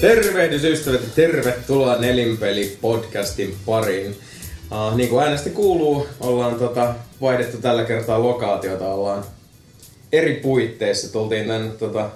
Tervehdys ystävät ja tervetuloa Nelinpeli-podcastin pariin. Niin kuin äänestä kuuluu, ollaan vaihdettu tällä kertaa lokaatiota, ollaan eri puitteissa. Tultiin tän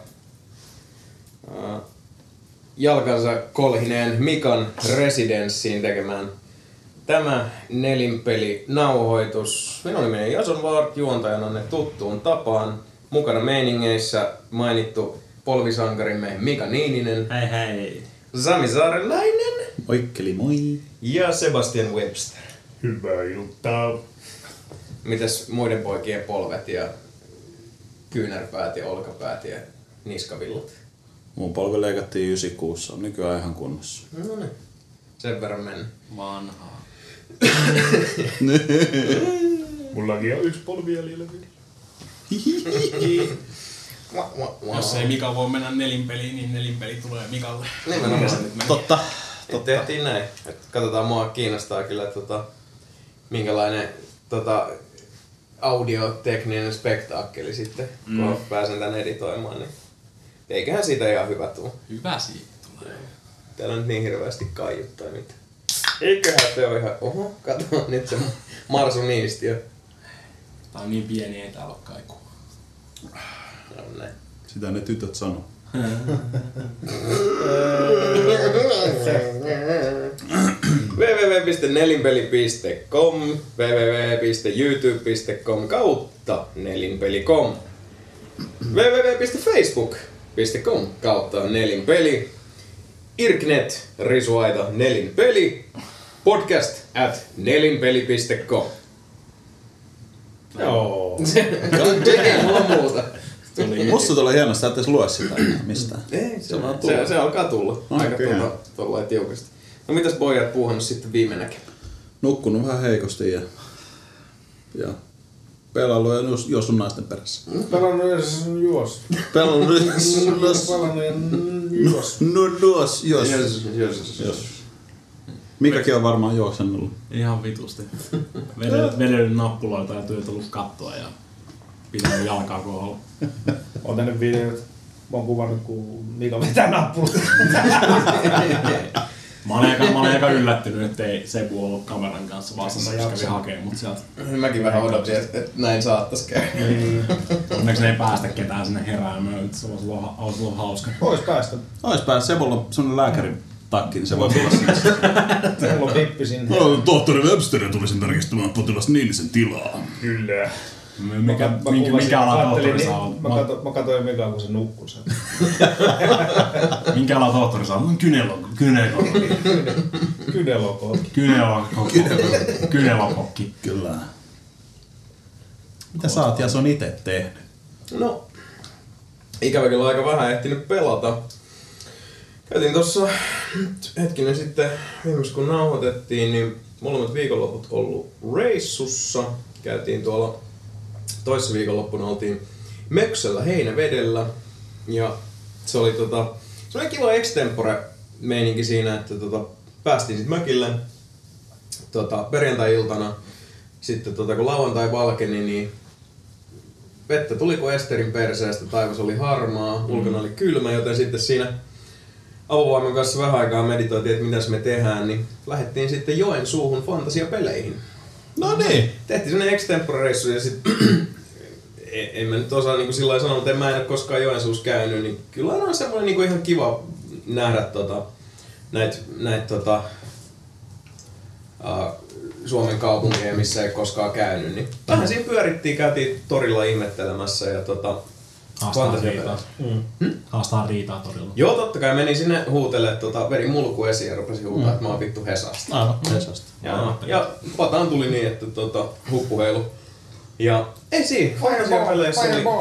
jalkansa kolhineen Mikan residenssiin tekemään tämä Nelinpeli-nauhoitus. Minun nimeni Jason Ward, juontajana tuttuun tapaan. Mukana meiningeissä mainittu polvisankarimme Mika Niininen. Hei hei. Sami Saarelainen. Moikkeli moi. Ja Sebastian Webster. Hyvää iltaa. Mitäs muiden poikien polvet ja kyynärpäät ja olkapäät ja niskavillat? Mun polvi leikattiin 96, on nykyään ihan kunnossa. No niin. Sen verran mennä. Vanhaa. Mullakin on yksi polvi jäljellä vielä. Jos ei Mika voi mennä nelinpeliin, niin nelinpeli tulee Mikalle. Totta. Tehtiin näin. Katsotaan, mua kiinnostaa kyllä minkälainen audiotekninen spektaakkeli sitten, kun pääsen tän editoimaan. Niin eiköhän siitä ihan hyvä tuu. Hyvä siitä tulee. Täällä on nyt niin hirveästi kaiuttaa mitään. Eiköhän se ole ihan... Oho, katso nyt se Marsu Niistiö. Tää on niin pieni, ei täällä oo kaikua. No näin. Sitä ne tytöt sanoo. www.nelinpeli.com www.youtube.com kautta nelinpeli.com www.facebook.com kautta nelinpeli Irknet risuaita nelinpeli podcast @nelinpeli.com. Joo. Ei mulla muuta. Musta tulee hienosti, että et lue sitä mistään. Ei, se alkaa tulla. Aika tuollain tiukasti. No mitäs pojat puuhannut sitten viime näkemään? Nukkunut vähän heikosti ja pelailu ja juossut naisten perässä. Pelannut ja juos. Pelannut ja Jos. Mikäkin on varmaan juoksennut. Ihan vitusti. Vedellyt nappuloita ja työtellut kattoa ja pitänyt jalkaa kohdalla. Oon tehnyt videot. Mä oon kuvannut, kun Mika vetää nappuloita. Mä olen aika yllättynyt, ettei Sebu ollut kameran kanssa vastassa, koska kävi hakemaan mut sieltä. Mäkin vähän odotin, että näin saattais käydä. Onneksi ne ei päästä ketään sinne heräämään, se olisi ollut hauska. Ois päästä. Sebulla on semmonen lääkärin takki, niin se voi tulla sinne. Mulla on dippi sinne. Tohtori Webster tulisin tarkistamaan potilas Niinisen tilaa. Kyllä. Mikä ala tohtori saa? Mä katsoin Mikaa, kun se nukkui sen. Minkä ala tohtori saa? Kynelokokki. Kyllä. Mitä sä oot Jason ite tehnyt? No, ikävä kyllä aika vähän ehtinyt pelata. Käytiin tossa hetkinen sitten, viimeksi kun nauhoitettiin, niin molemmat viikonloput ollut reissussa. Käytiin tuolla toissa viikonloppuna oltiin Möksellä Heinävedellä ja se oli semmoinen kiva extempore meininki siinä, että päästiin sit mökille perjantai-iltana. Sitten kun lauantai valkeni, niin vettä tuli kuin Esterin perseestä, taivas oli harmaa, ulkona oli kylmä, joten sitten siinä avovoiman kanssa vähän aikaa meditoitiin, että mitäs me tehdään, niin lähdettiin sitten Joensuuhun fantasiapeleihin. No niin. Tehtiin semmonen extempore-reissu ja sit en mä nyt osaa niinku sillä sanoa, mutta mä en ole koskaan Joensuussa käynyt, niin kyllä on semmoinen niinku ihan kiva nähdä näitä Suomen kaupunkeja, missä ei koskaan käynyt, niin vähän siinä pyörittiin, käytiin torilla ihmettelemässä ja Haastaa riitaa torilla. Joo, totta kai menin sinne huutelemaan veri mulku esiin ja rupesin huutaa, että mä oon vittu Hesasta. Aivan, Hesasta. Ja pataan tuli niin, että huppuheilu. Ja ei siinä, fantasiapeleissä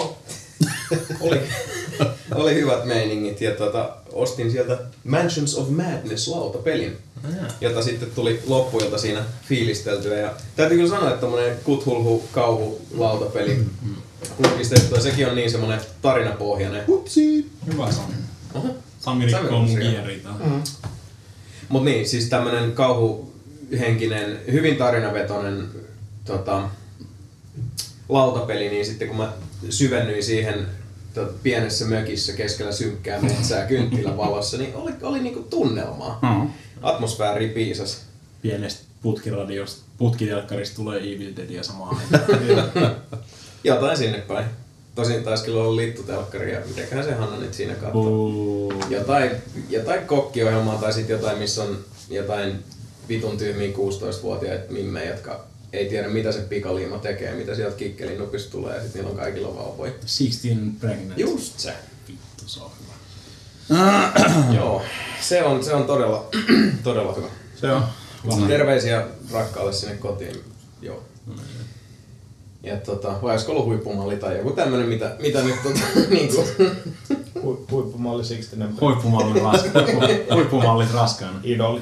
oli hyvät meiningit ja ostin sieltä Mansions of Madness -lautapelin, jota sitten tuli loppuilta siinä fiilisteltyä. Ja täytyy kyllä sanoa, että tommonen Cthulhu kauhu lautapeli kulkistettu, sekin on niin semmonen tarinapohjainen. Hupsi! Hyvä Sami. Sami rikkoo mun kieriitä. Mut niin, siis tämmönen kauhuhenkinen, hyvin tarinavetoinen lautapeli, niin sitten kun mä syvennyin siihen pienessä mökissä keskellä synkkää metsää kynttilävalossa, niin oli niinku tunnelmaa. Atmosfääri piisasi. Pienestä putkitelkkarista tulee Evil Deadia samaan aikaan. Jotain sinne päin. Tosin taisi kyllä olla littutelkkari ja mitäköhän se Hanna nyt siinä katsoo. Jotain kokkiohjelmaa tai sit jotain, missä on jotain vitun tyhmiä 16-vuotiaita mimmejä, jotka ei tiedä mitä se pikaliima tekee, mitä sieltä kikkelin nupista tulee ja sit niillä on kaikilla vauvoja. 16 Pregnant. Just se. Vittu, se on hyvä. Joo, se on todella hyvä. Se on. Terveisiä rakkaalle sinne kotiin. Joo. Ja vai olisiko ollut huippumalli tai joku tämmönen, mitä nyt niinku... Huippumalli 16. Huippumallit raskaana. Idoli.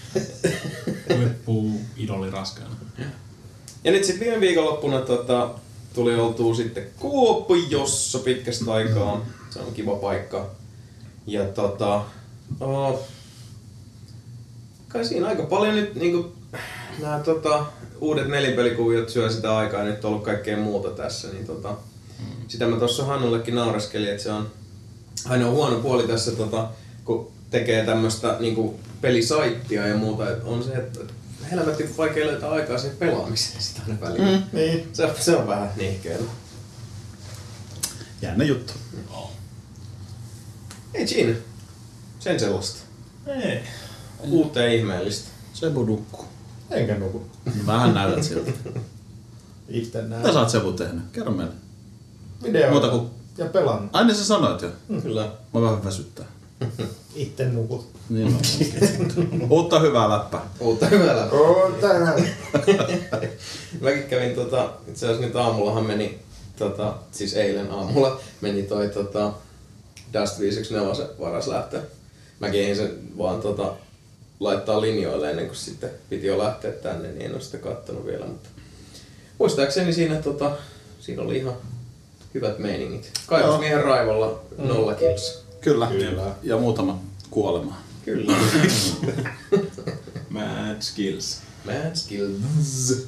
Idoli raskaana. Ja nyt sitten viime viikonloppuna tuli oltua sitten Kuopiossa pitkästä aikaa. Se on kiva paikka. Ja kai siinä aika paljon nyt niinku nää uudet nelinpelikuviot syö sitä aikaa ja nyt on ollut kaikkea muuta tässä, niin sitä mä tossa Hannullekin naureskelin, että se on ainoa huono puoli tässä, kun tekee tämmöstä niinku pelisaittia ja muuta, että on se, että helvetin vaikea löytää aikaa siihen pelaamiseen sitä aina välillä. Niin. Se on vähän nihkeellä. Jännä juttu. Ei siinä. Sen sellaista. Ei. Uutta ja ihmeellistä. Sebu nukkuu. Enkä nuku. Vähän näytät siltä. Itse näen. Mitä sä oot Sebu tehnyt? Kerro meille. Videoita. Muuta kuin... Ja pelannut. Aina sä sanoit jo. Kyllä. Mä vähän väsyttää. Itse nukut. Niin on. Uutta hyvää läppää. Uutta hyvää läppää. Tänään. Mäkin kävin itse asiassa nyt aamullahan meni, siis eilen aamulla meni toi Dust 514 varas lähteä. Mäkin eihin sen vaan laittaa linjoille ennen kuin sitten piti jo lähteä tänne, niin en ole sitä kattonut vielä, mutta muistaakseni siinä oli ihan hyvät meiningit. Kaivosmiehen raivolla 0 kilsa. Kyllä. Ja muutama kuolema. Kyllä. Mad skills. Mad skills.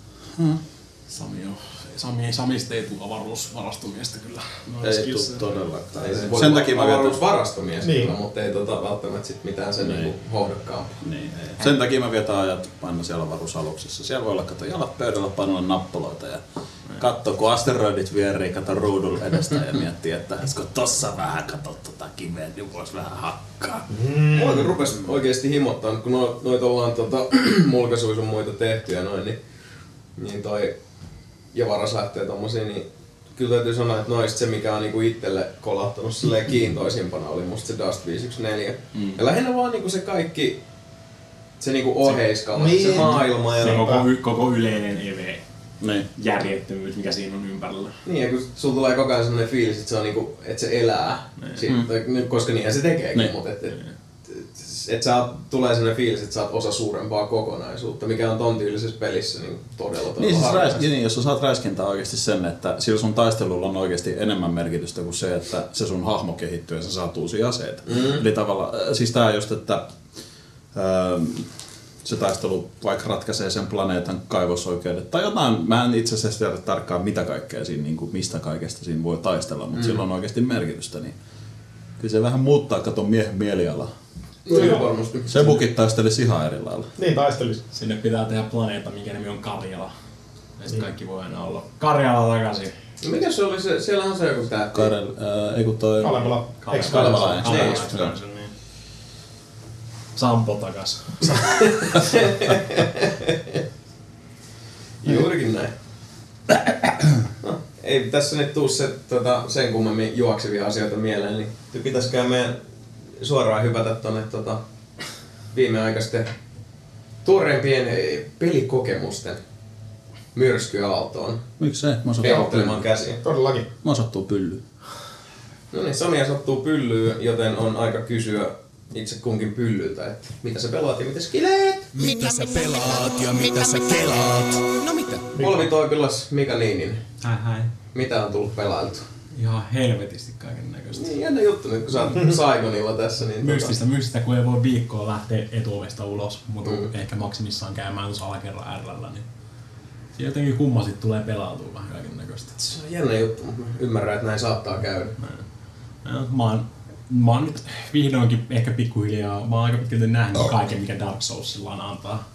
Samista ei tule avaruusvarastomiestä kyllä. Ei tule todellakaan. Ei se Sen takia mä avaruusvarastomies niin. kyllä, mutta ei välttämättä sit mitään sen niinku hohdokkaampaa. Niin, sen takia mä vietän ajat aina siellä avaruusaluksessa. Siellä voi olla jalat pöydällä, painoilla nappuloita ja katso kun asteroidit vierii, kato ruudun edestä ja miettii, että kun tossa vähän katot tota kiveä, niin vois vähän hakkaa. Mulla rupes oikeesti himottaa, kun noita ollaan mulkaisuja sun muita tehty ja noin, niin toi ja varas lähtee tommosia, niin kyllä täytyy sanoa, että noista se mikä on niinku itselle kolahtanut silleen kiintoisimpana oli musta se Dust 514. Ja lähinnä vaan niinku se kaikki, se niinku oheiskama, niin. se maailma ja se koko yleinen EV. Niin. Järjettömyys, mikä siinä on ympärillä. niin, ja kun sulla tulee koko ajan sellainen fiilis, että se on niinku, että se elää, koska niinhän se tekeekin, mutta että tulee sellainen fiilis, että sä oot osa suurempaa kokonaisuutta, mikä on ton tyylisessä pelissä niin todella Niin, harvinaista. niin, jos sä saat räiskintää oikeasti sen, että sillä sun taistelulla on oikeasti enemmän merkitystä kuin se, että se sun hahmo kehittyy ja sä saat uusia aseita. Eli tavallaan, siis tää just, että se taistelu vaikka ratkaisee sen planeetan kaivosoikeudet tai jotain, mä en itse asiassa tiedä tarkkaan mitä kaikkea siinä, niin kuin mistä kaikesta siinä voi taistella, mutta sillä on oikeasti merkitystä, niin kyllä se vähän muuttaa katon miehen mielialaa. Kyllä varmasti. Sebukit taistelisi ihan eri lailla. Niin taistelis. Sinne pitää tehdä planeetta, minkä nimi on Karjala. Ja sit kaikki voi aina olla Karjala takaisin. No mikä se oli se, siellä on se joku tähti. Ei kun toi... Kalevala. Eiks Kalevala? Niin. Sampo takas. Juurikin näin. No, ei tässä nyt tuu se, sen kummemmin juoksevia asioita mieleen, niin pitäisikään meidän suoraan hypätä tonne viimeaikaisten tuoreimpien pelikokemusten myrskyaaltoon. Miksei? Heiluttelemaan käsiä. Todellakin. Mä sattuu pyllyyn. No niin, Sonia sattuu pyllyyn, joten on aika kysyä itse kunkin pyllyltä, että mitä sä pelaat ja mitä sä kileet? Mitä sä pelaat ja mitä sä kelaat? No mitä? Polvitoipilas Mika Niininen. Hei. Mitä on tullut pelailtu? Ihan helvetisti kaiken näköistä. Niin jännä juttu nyt, kun sä oot Saigonilla tässä. Niin Mystistä, kun ei voi viikkoa lähteä etuovesta ulos, mutta ehkä maksimissaan käymään tuossa alakerran RL:llä, niin siinä jotenkin kummasit tulee pelautua vähän kaiken näköistä. Se on jännä juttu, mutta ymmärrän, että näin saattaa käydä. Mä oon nyt vihdoinkin ehkä pikkuhiljaa, mä oon aika pitkälti nähnyt kaiken, mikä Dark Soulsilla antaa.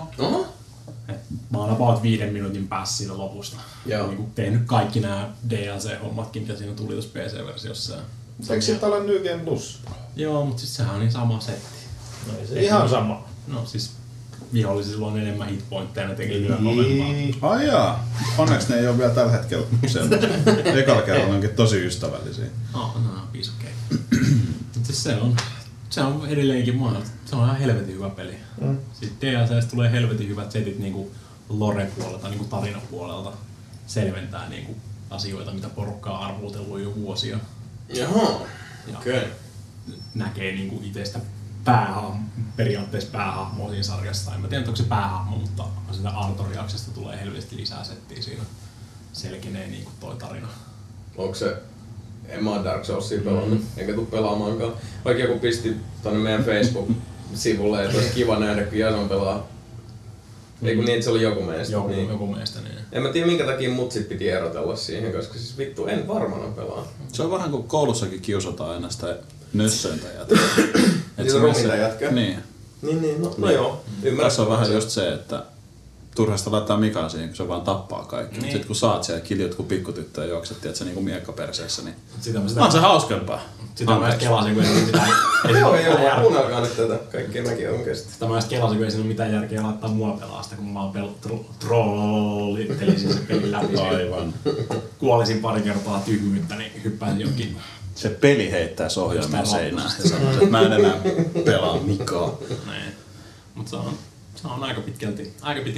Mä oon about 5 minuutin päässä siitä lopusta. Niin tehnyt kaikki nämä DLC-hommatkin, mitä siinä tuli tuossa PC-versiossa. Eikö siitä ole New Game Plus? Joo, mutta siis sehän on niin sama setti. No ei se ihan sama. No siis vihollisilla on enemmän hitpointteja, ne tekee lyö kovempaa. Ai jaa, onneksi ne ei oo vielä tällä hetkellä semmoisia. Ekalla kerralla onkin tosi ystävällisiä. No, piece of cake. Siis se on edelleenkin se on ihan helvetin hyvä peli. Sitten DLC:stä tulee helvetin hyvät setit niinku lore-puolelta, niinku tarinapuolelta. Selventää niinku asioita, mitä porukka on arvuutellut jo vuosia. Jaha, okei. Näkee niinku itestä periaatteessa päähahmoa siinä sarjassa. En mä tiedä, onko se päähahmo, mutta sitä Artoriaksesta tulee helvesti lisää settiä siinä. Selkenee niinku toi tarina. Onko se... En mä oo Dark Soulsia pelannut, enkä tuu pelaamaankaan. Vaikka joku pisti tonne meidän Facebook-sivulle, että olisi kiva nähdä, kun Jason pelaa. Ei kun niin, että se oli joku meistä. Joku meistä, niin. En mä tiedä minkä takia mutsit piti erotella siihen, koska siis vittu en varmana pelaa. Se on vähän kuin koulussakin kiusataan aina sitä nössöintä jätkää. Niitä ruminta jätkää? Niin. Niin, no joo. Tässä on vähän just se, että turhasta laittaa Mikaa siihen, kun se vaan tappaa kaikki. Niin. Sitten kun saat siellä kiljut kun pikkutyttö ja juokset, tiedät sä niinku miekkaperseessä, niin on se hauskempaa. Sitä mä edes kelasin, kun ei mitään... Joo, kuunnelkaa nyt tätä. Kaikkea mäkin on kestä. Sitä mä edes kelasin, kun ei siinä ole mitään järkeä laittaa mua pelaa sitä, kun mä vaan trollitelisin sen pelin läpi. Aivan. Kuolisin pari kertaa tyhmyyttä, niin hyppäsin jonkin. Se peli heittää ohjaimen seinään ja sanoo, että mä en enää pelaa Mikaa. Niin. Mut se on aika pitkälti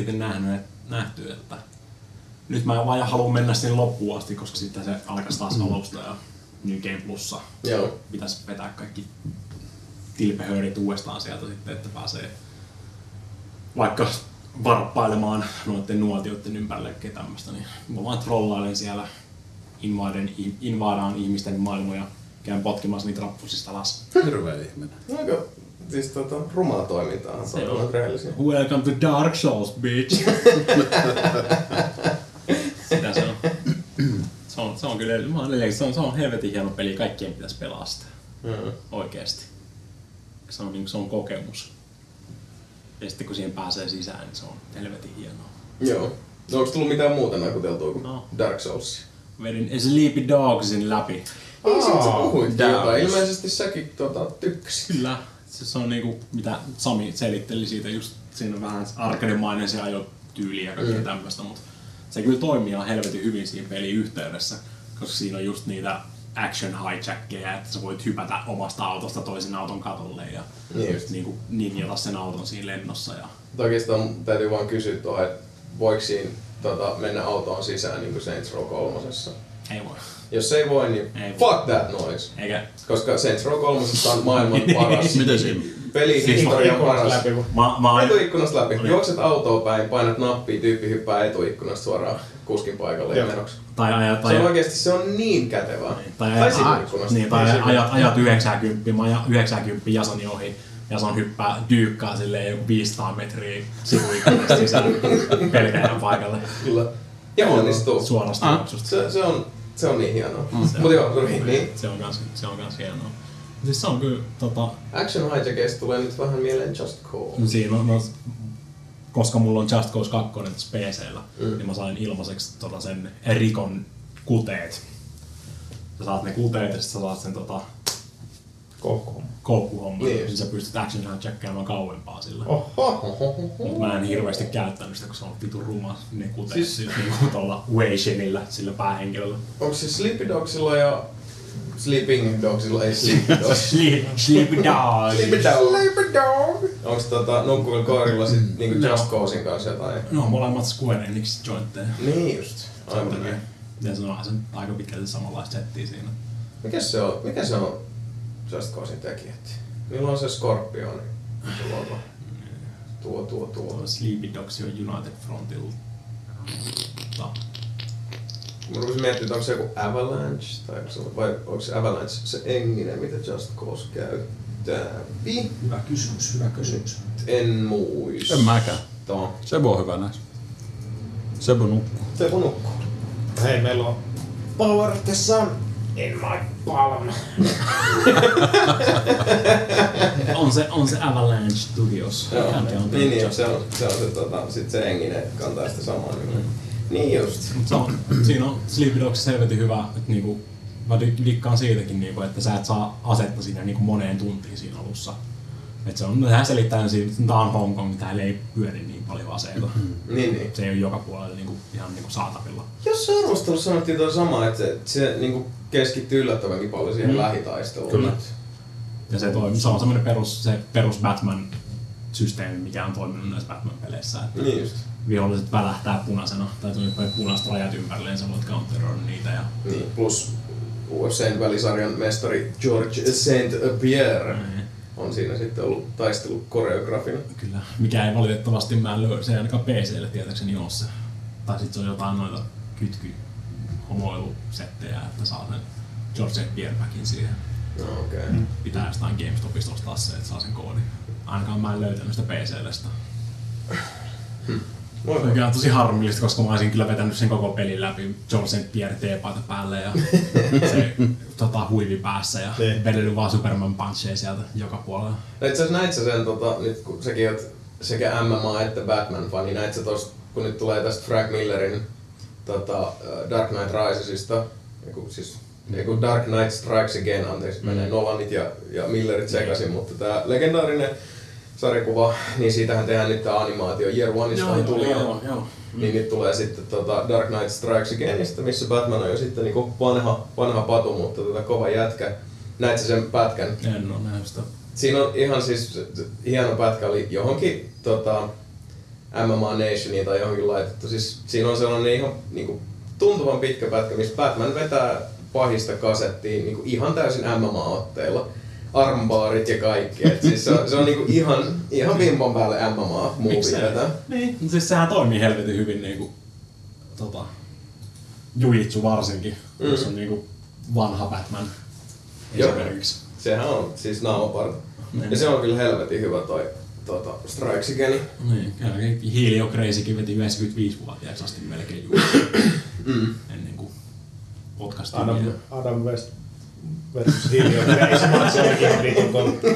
nähty, että nyt mä vaan haluan mennä sinne loppuun asti, koska sitten se alkaisi taas alusta ja New Game Plussa. Joo. Pitäisi vetää kaikki tilpehöörit uudestaan sieltä sitten, että pääsee vaikka varppailemaan noiden nuotioiden ympärille ja tämmöstä, niin mä vaan trollailen siellä, invaadaan ihmisten maailmoja, käyn potkimassa niitä rappusista alas. Hirveä ihminen. Aika siis rumaa toimintaa. Se on rehellisiä. Welcome to Dark Souls, bitch! Sitä se on. Se on kyllä, se on helvetin hieno peli, kaikkien pitäisi pelaa sitä. Oikeesti. Se on kokemus. Ja sitten kun siihen pääsee sisään, niin se on helvetin hienoa. Joo. No onko tullut mitään muuta nakuteltua kuin Dark Souls? Vedin Sleepy Dogsin läpi. Sit sä puhuit jotain. Ilmeisesti säkin tykkäsit. Kyllä. Se on niinku, mitä Sami selitteli siitä, just siinä on vähän arcade-mainen se ajotyyli ja kaikkea tämmöstä, mutta se kyllä toimii ihan helvetin hyvin siinä pelin yhteydessä, koska siinä on just niitä action hijackeja, että sä voit hypätä omasta autosta toisen auton katolle ja just niinku ninjata sen auton siinä lennossa. Ja... Oikeastaan täytyy vaan kysyä tuohon, että voiko siinä mennä autoon sisään niin kuin Saints Row 3? Ei voi. Jos ei voi, niin ei fuck that noise. Eikä. Koska Saints Row 3 on maailman paras. Miten siinä? Pelihistorian paras. Etuikkunasta läpi. Oli. Juokset autoon päin, painat nappia, tyyppi hyppää etuikkunasta suoraan kuskin paikalle ja menoksi. Se on oikeesti se on niin kätevää. Tai sivuikkunasta. Niin, tai ajat 90, mä ajan 90 Jasoni ohi. Jason hyppää dyykkaa silleen joku 500 metriä sivuikkunasta sisään pelkäjän paikalle. Kyllä. Ja onnistuu. Suorasta juoksusta. Se on niin hienoa. Mut joo, niin. Se on kans hienoa. Siis se on kyllä Action hijackeista tulee nyt vähän mieleen Just Cause. Siinä on, koska mulla on Just Cause 2 tässä PC:llä, niin mä sain ilmaiseksi sen Rikon kuteet. Sä saat ne kuteet ja sit sä saat sen koukkuhomman. Niin. Sä pystyt action hijackaamaan kauempaa sillä. Mut mä en hirveästi käyttänyt sitä, kun se on vitun ruma ne kuteet siis... niinku tuolla Wei-Shenillä, sillä päähenkilöllä. Onks se Sleepy Dogsilla ja Sleeping Dogsilla, ei Sleepy Dogs. Sleepy Dog. Sleepy Dog. Onks nukkuvilla koirilla sit niinku Just Causein kanssa jotain? No molemmat Square Enix jointteja. Niin just. Aivan näin. Ja se on aika pitkälti samanlaista settiä siinä. Mikä se on Just Causein tekijät? Milloin on se Scorpioni? Tuo. Sleepy Dogs on United Frontilla. Mä rupesin miettimään, että onko se joku Avalanche, vai onko se Avalanche se enginen, mitä Just Cause käyttää? Hyvä kysymys. En muista. En mäkään. Sebu on hyvä näissä. Sebu nukkuu. Sebu nukkuu. Hei, meillä on Power the Sun In my palm. on se Avalanche Studios. Joo. Niin, se on sit se Engine kantaa sitä samaa nimeä. Niin just. Siinä on Sleepy Dogsissa helvetin hyvä, että niinku, mä dikkaan siitäkin, niinku, että sä et saa asetta siinä niinku moneen tuntiin siinä alussa. Että sehän selittää siitä, että tää on Hong Kong, täällä ei pyöri niin paljon aseita. Niin. Se ei ole joka puolella niinku, ihan niinku saatavilla. Jossain arvostelussa sanottiin tuo sama, että se niinku keskittyy yllättävänkin paljon siihen lähitaisteluun. Kyllä. Ja se on semmoinen perus Batman-systeemi, mikä on toiminut näissä Batman-peleissä. Että Niin just. viholliset välähtää punaisena, tai tulee punaiset rajat ympärilleen, sä voit counteroida niitä. Ja... Niin, plus UFC:n välisarjan mestari George St. Pierre on siinä sitten ollut taistelukoreografina. Kyllä, mikä ei valitettavasti se ei ainakaan PC:lle tietääkseni ole se. Tai sit se on jotain noita homoilusettejä, että saa sen George St. Pierre-backin siihen. No, okei. Pitää jostain GameStopista ostaa se, että saa sen koodin. Ainakaan mä en löytänyt sitä PC:lle sitä. Mikä on tosi harmillista, koska mä olisin kyllä vetänyt sen koko pelin läpi George St. Pierre teepaita päälle ja se huivi päässä ja vedellyt vaan Superman puncheja sieltä joka puolella. No itse asiassa näit sä sen, nyt kun säkin oot sekä MMA että Batman-fani, näit sä tosta, kun nyt tulee tästä Frank Millerin Dark Knight Risesista, joku Dark Knight Strikes Again, anteeksi, menee Nolanit ja Millerit sekaisin, mutta tää legendaarinen sarjakuva, niin siitähän tehdään nyt tää animaatio Year Oneistahan tuli. Joo. Niin nyt tulee sitten Dark Knight Strikes Againista, missä Batman on jo sitten niinku vanha patu, mutta kova jätkä. Näit sä sen pätkän? En oo nähnyt sitä. Siinä on ihan siis hieno pätkä, oli johonkin MMA Nationiin tai johonkin laitettu. Siis siinä on sellainen ihan niinku tuntuvan pitkä pätkä, missä Batman vetää pahista kasettiin niinku ihan täysin MMA-otteilla. Armbaarit ja kaikki. Et siis se on niinku ihan vimpan päälle MMA-movie tätä. Niin, siis sehän toimii helvetin hyvin niinku Jujitsu varsinkin, jos on niinku vanha Batman esimerkiksi. Sehän on siis naamaparta. Ja se on kyllä helvetin hyvä toi Strikes Again. Niin, Helio Crazykin veti 95-vuotiaaksi asti melkein Jujitsu. Ennen kuin podcastiin. Adam West versus Helio Crazy matsi olikin vitun kolme.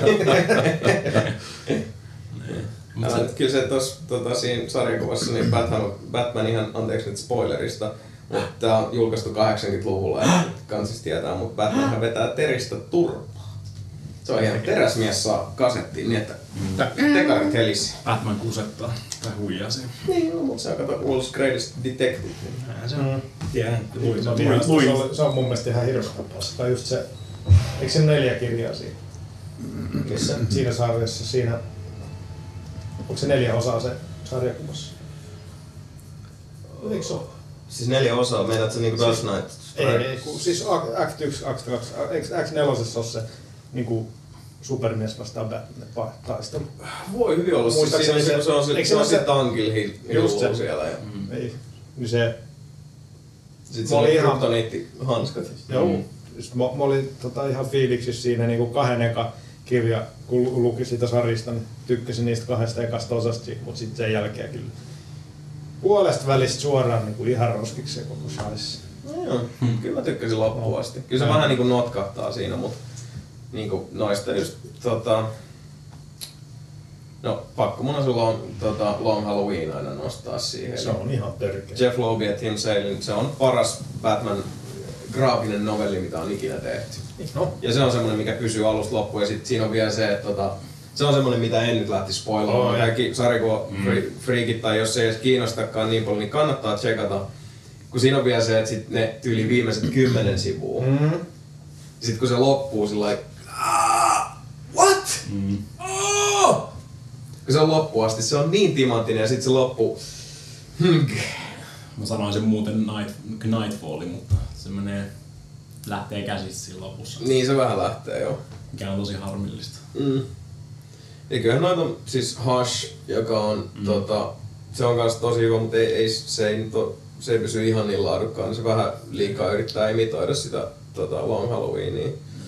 Kyllä se tossa siinä sarjakuvassa, niin Batman ihan, anteeksi nyt spoilerista, mutta tää on julkaistu 80-luvulla ja kansis tietää, mutta Batmanhan vetää teristä turpaa. Se on ihan teräsmies saa kasettiin niin, että tekarit helisi. Batman kusettaa tai huijaa siinä. Niin, no, mutta se on kato World's Greatest Detective. Se on, tiedän. Se on mun mielestä ihan hirveän paska. Tai just se, eikö se 4 kirjaa siinä? Missä siinä sarjassa, siinä, onko se 4 osaa se sarjakuvassa? Eikö se ole? Siis 4 osaa, meinaat se niinku Dark Knight? Ei, siis Act 1, Act 2, Act 4 on se niinku supermies vastaan Batman taistelu. Voi hyvin olla, siis siinä se on se tankilla hiluu siellä. Ei, niin se... Sitten se oli kryptoniittihanskat. Joo, mä olin ihan fiiliksissä siinä niinku 2 eka kirja, kun luki sitä sarjista, niin tykkäsin niistä 2 ekasta osasta, mutta sitten sen jälkeen kyllä puolesta välistä suoraan niinku ihan roskiksi se koko shaisi. No joo, kyllä mä tykkäsin loppuun asti. Kyllä se vähän niinku notkahtaa siinä, mutta niinku noista just no pakko mun on Long Halloween aina nostaa siihen. Se on ihan törkeä. Jeff Loeb ja Tim Salen, se on paras Batman graafinen novelli, mitä on ikinä tehty. No. Ja se on semmonen, mikä pysyy alusta loppuun ja sit siinä on vielä se, että se on semmonen, mitä en nyt lähti spoilaamaan. Kaikki sarjakuva-friikit tai jos se ei edes kiinnostakaan niin paljon, niin kannattaa tsekata. Kun siinä on vielä se, että sit ne tyyli viimeiset 10 sivua. Sit kun se loppuu sillai, what? Oh! Kun se on loppuun asti, se on niin timanttinen ja sit se loppuu. Mä sanoisin muuten Nightfall, mutta se lähtee käsistä siinä lopussa. Niin se vähän lähtee, joo. Mikä on tosi harmillista. Eiköhän noita siis Hush, joka on se on kans tosi hyvä, mutta se ei pysy ihan niin laadukkaan. Se vähän liikaa yrittää imitoida sitä Long Halloweenia.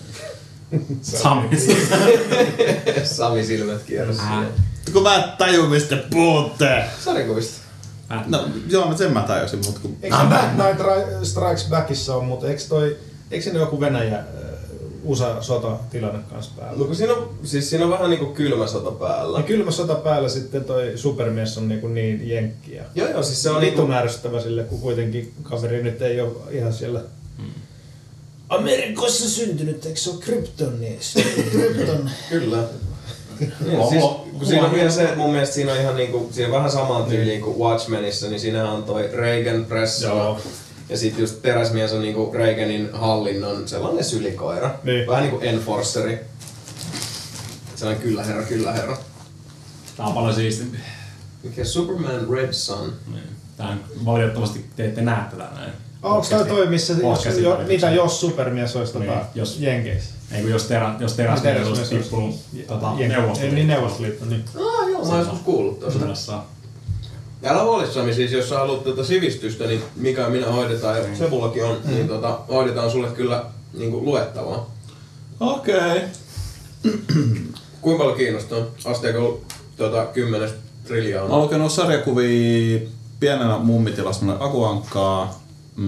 Sami silmät kierros siinä. Kun mä en taju mistä puhutte! Sarjakuvista. No joo, sen mä tajusin, mut kun... Eikö Night Strikes Backissa on, mutta eikö toi Eikö siinä joku Venäjä USA-sotatilanne kanssa päällä? No kun siinä on vähän niinku kylmä sota päällä. Ja kylmä sota päällä sitten toi supermies on niin jenkkiä. Joo, siis se on vitun ärsyttävä sille, kun kuitenkin kaveri nyt ei ole ihan siellä Amerikoissa syntynyt, eikö se ole Kryptonnies? Krypton. Kyllä. Siis, kun siinä on vielä se, mun mielestä siinä on ihan niinku, siinä on vähän samaan tyyliin kuin Watchmenissa, niin siinä on toi Reagan pressana. Ja sit just teräsmies on niinku Reaganin hallinnon sellainen sylikoira. Niin. Vähän niinku enforceri. Sellainen kyllä herra. Tää on paljon siistimpi. Mikä Superman Red Sun. Tää on valitettavasti te ette näe tätä näin. Onko toi missä, jos supermies olisi Jenkeissä? Ei kun jos teräsmies olisi tippunut Neuvostoliittoon. Niin Neuvostoliitto, niin. Joo, mä oon joskus kuullut tosta. Älä huolissami, siis jos sä haluat sivistystä, niin Mika ja minä hoidetaan, ja Sepullakin on, niin hoidetaan sulle kyllä niinku luettavaa. Okei. Kuinka paljon kiinnostaa? Asteeko 10 triljoonaa? Mä oon lukenut sarjakuvia pienenä mummitilassa, Akuankkaa.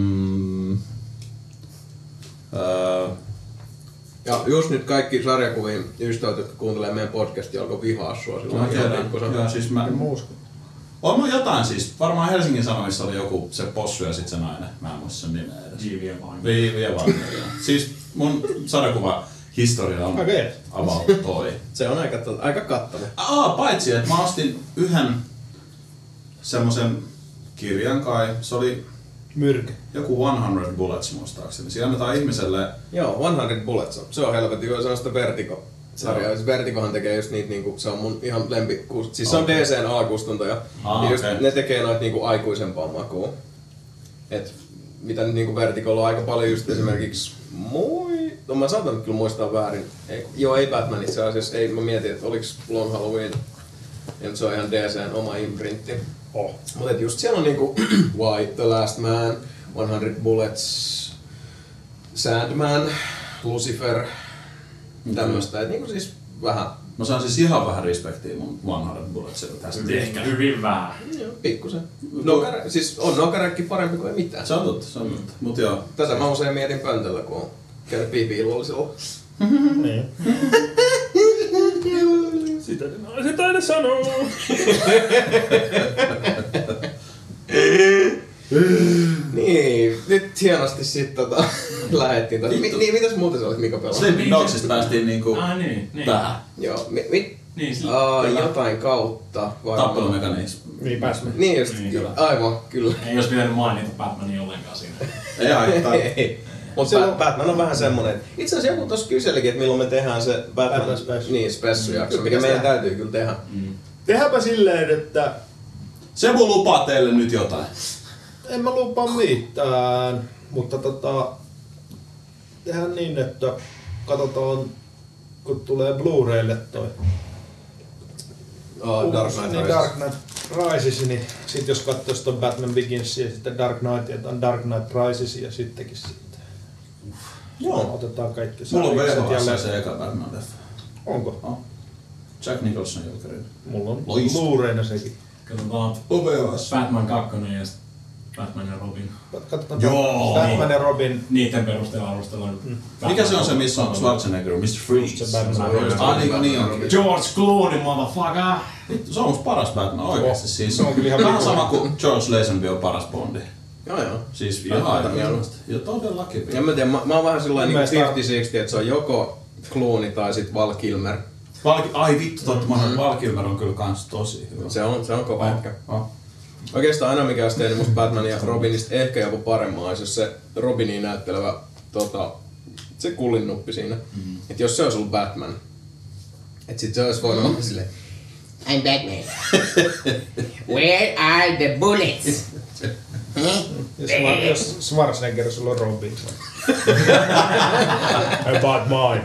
Ja just nyt kaikki sarjakuvien ystävät, jotka kuuntelee meidän podcastia, alkoi vihaa sua silloin. Mä tiedän. Joo, siis mä... On mun jotain siis. Varmaan Helsingin Sanomissa oli joku se possu ja sit se nainen. Mä en muista sen nimeä edes. Viiviä Vainio. Siis mun sarjakuva historia on about toi. Se on aika kattava. Paitsi että mä ostin yhden semmosen kirjan kai. Se oli Myrky. joku 100 Bullets muistaakseni. Siinä annetaan ihmiselle... Joo, 100 Bullets. Se on helvetin hyvä. Se on sitä Vertigo-sarjaa. Siis Vertigohan tekee just niitä, niinku, se on mun ihan siis se on DC:n A-kustantaja. Ja just ne tekee noita niinku aikuisempaa makua. Et mitä nyt niinku Vertigolla on aika paljon just esimerkiksi no mä saatan nyt kyllä muistaa väärin. Ei Batman itse asiassa. Mä mietin, että oliks Long Halloween. Ja se on ihan DC:n oma imprintti. Mutta just siellä on niinku White, The Last Man, 100 Bullets, Sandman, Lucifer, tämmöstä. Et niinku siis vähän. Mä saan siis ihan vähän respektiä mun 100 Bulletsilla tästä. Ehkä hyvin vähän. Joo, pikkusen. Siis on nokarekki parempi kuin ei mitään. Se on totta. Mut joo. Tätä mä usein mietin pöntöllä, kun on käynyt piipi-illallisella. Niin. Sitä ne naiset aina sanoo. Niin, nyt hienosti sit lähettiin taas. Niin, mitäs muuta sä olit Mika pelaa? Sleeping Dogsista päästiin niinku tähän. Joo, jotain kautta. Tappelumekanismi. Niin pääsemme. Niin just, aivan, kyllä. Ei jos pitänyt mainita Batmania ollenkaan siinä. Ei haittaa. Mutta Batman on vähän semmonen, että itse asiassa joku tossa kyselikin, että milloin me tehdään se Batman Spessu-jakso, mikä meidän täytyy kyllä tehdä. Tehdäänpä silleen, että... Sebu lupaa teille nyt jotain. En mä lupaa mitään, mutta tehdään niin, että katsotaan, kun tulee Blu-raylle toi Dark Knight Rises, niin sit jos katsois ton Batman Beginsia ja sitten Dark Knight ja Dark Knight Rises ja sittenkin sitten. Joo. Otetaan kaikki. Mulla on VHS se eka Batman-leffa. Onko? Jack Nicholson Jokerin. Mulla on Blu-rayna sekin. Katsotaan Batman 2 ja Batman ja Robin. Katsotaan Batman ja Robin. Niiden perusteella arvostellaan. Mikä se on se, missä on Schwarzenegger, Mr. Freeze? Se Batman. Niin on. George Clooney, motherfucker! Vittu, se on musta paras Batman oikeesti siis. Se on kyllä ihan vähän sama kuin George Lazenby on paras Bondi. Joo. Siis ihan hienosti. Ja todellakin. En mä tiedä, mä oon vähän sellainen niinku 50-60, että se on joko Clooney tai sit Val Kilmer. Ai vittu, totta. Val Kilmer on kyllä kans tosi hyvä. Se on kova jätkä. Oikeastaan aina mikä olisi tehnyt musta Batman ja Robinista ehkä joku paremmaa, jos se Robinin näyttelevä se kullinnuppi siinä. Et jos se olisi ollut Batman, et sit se olisi voinut olla silleen I'm Batman. Where are the bullets? Jos Schwarzenegger sulla on Robin. About mine.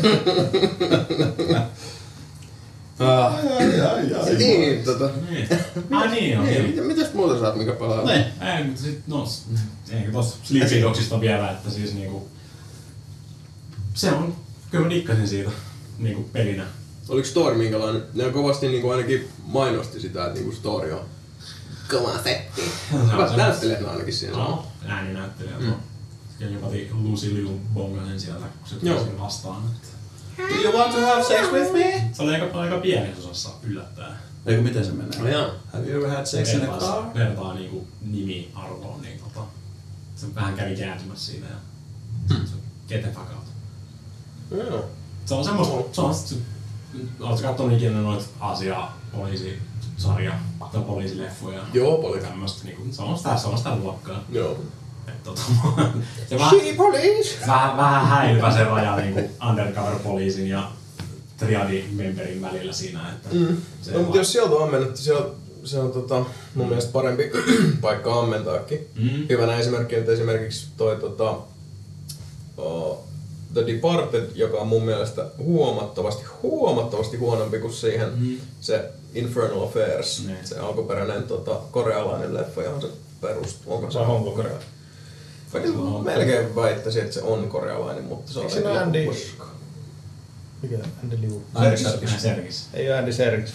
Niin, Niin. Mitäs muuta sä oot mikä pelaa? Ei, mutta sit eikö tossa Sleeping Dogsista vielä, että siis niinku... Se on, kyllä mä dikkasin siitä niinku pelinä. Oliko story minkälainen? Ne on kovasti niinku ainakin mainosti sitä, että niinku story on kova setti. Hyvät näyttelijät ainakin siinä. No, ääninäyttelijät on. Kelipati Lucy Liu bongasen sieltä, kun se tuli siinä vastaan. Do you want to have sex with me? Se oli aika pienessä osassa yllättää. Eikö miten se menee? Joo. Have you ever had sex in a car? Vertaa niinku nimiarvoon, niin se vähän kävi kääntymässä siinä ja se get the fuck out. Joo. Se on semmoista, ootko kattonut ikinä noita Asia-poliisisarja tai poliisileffoja? Joo, paljon. Tämmöstä niinku, se on sitä luokkaa. Joo. Se vähän häilyvä se raja niinku undercover-poliisin ja triadi-memberin välillä siinä, että No, mutta jos sieltä on ammennettu, se on mun mielestä parempi paikka ammentaakin. Hyvänä esimerkkinä nyt esimerkiksi toi The Departed, joka on mun mielestä huomattavasti huonompi kuin siihen se Infernal Affairs, se alkuperäinen korealainen leffa, johon se perustuu. Onko se korealainen? Melkein väittäisin, että se on korealainen, mutta se on Eikö Andy? Mikä Andy Liu? Serkis. Ei ole Andy Serkis.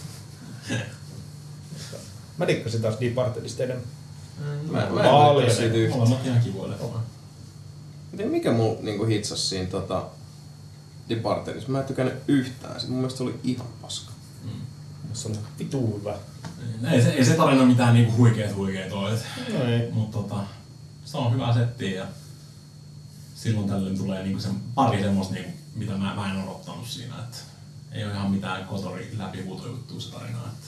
Mä dikkasin taas Departedista enemmän. Mä en Paljon. väittäisi siitä yhtään. Molemmat ihan kivoille. Mikä mulla niinku hitsasi siinä Departedissa? Mä en tykännyt yhtään. Mun mielestä se oli ihan paska. Se oli vitu hyvä. Ei se tarina mitään niinku huikeet ole. No ei. Mutta se on hyvä setti ja silloin tällöin tulee niinku pari semmoista, niinku, mitä mä en odottanut siinä. Että ei ole ihan mitään kotori läpihuutojuttua se tarina. Että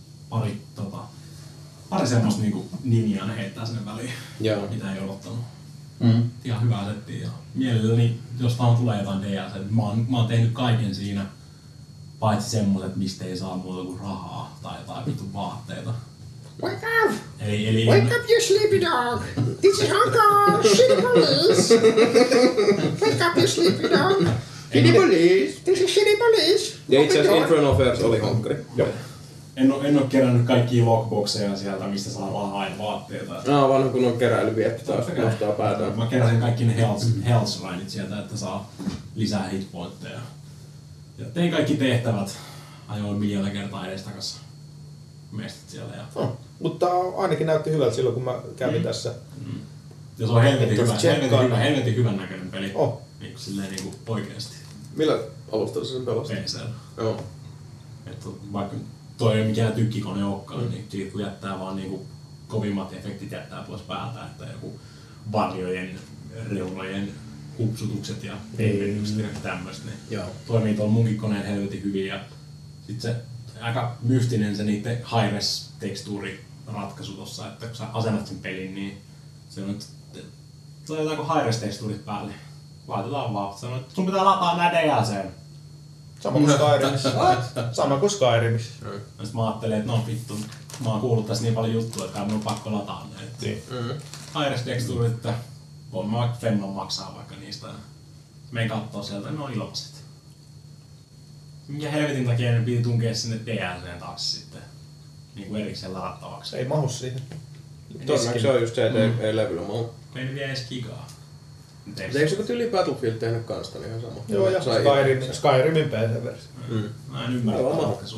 pari semmoista niinku nimiä ne heittää sinne väliin, mitä ei odottanut. Ihan hyvä setti ja mielelläni, jos vaan tulee jotain DLC, mä oon tehnyt kaiken siinä, paitsi semmoset, mistä ei saa muuta kuin rahaa tai jotain vitun vaatteita. Wake up! Eli Wake up, you sleepy dog! This is Uncle Shitty Police! Wake up, you sleepy dog! Shitty Police! This is Shitty Police! Ja itse asiassa Infernal Affairs oli honkkari. Joo. En oo kerännyt kaikkia lockboxeja sieltä, mistä saa rahaa ja vaatteita. Vanha kun on keräilyvietti taas nostaa päätään. Mä keräsin kaikki ne health shrineit sieltä, että saa lisää hitpointteja. Ja tein kaikki tehtävät. Ajoin miljoona kertaa edestakas mestit siellä. Ja Mutta ainakin näytti hyvältä silloin, kun mä kävin tässä. ja se on helvetin hyvän näköinen peli. Niin silleen niinku oikeesti. Millä alustalla sä sen pelasit? PC:llä. Joo. Että vaikka toi ei mikään tykkikone olekaan, niin siitä kun jättää vaan niinku kovimmat efektit jättää pois päältä, että joku varjojen, reunojen hupsutukset ja pehmentykset ja tämmöistä, niin toimii tuolla munkin koneen helvetin hyvin. Ja sit se aika mystinen se niitten high-res tekstuuriratkaisu tossa, että kun sä asennat sen pelin, niin se on, että laitetaanko high-res tekstuurit päälle? Laitetaan vaan. Sanoin, että sun pitää lataa nää DLC:n. Sama kuin Skyrimissa. Sama kuin Skyrimissa. Sitten mä ajattelin, että no vittu, mä oon kuullut tässä niin paljon juttuja, että minun on pakko lataa ne. Niin. High-res-tekstuurit, että voin mä vaikka Femman maksaa vaikka niistä. Meidän kattoo sieltä, ne on ilmaiset. Minkä helvetin takia ne piti tunkea sinne DLC:n taakse sitten niin kuin erikseen ladattavaksi. Ei mahu siihen. Todennäköisesti se on just se, että ei levyllä mahu. Ei ne vie edes gigaa. Eikö se tyyli Battlefield tehnyt kans tän ihan sama? Joo, ja Skyrimin PC-versio. Mä en ymmärrä tätä ratkaisua.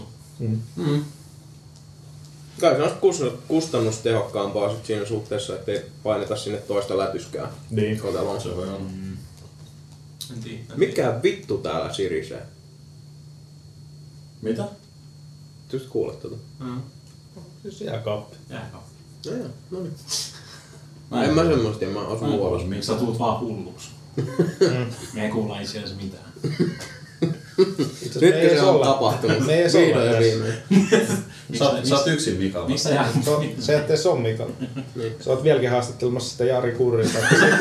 Kai se on kustannustehokkaampaa sit siinä suhteessa, ettei paineta sinne toista lätyskää. Niin. Koteloon. Se voi olla. En tiedä. Mikä vittu täällä sirisee? Mitä? Just kuulet tota. Siis jääkaappi. Jääkaappi. No niin. En mä semmoista, mä asun muualla. Miksi sä tuut vaan hulluksi? Me ei kuulla itse asiassa mitään. Nytkö se on tapahtunut? Vihdoin ja viimein. Sä oot yksin Mikalla. Miksi sä jää? Se ettei se on Mikalla. Sä oot vieläkin haastattelemassa sitä Jari Kurrilta.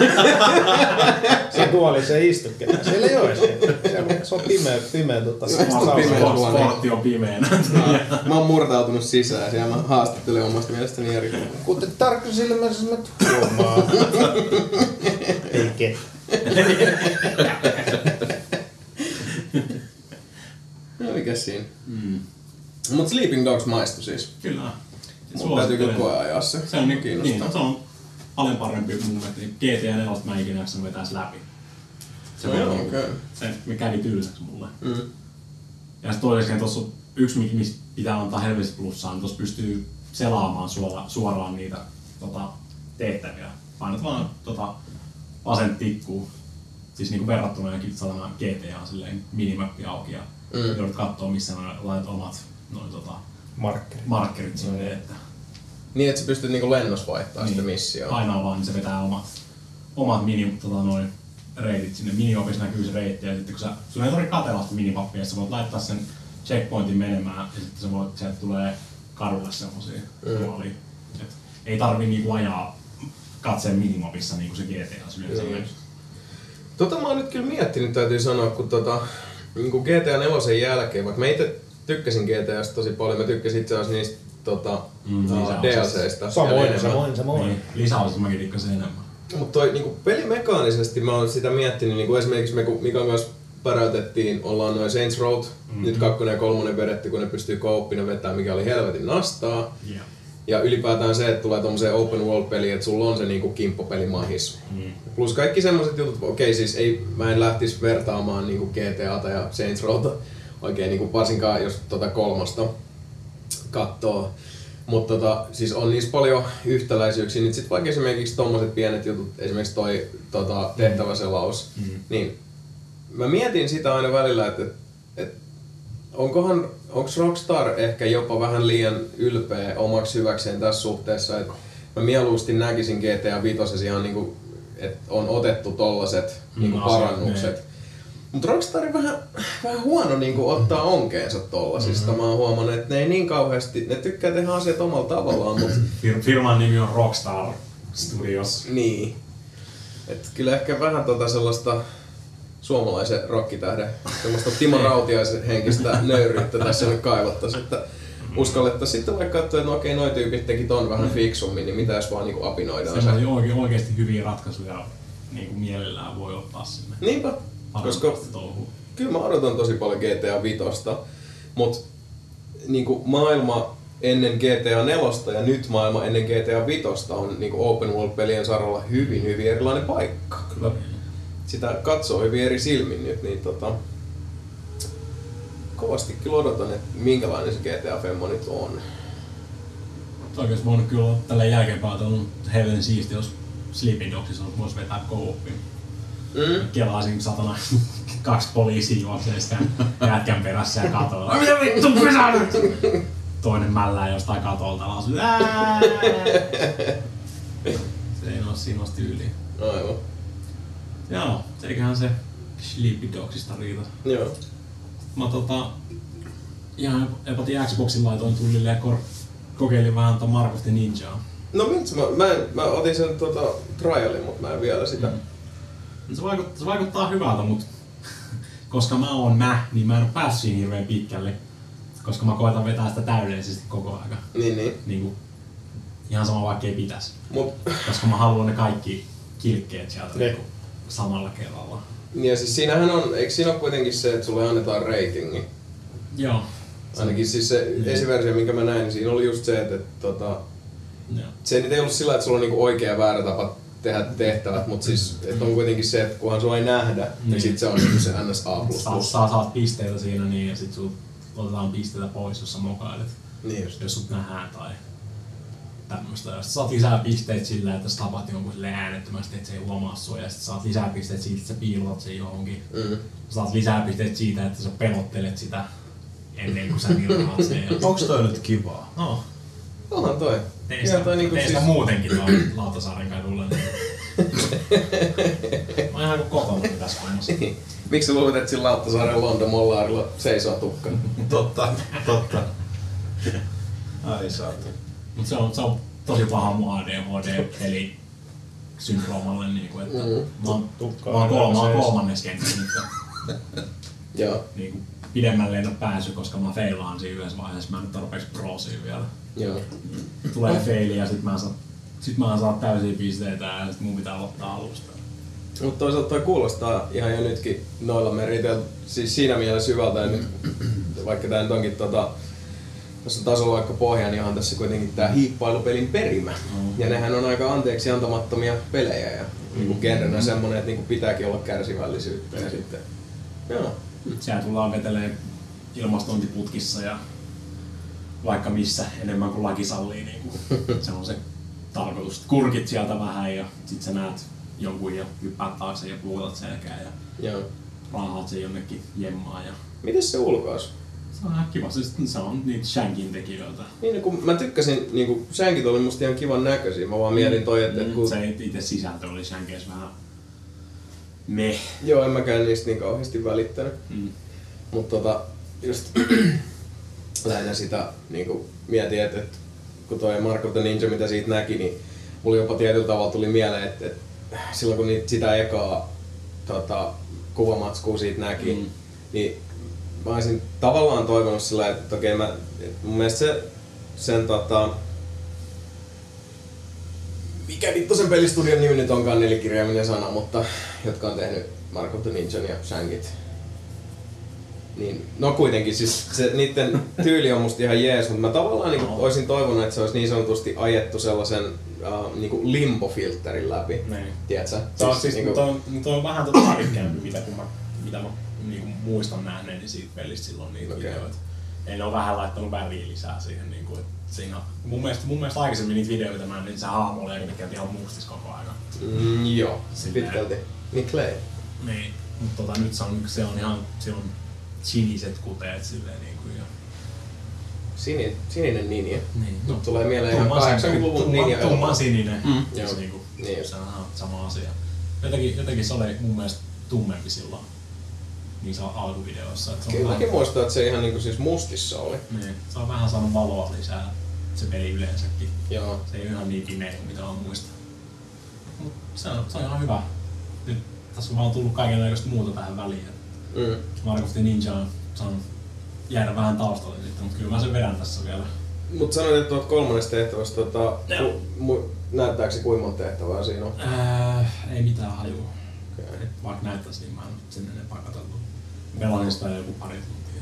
Se tuoli, se ei istu ketään. Siellä ei oo se on pimeä Sportti on pimeänä. Mä oon murtautunut sisään ja siellä mä haastattelen omasta mielestäni Jari Kurrilta. Kuten tarkkasilmäisessä mä huomaa. Ei ketään. No mikäs siinä? Mut Sleeping Dogs maistui siis. Kyllä. Mun täytyy kyllä koeajaa se. Se on, niin, se on paljon parempi mun mielestä. GTA 4 mä ikinä jaksanut vetäis läpi. Se me kävi tylsäksi mulle. Ja sit toisaalta tossa on yksi, mistä pitää antaa helvetisti plussaa, niin tossa pystyy selaamaan suoraan niitä tehtäviä. Painat vaan vasen tikkuu. Siis niinku verrattuna johonkin sanotaan GTA silleen minimappi auki ja joudut kattoo missä laitat omat markkerit sinne. Että Niin, että sä pystyt niinku lennossa vaihtamaan sitä missioon. Painaa vaan, niin se vetää omat reitit sinne. Minimapissa näkyy se reitti ja sitten kun sun ei tarvitse katsella sitä minimappia, sä voit laittaa sen checkpointin menemään ja sitten sieltä tulee kadulle semmosia nuolia. Ei tarvii niinku ajaa katseen minimapissa niinku se GTA yleensä. Mä oon nyt kyllä miettinyt, täytyy sanoa, kun niinku GTA 4 jälkeen, vaikka mä itse tykkäsin GTAsta tosi paljon, mä tykkäsin itse asiassa niistä DLCistä. Samoin. Niin, lisäosista mäkin tykkäsin enemmän. Mutta toi niinku pelimekaanisesti mä oon sitä miettinyt, niinku esimerkiksi me kun Mikan kanssa päräytettiin, ollaan noin Saints Row, nyt 2 ja 3 vedetty, kun ne pystyy co-opina vetämään, mikä oli helvetin nastaa. Yeah. Ja ylipäätään se, että tulee tommoseen open world peliin, että sulla on se niinku kimppopeli mahis. Plus kaikki semmoset jutut, siis mä en lähtis vertaamaan niinku GTAta ja Saints Rowta oikein niinku varsinkaan jos 3 kattoo. Mutta siis on niissä paljon yhtäläisyyksiä, niin sit vaikka esimerkiksi tommoset pienet jutut, esimerkiksi toi tehtäväselaus, niin mä mietin sitä aina välillä, että onks Rockstar ehkä jopa vähän liian ylpeä omaksi hyväkseen tässä suhteessa, että mä mieluusti näkisin GTA 5 ihan niinku, että on otettu tollaset niinku parannukset. Mutta Rockstar vähän huono niinku ottaa onkeensa tollasista. Mä oon huomannut, että ne ei niin kauheasti, ne tykkää tehdä asiat omalla tavallaan, mutta Firman nimi on Rockstar Studios. Niin. Et kyllä ehkä vähän sellaista suomalaisen rockitähden, semmoista Timo Rautiaisen henkistä nöyryyttä tässä nyt kaivattaisiin, että uskallettaisiin sitten vaikka katsoa, että no okei, noi tyypit teki ton vähän fiksummin, niin mitä jos vaan niinku apinoidaan se. Oikeesti hyviä ratkaisuja niinku mielellään voi ottaa sinne. Niinpä, koska kyllä mä odotan tosi paljon GTA 5, mut niinku maailma ennen GTA 4 ja nyt maailma ennen GTA 5 on niinku open world pelien saralla hyvin erilainen paikka. Kyllä. Sitä katsoo hyvin eri silmin nyt, niin kovasti kyllä odotan, että minkälainen se GTA Femmo nyt on. Oikeesti voinut kyllä olla tällä jälkeenpäin, että on helvetin siisti, jos Sleeping Dogsissa voisi vetää co-opia. Kelaisin satana 2 poliisia juoksee sitä jätkän perässä ja katoo. Mitä vittu pysähdyt! Toinen mällää jostain katolta lausuu. Se ei ole siinä tyyliä. Aivan. Joo, eiköhän se Sleepy Dogsista riitä. Joo. Mä ihan epätin Xboxin laitoin tullille ja kokeilin vähän Mark of the Ninjaa. No miksi? Mä otin sen trialin, mutta mä en vielä sitä. Se vaikuttaa hyvältä, mutta koska niin mä en oo päässyt siinä hirveen pitkälle. Koska mä koitan vetää sitä täydellisesti koko ajan. Niin ihan sama vaikka ei pitäisi. Koska mä haluan ne kaikki kilkkeet sieltä samalla kerralla. Ja siis siinähän on, eikö siinä ole kuitenkin se, että sulle annetaan ratingi? Joo. Ainakin siis se esiversio, minkä mä näin, niin siinä oli just se, että se ei ollut sillä, että sulla on niinku oikea ja väärä tapa tehdä tehtävät, mutta siis että on kuitenkin se, että kunhan sua ei nähdä, niin sit se on se NSA++. Saat pisteitä siinä niin, ja sit sut otetaan pisteitä pois, jos sä mokailet. Niin just. Jos sut nähdään tai tämmöstä. Ja sit saat lisää pisteitä sillä, että sä tapat jonkun äänettömästi, että se ei huomaa sua. Ja sit saat lisää pisteitä siitä, että sä piilotat sen johonkin. Saat lisää pisteitä siitä, että sä pelottelet sitä ennen kuin sä nilkaat sen. Onks toi nyt kivaa? No. Onhan toi. Tein sitä muutenkin Lauttasaaren kadulla. Mä ihan kuin kotona tässä maailmassa. Miksi sä luulet, että sillä Lauttasaaren London mollaarilla seisoo tukka? Totta. Ai saatu. Mut se on tosi paha mun ADHD-peli syndroomalle niinku, että mä oon kolmannes kentässä nyt. Joo. Niinku pidemmälle en oo päässyt, koska mä feilaan siinä yhdessä vaiheessa, mä en oo tarpeeksi pro siinä vielä. Joo. Tulee feili ja sit mä en saa täysiä pisteitä ja sit mun pitää aloittaa alusta. Mutta toisaalta toi kuulostaa ihan jo nytkin noilla meriteillä, siis siinä mielessä hyvältä, ja nyt, vaikka tää nyt onkin tuossa tasolla vaikka pohja, niin onhan tässä kuitenkin tää hiippailupelin perimä. Ja nehän on aika anteeksi antamattomia pelejä ja niinku genrenä semmonen, että niinku pitääkin olla kärsivällisyyttä ja sitten, joo. Siellä tullaan vetelee ilmastointiputkissa ja vaikka missä enemmän kuin laki sallii, niin se on se tarkoitus. Kurkit sieltä vähän ja sit sä näet jonkun ja hyppäät taakse ja puutat selkään ja Joo. raahaat sen jonnekin jemmaan. Ja Mites se ulkoas? se on ihan kiva, se on niitä Shankin tekijöitä. Niin, kun mä tykkäsin, niinku Shankit oli musta ihan kivan näköisiä. Mä vaan mietin toi, että kun... Se itse sisältö oli Shankeissa vähän meh. Joo, en mäkään niistä niin kauheasti välittänyt. Mut just lähinnä sitä niinku mietin, että kun toi Mark of the Ninja, mitä siitä näki, niin mulla jopa tietyllä tavalla tuli mieleen, että silloin kun sitä ekaa kuvamatskua siitä näki, niin mä olisin tavallaan toivonut sillä, että okei, mun mielestä sen mikä vittu sen pelistudion nimi nyt onkaan nelikirjaiminen sana, mutta jotka on tehnyt Mark of the Ninjan ja Shankit. Niin, no kuitenkin, siis se, niiden tyyli on musta ihan jees, mutta mä tavallaan niinku olisin toivonut, että se olisi niin sanotusti ajettu sellaisen niinku limbofilterin läpi. Niin. Tiedätkö? Siis niinku... toi on vähän värikkäämpi, mitä mä niinku muistan nähneeni siitä pelistä silloin niitä videoita. Eli ne on vähän laittanut väriä lisää siihen. Niinku, et siinä, mun mielestä aikaisemmin niitä videoita mä niin se hahmo oli aika pitkälti ihan mustis koko ajan. Joo, silleen. pitkälti. Niin Clay. Niin, mutta nyt se on ihan siniset kuteet silleen niinku ja... Sininen ninja. Niin. No, tulee mieleen ihan 80-luvun ninja. Tumman sininen. Joo. Niinku, niin. Se on ihan sama asia. Jotenkin se oli mun mielestä tummempi silloin niissä alkuvideoissa. Kyllä mäkin muistan, että se ihan niinku siis mustissa oli. Niin. Se on vähän saanut valoa lisää, se peli yleensäkin. Joo. Se ei ole ihan niin pimeä kuin mitä mä muistan. Mut se on ihan hyvä. Nyt tässä on vaan tullut kaikenlaista muuta tähän väliin. Mark of the Ninja on saanut jäädä vähän taustalle sitten, mutta kyllä mä sen vedän tässä vielä. Mut sanoit, että oot kolmannessa tehtävässä, näyttääkö se kuinka monta tehtävää siinä on? Ei mitään hajua. Okay. Vaikka näyttäisi, niin mä en sen enempää katsellut. Pelasin sitä joku pari tuntia.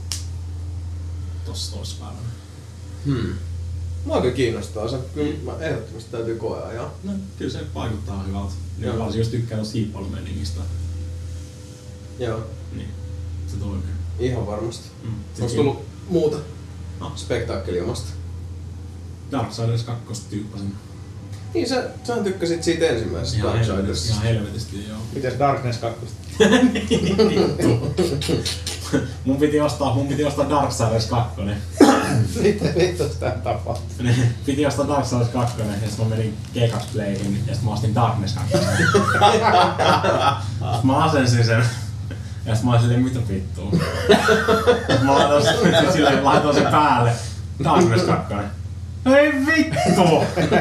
Tossa toissapäivänä. Mua kyllä kiinnostaa se. Kyllä mä ehdottomasti täytyy koeajaa. No, kyllä se vaikuttaa hyvältä. Niin varsin jos tykkää tosta hiippailumeningistä. Joo. Niin, se toimii. Ihan varmasti. Onko tullut muuta spektaakkeliomasta? Darksiders 2 tyyppasin. Niin, sähän tykkäsit siitä ensimmäisestä Darksiders. Ihan helvetisti, joo. Mites Darkness 2? Mun piti ostaa Darksiders 2. Vittu sitä tapahtui. Piti ostaa Darksiders 2 ja sitten mä menin G2 Playhin ja sitten mä ostin Darkness 2. Mä asensin sen. Ja sit mä olin silleen, mitä vittua. Mä laitoin sen päälle. Darkness 2. Ei vittu!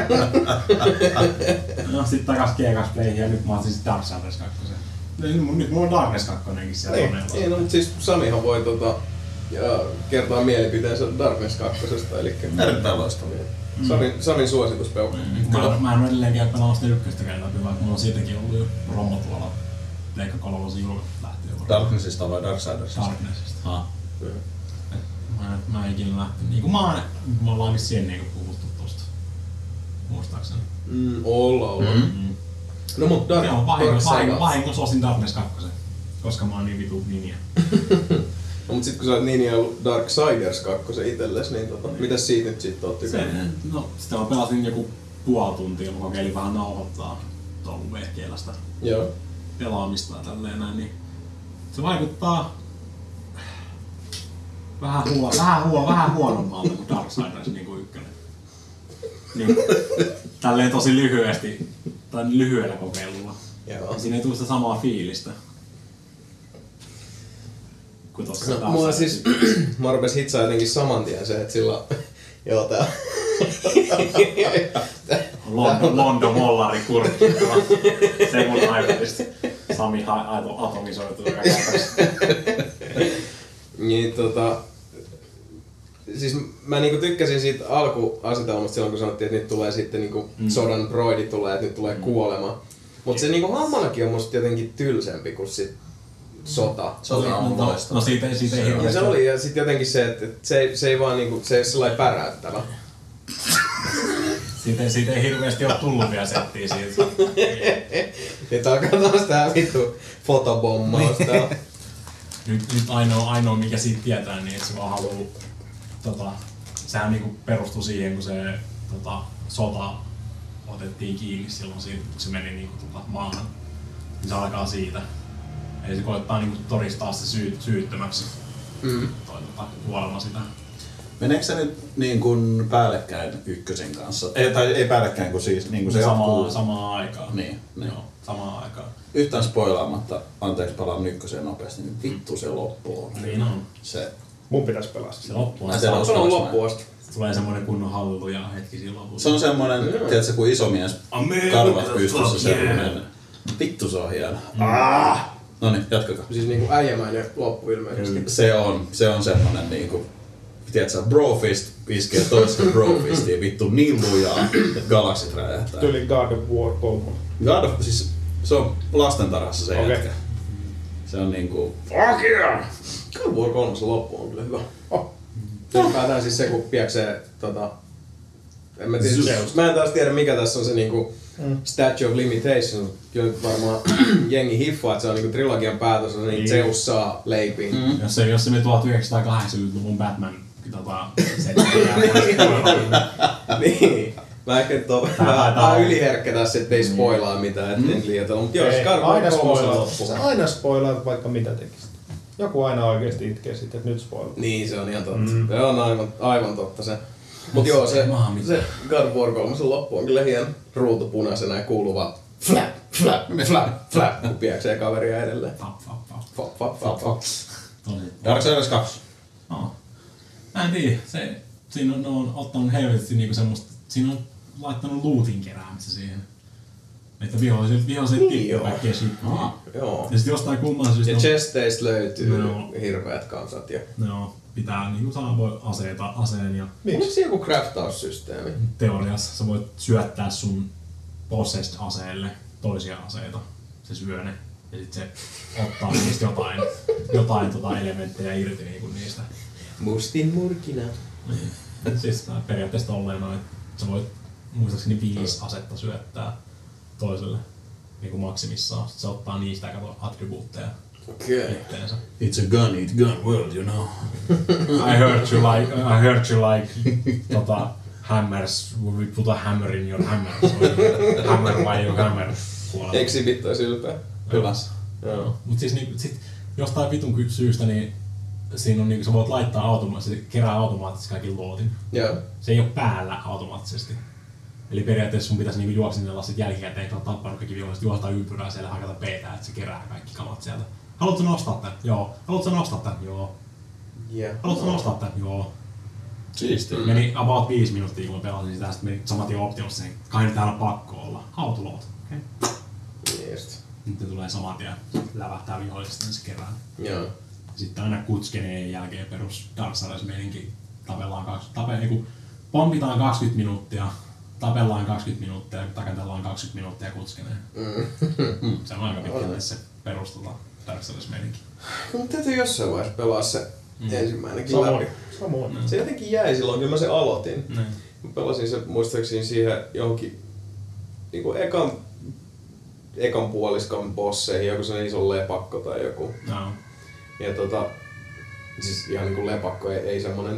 No sit takas G2 Playhin ja nyt mä otin sit Darksiders 2. Nyt mulla on Darkness 2 siellä koneella. Niin, no, mutta siis Samihan voi kertoa mielipiteensä Darkness 2. Elikkä erittäin loistavia. Samin suosituspeukku. Mä en ole edelleenkin ole pelannut sitä ykköstäkään läpi, vaikka mulla on siitäkin ollut jo promo tuolla Leikka 3 julkaisusta lähtien. Darknessista vai Darksidersista? Darknessista. Mä en ikinä lähtenyt. Niinku mä ollaan vissiin niinku puhuttu tosta. Muistaakseni. Ollaan. No mut vahingossa ostin Darkness 2, koska mä oon niin vitu ninja. No mut sit kun sä oot ninja ollut Darksiders 2 itelles, niin mitäs siitä nyt sit oot tykännyt? No sitä mä pelasin joku puoli tuntia, mä kokeilin vähän nauhoittaa tuolla vehkeellä sitä pelaamista ja tälleen näin, niin se vaikuttaa vähän huonommalta kuin Darksiders niinku ykkönen. Niin, tälleen tosi lyhyesti, tai lyhyellä kokeilulla. Joo. Siinä ei tule sitä samaa fiilistä. Kuin tossa no, mulla siis, mä rupes hitsaa jotenkin saman tien se, että sillä joo tää Londo mollari kurkki. Se mun aivoisesti. Sami atomisoituu joka kertaksi. Niin siis mä niinku tykkäsin siitä alkuasetelmasta silloin kun sanottiin, että nyt tulee sitten niinku sodan broidi tulee, että nyt tulee kuolema. Mut se niinku hahmonakin on musta jotenkin tylsempi kuin sit sota. Se oli no siitä ei hirveästi. Se oli ja sit jotenkin se, että se ei vaan niinku, se ei ole sellainen päräyttävä. Siitä ei hirveästi oo tullut vielä settiä siitä. Nyt alkaa taas tää vittu fotobommausta. Nyt ainoa mikä siitä tietää, niin että se vaan haluu sehän niinku perustuu siihen, kun se sota otettiin kiinni silloin siitä, kun se meni niinku maahan. Niin se alkaa siitä. Eli se koettaa niinku todistaa se syyttömäksi. Kuolema sitä. Meneekö se nyt niin kuin päällekkäin ykkösen kanssa? Ei päällekkäin, kun siis niin kuin se samaan aikaan. Niin. Joo, samaan aikaan. Yhtään spoilaamatta, anteeksi palaan ykköseen nopeasti, niin vittu se loppu on. Niin on. Se. Mun pitäis pelaa sitä. Se loppu on. Se on loppuun asti. Tulee semmoinen kunnon halluja hetki siinä lopussa. Se on semmonen, tiedätkö, kun iso mies karvat pystyssä semmonen. Vittu se on hieno. Noniin, jatkakaa. Siis niinku äijämäinen loppu ilmeisesti. Se on semmonen niinku, tiedätkö, brofist iskee toista brofistia vittu niin lujaa, että galaksit räjähtää. Tuli God of War 3. God of, siis se on lastentarhassa se jätkä. Se on niinku... Fuck yeah! God of War 3 loppu on kyllä hyvä. Ylipäätään siis se, kun pieksee mä en taas tiedä mikä tässä on se niinku Statue of Limitation. Kyllä varmaan jengi hiffaa, että se on niinku trilogian päätös, niin Zeus saa leipiin. Jos se me 1980-luvun Batman niin. Mä ehkä vähän yliherkkä tässä, ettei spoilaa mitään, ettei liioitella. Mut joo, aina spoilaat vaikka mitä tekisit. Joku aina oikeesti itkee sitten, että nyt spoilaat. Niin, se on ihan totta. Se on aivan totta se. Mut joo, se God of War 3 loppu on kyllä hieno. Ruutu punaisena ja kuuluu vaan flap, flap, flap, flap, kun pieksee kaveria edelleen. Fap. Darksiders 2. Mä en tiedä, siinä on ottanut helvetisti niinku semmoista, siinä on laittanut lootin keräämistä siihen. Että viholliset tippuu kaikkea shittiä. Joo. Ja sit jostain kumman syystä... Ja chesteistä löytyy hirveät kansat. Joo, pitää niinku saada aseen ja... Onko se joku craftaussysteemi? Teoriassa sä voit syöttää sun possessed aseelle toisia aseita. Se syö ne. Ja sit se ottaa niistä jotain elementtejä irti niinku niistä. Mustin murkina. Siis periaatteessa tolleen noin, että sä voit muistaakseni 5 asetta syöttää toiselle niinku maksimissaan. Sitten se ottaa niistä attribuutteja itteensä. It's a gun, eat gun world, you know. I heard you like hammers. We put a hammer in your hammer. Hammer by your hammer. Exhibit olisi ylpeä. Hyvässä. Joo. Mut siis niinku, sit jostain vitun syystä niin siinä on niinku, sä voit laittaa automaattisesti, se kerää automaattisesti kaikki lootin. Joo. Se ei oo päällä automaattisesti. Eli periaatteessa sun pitäisi niinku juoksinella sit jälkikäteen, kun on tappanut kaikki viholliset, juostaa ympyrää siellä hakata peetää, että se kerää kaikki kamat sieltä. Haluatko nostaa tän? Joo. Haluatko nostaa tän? Joo. Haluatko nostaa tän? Joo. Siistiä. Meni about 5 minuuttia, kun mä pelasin sitä, sit meni samat jo optimossa sen, kai täällä on pakko olla. How to load. Niin just. Nyt ne tulee saman tien, lävähtää vihollisesta, niin se kerää. Joo. Sitten aina kutskeneen jälkeen perus Darksiders-meininki. Pompitaan 20 minuuttia, tapellaan 20 minuuttia ja takatellaan 20 minuuttia kutskeneen. Se on aika pitkälle se perus Darksiders-meininki. Mutta täytyy jossain vaiheessa pelaa se ensimmäinenkin läpi. Samoin. Se jotenkin jäi silloin, kun mä sen aloitin. Mä pelasin se muistaakseni siihen johonkin niinku ekan puoliskan bosseihin, joku sellainen iso lepakko tai joku. No. Ja siis ihan niinku lepakko, ei semmonen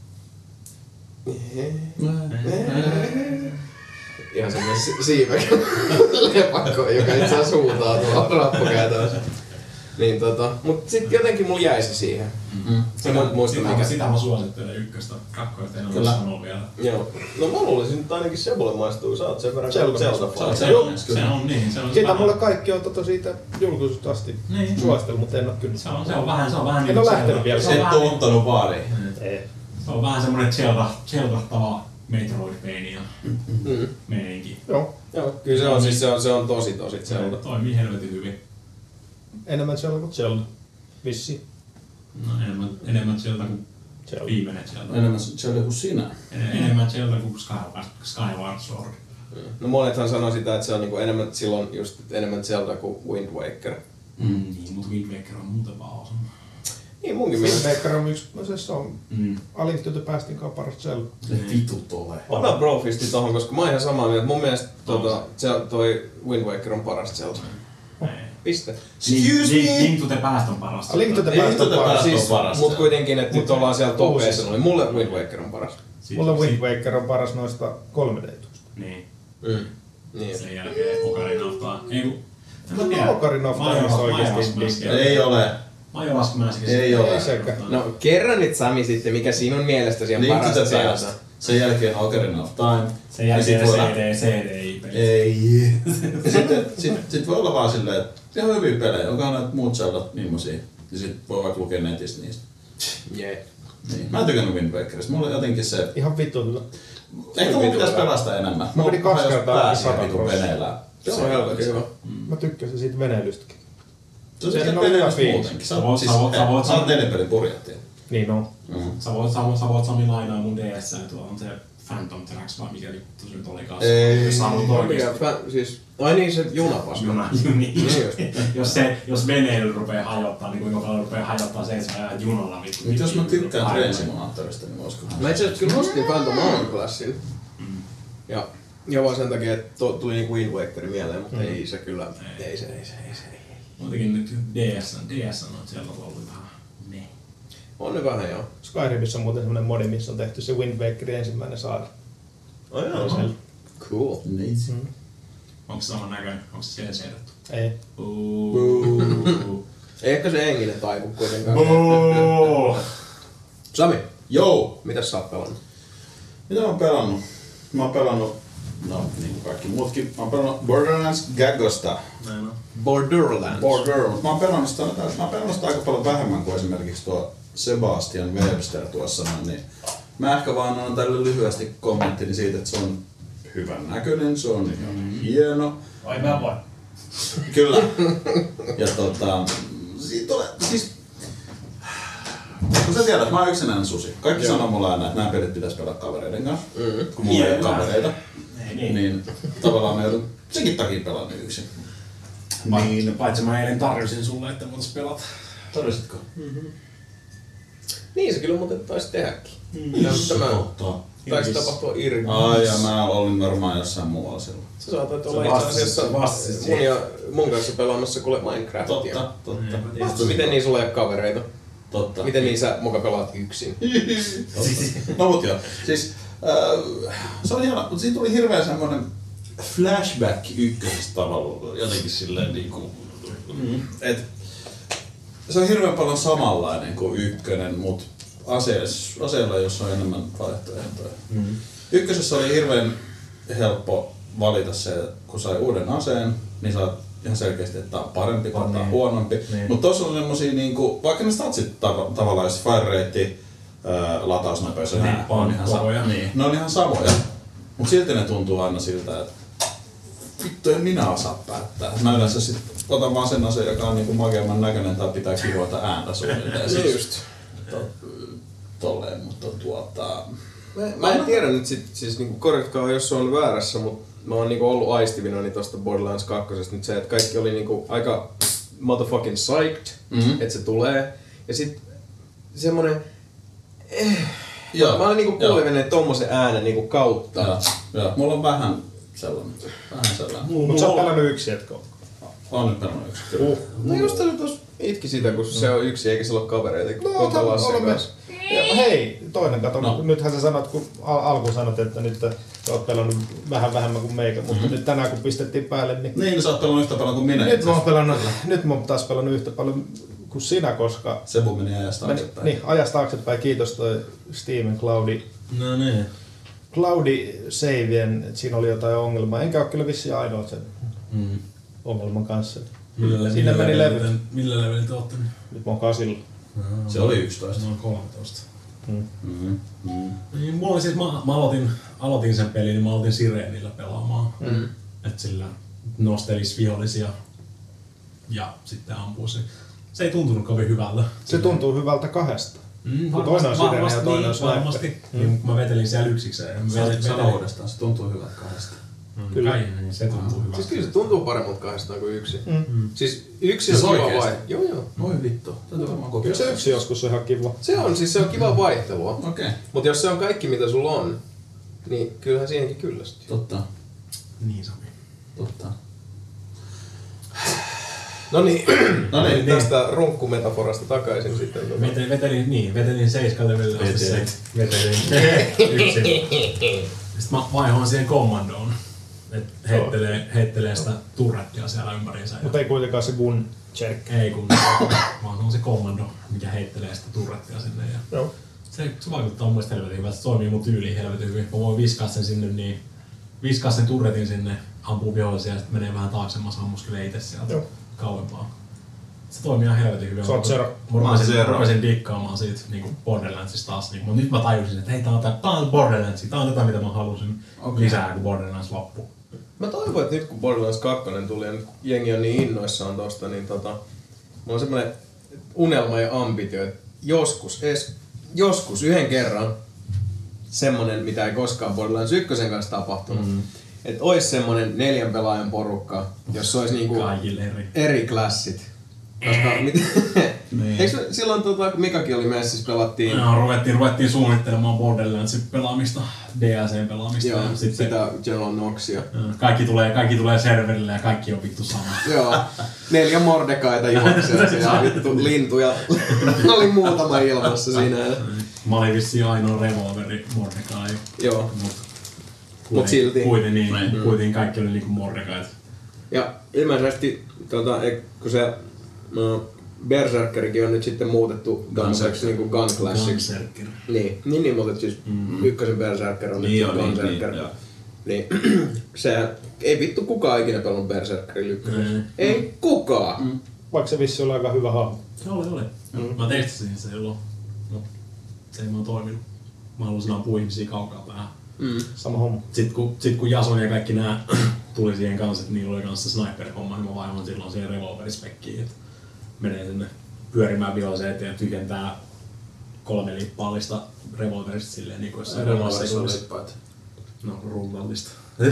ihan semmonen siivekä lepakko, joka itse asiassa huutaa tuolla rappukäytävässä. Niin mut sit jotenkin mulla jäi se siihen. Se muista mikä. Sitä mä suosittelen ykköstä, kakkoista en ole sanonut vielä. Joo. No mä luulisin, että ainakin Sebulle maistuu, sä oot sen verran Zelda-fani. Se on niin, se on sitä mulle kaikki on siitä julkaisusta asti suositellut, mutta en oo kyllä. Se on vähän en oo lähtenyt vielä. Se et tuottanut baariin. Se on vähän semmonen Zelda-tava Metroid-meininki. Meininki. Joo, kyllä se on siis se on tosi Zelda. Toimii helvetin hyvin. Enemmän Zelda kuin Zelda. Vissi. No enemmän Zelda kuin viimeinen Zelda. Enemmän Zelda kuin sinä. Enemmän Zelda kuin Skyward Sword. No monethan sanoo sitä, että se on niinku enemmän silloin just enemmän Zelda kuin Wind Waker. Niin, mutta Wind Waker on muuten vaan awesome. Niin munkin Wind Waker on yksi, se on Alinktyötä päästinkaan paras Zelda. Vitut ole. Ota Brofisti tohon, koska mä oon ihan samaa mieltä. Mun mielestä toi Wind Waker on paras Zelda. Piste. Link to the Past on parasta. Link to the Past on paras. Siis, mut kuitenkin, että nyt ollaan siellä topeissa, niin mulle Wind Waker on paras. Mulle Wind Waker on paras noista 3D-jutuista. Niin. Niin. Sen jälkeen Ocarina of Time. Ei kun... Ocarina of Time oikeesti. Ei ole. Majora's Mask. Ei ole. No kerran nyt Sami sitten, mikä sinun mielestäsi on parasta sieltä. Sen jälkeen Ocarina of Time. Sen jälkeen CDI-peli. Ei. Sitten voi olla vaan silleen, että ihan hyviä pelejä. Onkohan näitä muut sellaiset millaisia? Ja sit voi vaikka lukea netistä niistä. Jee. Niin. Mä en tykännyt Wind Wakerista. Mulla oli jotenkin se... Ihan vittu hyvä. Ehkä mun pitäis pelastaa enemmän. Mä menin 2 kertaa pääsiä vitun veneellä. Se on helvetin hyvä. Mä tykkäsin siitä veneilystäkin. Se on sitten veneilystä muutenkin. Sä oot nelipelin purjahtia. Niin on. Sä voit Sami lainaa mun DS, tuolla on se Phantom Tracks vai mikä vittu se nyt olikaan. Ei. Siis, ai niin se junapaska. Jos veneily rupee hajottaa, niin kuinka paljon rupee hajottaa se, että sä ajat junalla vittu. Nyt jos mä tykkään Train Simulaattorista, niin voisikohan... Mä itse asiassa kyllä ostin Phantom Hourglassin. Ja vaan sen takia, että tuli niinku Wind Waker mieleen, mutta ei se kyllä, ei se. Muutenkin nyt DS on siellä ollut vähän ne. On ne vähän joo. Skyrimissä on muuten semmonen modi, missä on tehty se Wind Wakerin ensimmäinen saada. Oh joo. Cool. Nice. Onko se saman näköinen? Onko se siellä seidattu? Ei. Ehkä se henginen taivu kuitenkaan. Sami, Joo! mitäs sä oot pelannut? Mitä mä oon pelannut? Mä oon pelannut, no niin kuin kaikki muutkin, mä oon pelannut Borderlands Gaggosta. Borderlands. Mä oon pelannut sitä aika paljon vähemmän kuin esimerkiksi tuo Sebastian Webster tuossa, niin mä ehkä vaan annan tälle lyhyesti kommenttini siitä, että se on hyvän näköinen, se on ihan hieno. Ai mä voin. Kyllä. Ja siitä tulee, siis kun sä tiedät, mä oon yksinäinen susi. Kaikki sanoo mulle aina, että nämä pelit pitäis pelata kavereiden kanssa. Kun mulla ei ole kavereita. Niin tavallaan mä joudun senkin takia pelannut yksin. Niin, paitsi mä eilen tarjosin sulle, että voitais pelata. Tarvitsitko? Niin se kyllä muuten taisi tehdäkin. Tämä taisi tapahtua Irvin. Ai ja mä olin varmaan jossain muualla silloin. Sä saatat olla itse asiassa mun kanssa pelaamassa kuule Minecraftia. Totta. Miten niin sulla ei ole kavereita? Totta. Miten niin sä muka pelaat yksin? No mut joo. Siis se oli ihana, mutta siinä tuli hirveän semmonen flashback ykkösestä tavalla jotenkin silleen niinku... Et se on hirveän paljon samanlainen kuin ykkönen, mut aseella jossa on enemmän vaihtoehtoja. Ykkösessä oli hirveän helppo valita se, kun sai uuden aseen, niin saat ihan selkeästi, että tää on parempi tai tää on huonompi. Mutta tossa on semmosia niinku, vaikka ne statsit tavallaan, jos fire rate, latausnopeus ja nää on ihan samoja. Niin, ne on ihan samoja. Mut silti ne tuntuu aina siltä, että vittu en minä osaa päättää. Mä yleensä sit otan vaan sen aseen, joka on niinku makeamman näköinen tai pitää kivoita ääntä suunnilleen. Niin just. Tolleen, mutta Mä en tiedä nyt siis niinku korjatkaa jos se on väärässä, mutta mä oon niinku ollut aistivinani tosta Borderlands 2 nyt se, että kaikki oli niinku aika motherfucking psyched, että se tulee. Ja sit semmonen... Mä olin niinku kuulevinen tommosen äänen niinku kautta. Joo, mulla on vähän sellainen. Mut sä oot pelannut yksin, etkö? Oon nyt pelannut yksin. No just tuossa itki sitä, kun se on yksi eikä sillä ole kavereita, kun pelaa sen kanssa. Ja hei, toinen kato. No. Nythän sä sanot, kun alkuun sanot, että nyt sä oot pelannut vähän vähemmän kuin meikä, mutta nyt tänään kun pistettiin päälle, niin... Niin, sä oot pelannut yhtä paljon kuin minä. Nyt mä oon taas pelannut yhtä paljon kuin sinä, koska... Sebu meni ajasta taaksepäin. Niin, ajasta taaksepäin. Kiitos toi Steamin Cloudi. No niin. Cloudi savien, että siinä oli jotain ongelmaa. Enkä oo kyllä vissiin ainoa sen ongelman kanssa. Siinä meni levyt. Millä levelillä te ootte? Nyt mä oon 8. Se oli 11. Noin 13. Niin, mulla oli siis, mä aloitin sen pelin, niin mä aloitin Sireenillä pelaamaan. Et sillä nostelis vihollisia ja sitten ampuisi. Se ei tuntunut kovin hyvältä. Se tuntuu hyvältä kahdesta. Toinen on Sireeni ja toinen on Sniper. Niin, mä vetelin siellä yksikseen. Sano uudestaan, se tuntuu hyvältä kahdesta. Kyllä. Niin, se tuntuu hyvältä. Siis kyllä se tuntuu paremmalta kahdestaan kuin yksi. Siis yksi on kiva vaihtelu. Joo. Moi vittu. Kyllä se yksi joskus on ihan kiva. Se on kiva vaihtelua. Okei. Mut jos se on kaikki mitä sulla on, niin kyllähän siihenkin kyllästyy. Totta. Niin Sami. Totta. No niin, tästä runkkumetaforasta takaisin sitten. Vetelin 7 levelillä asti vetelin yksin. Sitten mä vaihoin siihen kommandoon. heittelee sitä turrettia siellä ympäriinsä. Mutta ei kuitenkaan se gun check. Ei kun vaan on se kommando, mikä heittelee sitä turrettia sinne. Ja Joo. se vaikuttaa mun mielestä helvetin hyvältä. Se toimii mun tyyliin helvetin hyvin. Mä voin viskaa sen sinne niin, viskaa sen turretin sinne, ampuu vihollisia ja sitten menee vähän taaksemmas, ammuskelee itse sieltä kauempaa. Se toimii ihan helvetin hyvin. Sä oot Zero. Mä rupesin dikkaamaan siitä niinku Borderlandsista taas. Niinku, mutta nyt mä tajusin, että hei, tää on Borderlands. Tää on tätä, mitä mä halusin lisää, kun Borderlands loppu. Mä toivon, että nyt kun Borderlands 2 tuli ja nyt jengi on niin innoissaan tosta, niin mulla on semmonen unelma ja ambitio, että joskus yhden kerran semmonen, mitä ei koskaan Borderlands 1 kanssa tapahtunut. Että ois semmonen 4 pelaajan porukka, jos olisi niinku eri klassit. Koska eikö silloin kun Mikakin oli messissä pelattiin... No, ruvettiin suunnittelemaan Borderlandsin pelaamista, DLCn pelaamista. Joo, sitä General Noxia. Kaikki tulee serverille ja kaikki on vittu sama. Joo, 4 Mordekaita juoksee ja vittu lintuja. Oli muutama ilmassa siinä. Mä olin vissiin ainoa revolveri Mordekai. Joo. Mut silti. Kuitenkin kaikki oli niinku Mordekait. Ja ilmeisesti kun se Berserkerikin on nyt sitten muutettu tämmöiseksi niinku Gun Classiksi. Niin, mutta siis ykkösen Berserker on nyt Gunserker. Niin, se ei vittu kukaan ikinä pelannut Berserkerin ykkösessä. Ei kukaan! Vaikka se vissi oli aika hyvä hahmo. Se oli. Mä testasin se silloin. No, se ei vaan toiminut. Mä halusin ampua ihmisiä kaukaa päähän. Sama homma. Sitten kun Jason ja kaikki nää tuli siihen kanssa, että niillä oli kanssa sniper-homma, niin mä vaivan silloin siihen revolverispekkiin, että menee sinne pyörimään viholliseen eteen ja tyhjentää 3 lippaallista revolverista silleen niin kuin jossain revolverissa olisi. No, rullallista.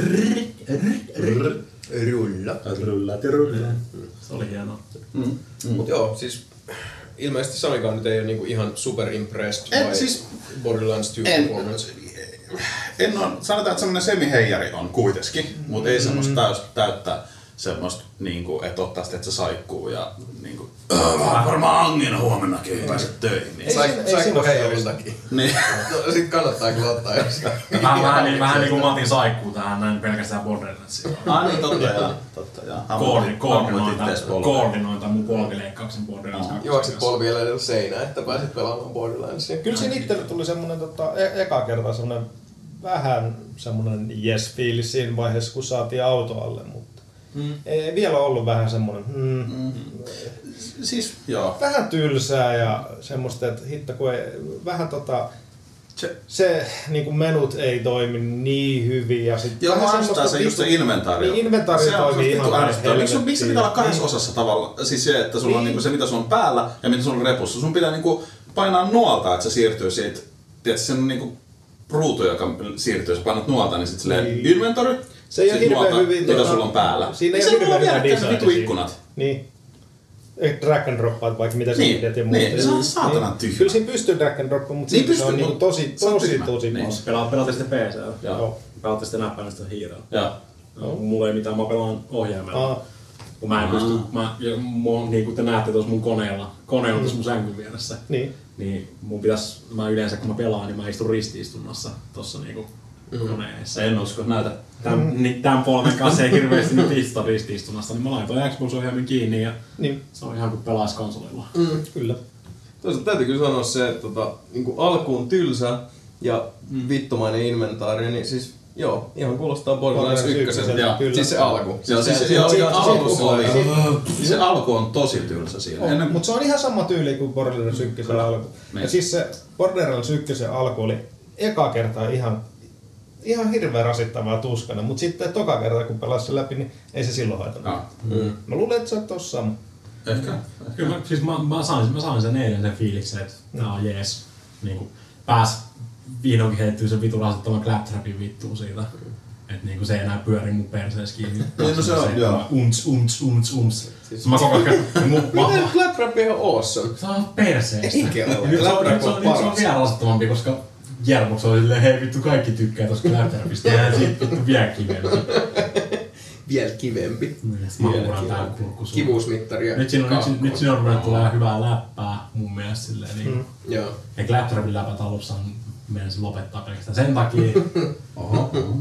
Rullat. Se oli hienoa. Mut joo, siis ilmeisesti Samikaan nyt ei ole niinku ihan super impressed by siis, Borderlands 2 performance. Sanotaan, että semmonen semiheijari on kuitenkin, mutta ei semmoista täyttää semmoista, niinku, että ottaa sitä, että se saikkuu ja niinku, varmaan angina huomennakin ei pääse töihin. Niin. Saiko heijariltakin? Niin. No, sit kannattaa kyllä ottaa jossain. Vähän niinku Matin saikkuu tähän näin pelkästään Borderlandsiin. Niin, totta jaa. Koordinoin mun polvileikkauksen Borderlands 2. Juoksit polvien edellä seinään, että pääsit pelaamaan Borderlandsia. Kyllä siinä itselle tuli semmonen eka kertaa semmonen vähän semmonen yes-fiilis siinä vaiheessa, kun saatiin auto alle, mutta ei vielä ollut vähän semmonen Siis joo. vähän tylsää ja semmoista, että hitto kun ei, vähän se niinku menut ei toimi niin hyvin ja sit joo, haastaa se just se inventaario. Niin inventaario toimii ihan helvettiin. Miksi se pitää olla 2 osassa tavalla? Siis se, että sulla on niinku se mitä sulla on päällä ja mitä sulla on repussa. Sun pitää niinku painaa nuolta, että se siirtyy siitä, tiedätkö, sen niinku ruutu, joka siirtyy, jos painat nuolta, niin sit silleen inventory, se ei ole hirveän hyvin, mitä sulla on päällä. Siinä ei ole hirveän hyvä design. Vitu ikkunat. Niin. Drag and droppaat vaikka mitä niin, sä pidät ja muuta. Niin, se on saatanan tyhmä. Kyllä siinä pystyy drag and droppaan, mutta niin se on niinku tosi Pelaatte sitten PC:llä. Joo. Pelaatte sitten näppäimistä hiirellä. Joo. Mulla ei mitään, mä pelaan ohjaimella. Kun mä en pysty, niin kuin te näette tuossa mun koneella, kone on tuossa mun sängyn vieressä. Niin mun mä yleensä kun mä pelaan, niin mä istun ristiistunnassa tossa niinku koneessa. En usko, näytä. Tän polven kanssa ei hirveesti nyt istu ristiistunnassa, niin mä laitoin Xbox-ohjaimen kiinni ja se on ihan kuin pelais konsolilla. Kyllä. Toisaalta täytyy kyllä sanoa se, että niin alkuun tylsä ja vittumainen inventaario, niin siis joo, ihan kuulostaa Borderlands 1. Siis se alku. Se alku on tosi tylsä siinä. Mutta se on ihan sama tyyli kuin Borderlands 1 alku. Ja siis se Borderlands 1 alku oli eka kertaa ihan hirveän rasittavaa tuskana, mutta sitten toka kertaa kun pelasi sen läpi, niin ei se silloin haitannut. Mä luulen, että se on tossa sama. Ehkä. Kyllä, siis mä sain sen eilen sen fiiliksen, että tää on jees. Niinku pääs vihdoinkin heittyy sen vitun rasittavan claptrapin vittuun siitä. että niinku se ei enää pyöri mun perseessä kiinni. No se on, joo. Uns. Mä koko ajan... Miten Claptrap on awesome? Se on perseestä. Eikä ole. Nyt Claptrap se on on paras. vielä rasittavampi, koska Jerbox oli silleen, hei vittu kaikki tykkää tosta Claptrapista. Ja siitä vittu vielä kivempi. Vielä kivempi. Mä luulen tää kurkkusuun. Kivuusmittaria. Nyt siinä on ruvennut tulee hyvää läppää mun mielestä silleen niin. Joo. Ja Claptrapin läpät alussa menisin lopettaa pelkästään sen takia.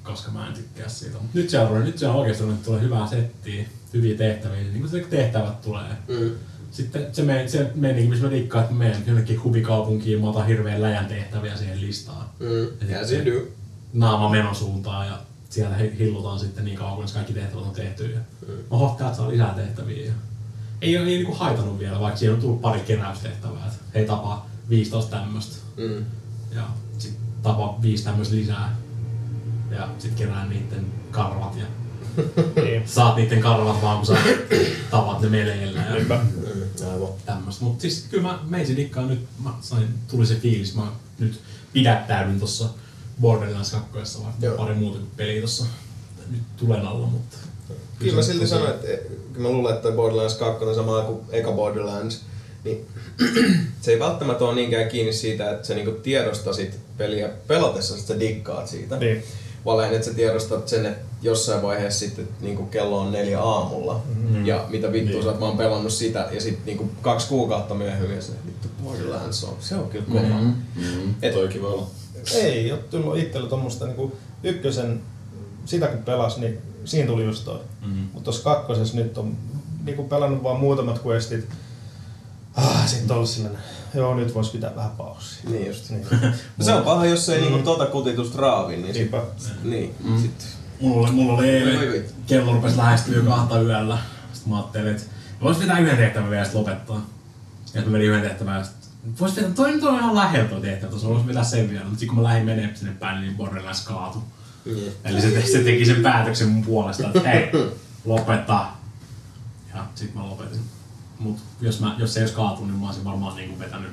koska mä en tykkää siitä. Mut nyt se on oikeesti ruvennut tulee hyvää settiä, hyviä tehtäviä, niin kun se tehtävät tulee. Sitten se meni, missä mä dikkaan, että mä menen jonnekin hubikaupunkiin, mä otan hirveen läjän tehtäviä siihen listaan. Ja se do. Naama menosuuntaan ja siellä hillutaan sitten niin kauan, kun kaikki tehtävät on tehty. Ja oho, täältä saa lisää tehtäviä. Ei ole niinku haitannut vielä, vaikka siinä on tullut pari keräystehtävää, että hei tapaa 15 tämmöstä. Ja sit tapaa 5 tämmöstä lisää. Ja sit kerää niitten karvat ja saat niitten karvat vaan kun sä tavat ne meleillä ja tämmöstä. Mut siis kyllä mä meitsin dikkaan nyt, tuli se fiilis, mä nyt pidättäydyn tossa Borderlands 2, vaikka pari muuta kuin peliä tossa nyt tulen alla, mutta... Kyllä mä silti sanoin, että mä luulen, että toi Borderlands 2 on samalla kuin eka Borderlands, niin se ei välttämättä ole niinkään kiinni siitä, että sä niinku tiedostasit peliä pelatessa, että sä dikkaat siitä. Niin. Vaan lähinnä, että sä tiedostat sen, että jossain vaiheessa sitten niinku kello on 4 aamulla ja mitä vittua sä oot vaan pelannut sitä ja sit niinku 2 kuukautta myöhemmin ja se vittu Borderlands on. Se on kyllä kova. Toikin voi olla. Ei oo tullut itsellä tommoista niinku ykkösen, sitä kun pelas, niin siinä tuli just toi. Mutta tossa kakkosessa nyt on niinku pelannut vaan muutamat questit. Sitten on ollut sellainen, joo nyt vois pitää vähän paussia. Niin just. Niin. No se on paha, jos ei niinku tota kutitusta raavi, niin sit, sit. Mulla oli eilen, kello rupesi lähestyä 2 yöllä. Sitten mä ajattelin, että vois pitää yhden tehtävän vielä sit lopettaa. Ja mä menin yhden tehtävän ja sit vois pitää, toi on ihan lähellä toi tehtävä, tuossa vois pitää sen vielä. Mutta sit kun mä lähdin menemään sinne päin, niin Borderlands kaatui. Eli se teki sen päätöksen mun puolesta, että hei, lopeta. Ja sit mä lopetin. Mut jos se ei ois kaatunut, niin mä olisin varmaan niinku vetänyt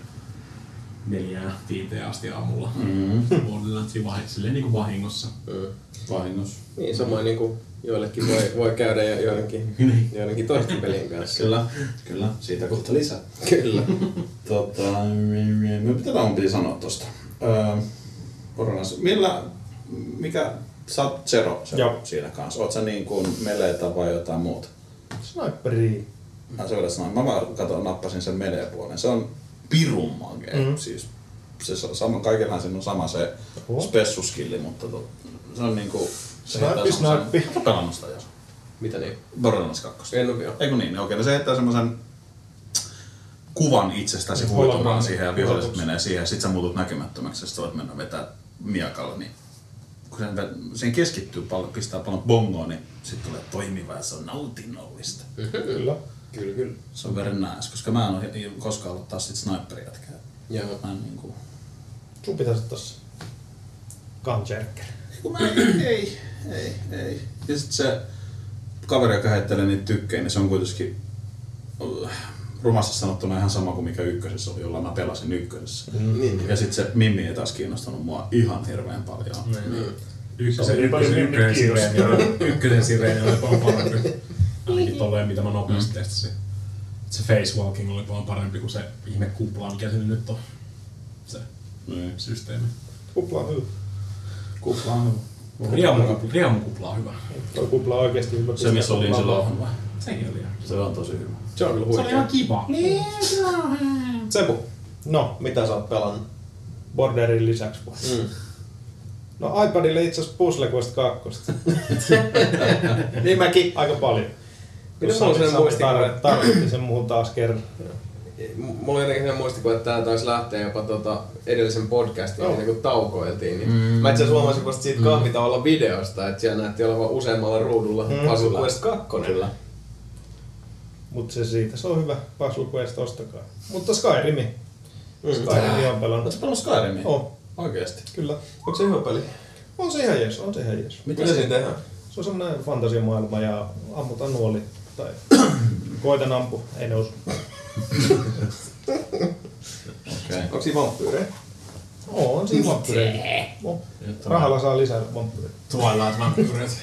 4-5 asti aamulla. Borderlandsin silleen niinku vahingossa. Vahingossa. Niin, samoin niinku joillekin voi käydä ja joidenkin toisten pelien kanssa. Kyllä. Siitä kohta lisää. Kyllä. Mitä mun piti sanoa tosta? Mikä sä oot Zero siinä kanssa? Oot sä niin kuin meleetä vai jotain muuta? Sniperi. Se voidaan sanoa. Mä vaan nappasin sen melee-puolen. Se on pirun magea. Siis se sama, kaikillahan siinä on sama se spessuskilli, mutta se on niinku... Snippi. Oletko pelannut sitä jos? Mitä niin? Borderlands 2. En oo vielä. Eiku niin, okei. No se heittää semmosen kuvan itsestäsi huitumaan siihen ja viholliset menee siihen ja sit sä muutut näkymättömäksi ja sit voit mennä vetää miakalla. Niin kun sen keskittyy paljon, pistää paljon bongoa, niin sit tulee toimiva ja se on nautinnollista. Kyllä. Kyllä. Se on very nice, koska mä en oo koskaan ollut taas sit sniperi-jätkää. Joo. Mä en niinku... Sun pitäis tossa Gunjerker. Ei. Ja sit se kaveri, joka heittelee niitä tykkejä, niin se on kuitenkin rumasti sanottuna ihan sama kuin mikä ykkösessä oli, jolla mä pelasin ykkösessä. Ja sit se Mimmi ei taas kiinnostanut mua ihan hirveän paljon. Ykkösen sireeni oli paljon parempi. Ainakin tolleen mitä mä nopeasti testasin. Se face walking oli paljon parempi kuin se ihme kupla, mikä se nyt on. Se systeemi. Kupla on hyvä. Kupla on hyvä. Riamukupla on hyvä. Toi kupla on oikeesti hyvä. Se missä oli se louhon vai? Sekin oli ihan. Se on tosi hyvä. Se on kyllä huikea. Se oli ihan kiva. Sepu, No, mitä sä oot pelannut? Borderin lisäksi vai? No iPadille itse asiassa Puzzle Quest 2. Niin mäkin. Aika paljon. Mitä mulla on sellainen muistikuva? Tarvittiin sen muuhun taas kerran. Mulla on jotenkin sellainen muistikuva, että tää taisi lähteä jopa edellisen podcastin, niin kun taukoiltiin. Niin mä itse asiassa huomasin vasta siitä kahvitavalla videosta, että siellä näytti olevan useammalla ruudulla Puzzle Quest 2. Mut se siitä, se on hyvä. Puzzle Quest ostakaa. Mutta Skyrimi. Skyrimi on pelannut. Oletko pelannut Skyrimia? On. Oikeesti? Kyllä. Onko se hyvä peli? On se ihan jees, Mitä siinä tehdään? Se on semmonen fantasiamaailma ja ammutaan nuoli. Tai koitan ampu, ei ne osu. Okei. Onko siinä vampyyrejä? On siinä vampyreitä. Rahalla saa lisää vampyreitä. Twilight vampyyret.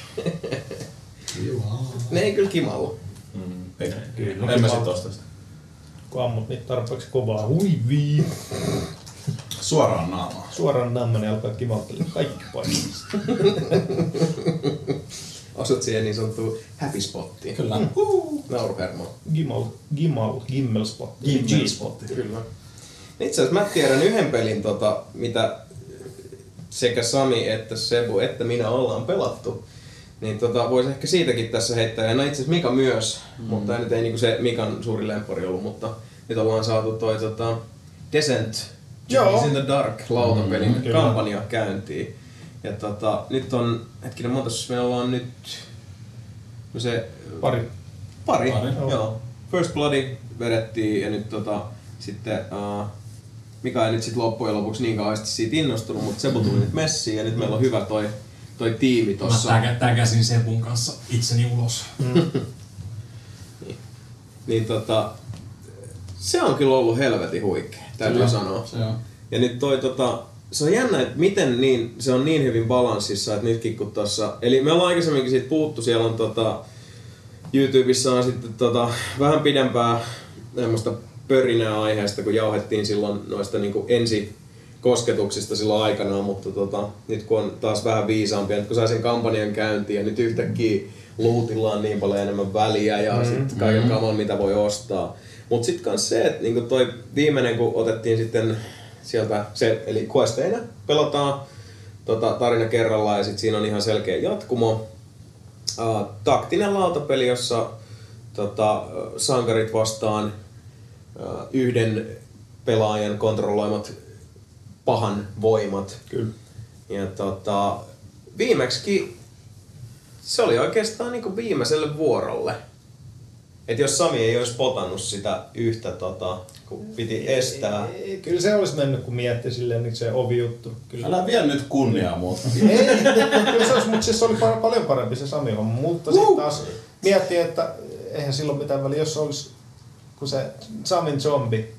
Ne ei kyllä kimallu. Kyllä. En mä sit osta sitä. Kun ammut niitä tarpeeksi kovaa, hui vii. Suoraan naamaa. Suoraan naamani alkaa kimaltelemaan kaikki paikat. Osut siihen niin sanottuun happy spottiin. Kyllä. Nauruhermoon. Gimmel spot. G-spotti. Kyllä. Itse asiassa mä tiedän yhden pelin, mitä sekä Sami että Sebu että minä ollaan pelattu. Niin voisi ehkä siitäkin tässä heittää. Ja no itse asiassa Mika myös, mutta nyt ei niinku se Mikan suuri lemppari ollut, mutta nyt ollaan saatu toi Descent Journeys in the Dark -lautapelin kampanja käyntiin. Ja nyt on, hetkinen, montas me ollaan nyt... No se... Pari, joo. First Bloodi vedettiin ja nyt sitten... Mika ei nyt sit loppujen lopuksi niin kauheasti siitä innostunut, mutta Sebu tuli nyt messiin ja nyt meillä on hyvä toi tiimi tossa. Mä täkäsin Sebun kanssa itseni ulos. niin se on kyllä ollut helvetin huikea, täytyy sanoa. Se on. Ja nyt se on jännä, että miten se on niin hyvin balanssissa, että nytkin kun tossa... Eli me ollaan aikaisemminkin siitä puhuttu, siellä on YouTubessa on sitten vähän pidempää semmoista pörinää aiheesta, kun jauhettiin silloin noista niinku ensikosketuksista silloin aikanaan, mutta nyt kun on taas vähän viisaampia, nyt kun sai sen kampanjan käyntiin ja nyt yhtäkkiä lootilla on niin paljon enemmän väliä ja sitten kaiken kaman mitä voi ostaa. Mut sit kans se, että niinku toi viimeinen kun otettiin sitten sieltä se, eli questeina pelataan tarina kerrallaan ja sit siinä on ihan selkeä jatkumo. Taktinen lautapeli, jossa sankarit vastaan yhden pelaajan kontrolloimat pahan voimat. Kyllä. Ja viimeksi se oli oikeastaan niinku viimeiselle vuorolle. Et jos Sami ei olisi potannut sitä yhtä, kun piti estää. Kyllä se olisi mennyt, kun mietti silleen niin se ovi-juttu. Kyllä. Älä vie nyt kunniaa muuta. Kyllä se olisi, mutta siis se oli paljon parempi se Sami homma. Mutta sitten taas mietti, että eihän silloin mitään väliä, jos se olisi, kun se Samin zombi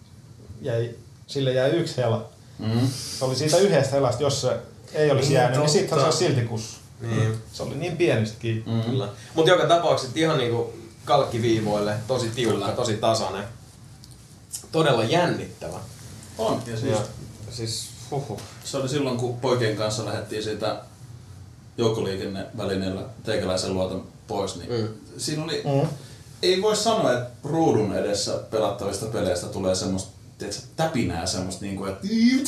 sille jäi yksi hela. Se oli siitä yhdestä helasta, jos se ei olisi jäänyt, niin sittenhän se olisi silti kussu. Niin. Se oli niin pienistäkin. Kyllä. Mut joka tapauksessa ihan niinku kalkkiviivoille, tosi tiukka, tosi tasainen. Todella jännittävä. On. Ja siis se oli silloin, kun poikien kanssa lähdettiin siitä joukkoliikennevälineellä teikäläisen luota pois, niin siinä oli... Ei voi sanoa, että ruudun edessä pelattavista peleistä tulee semmoista, tiedätkö, täpinää semmoista niinku, että...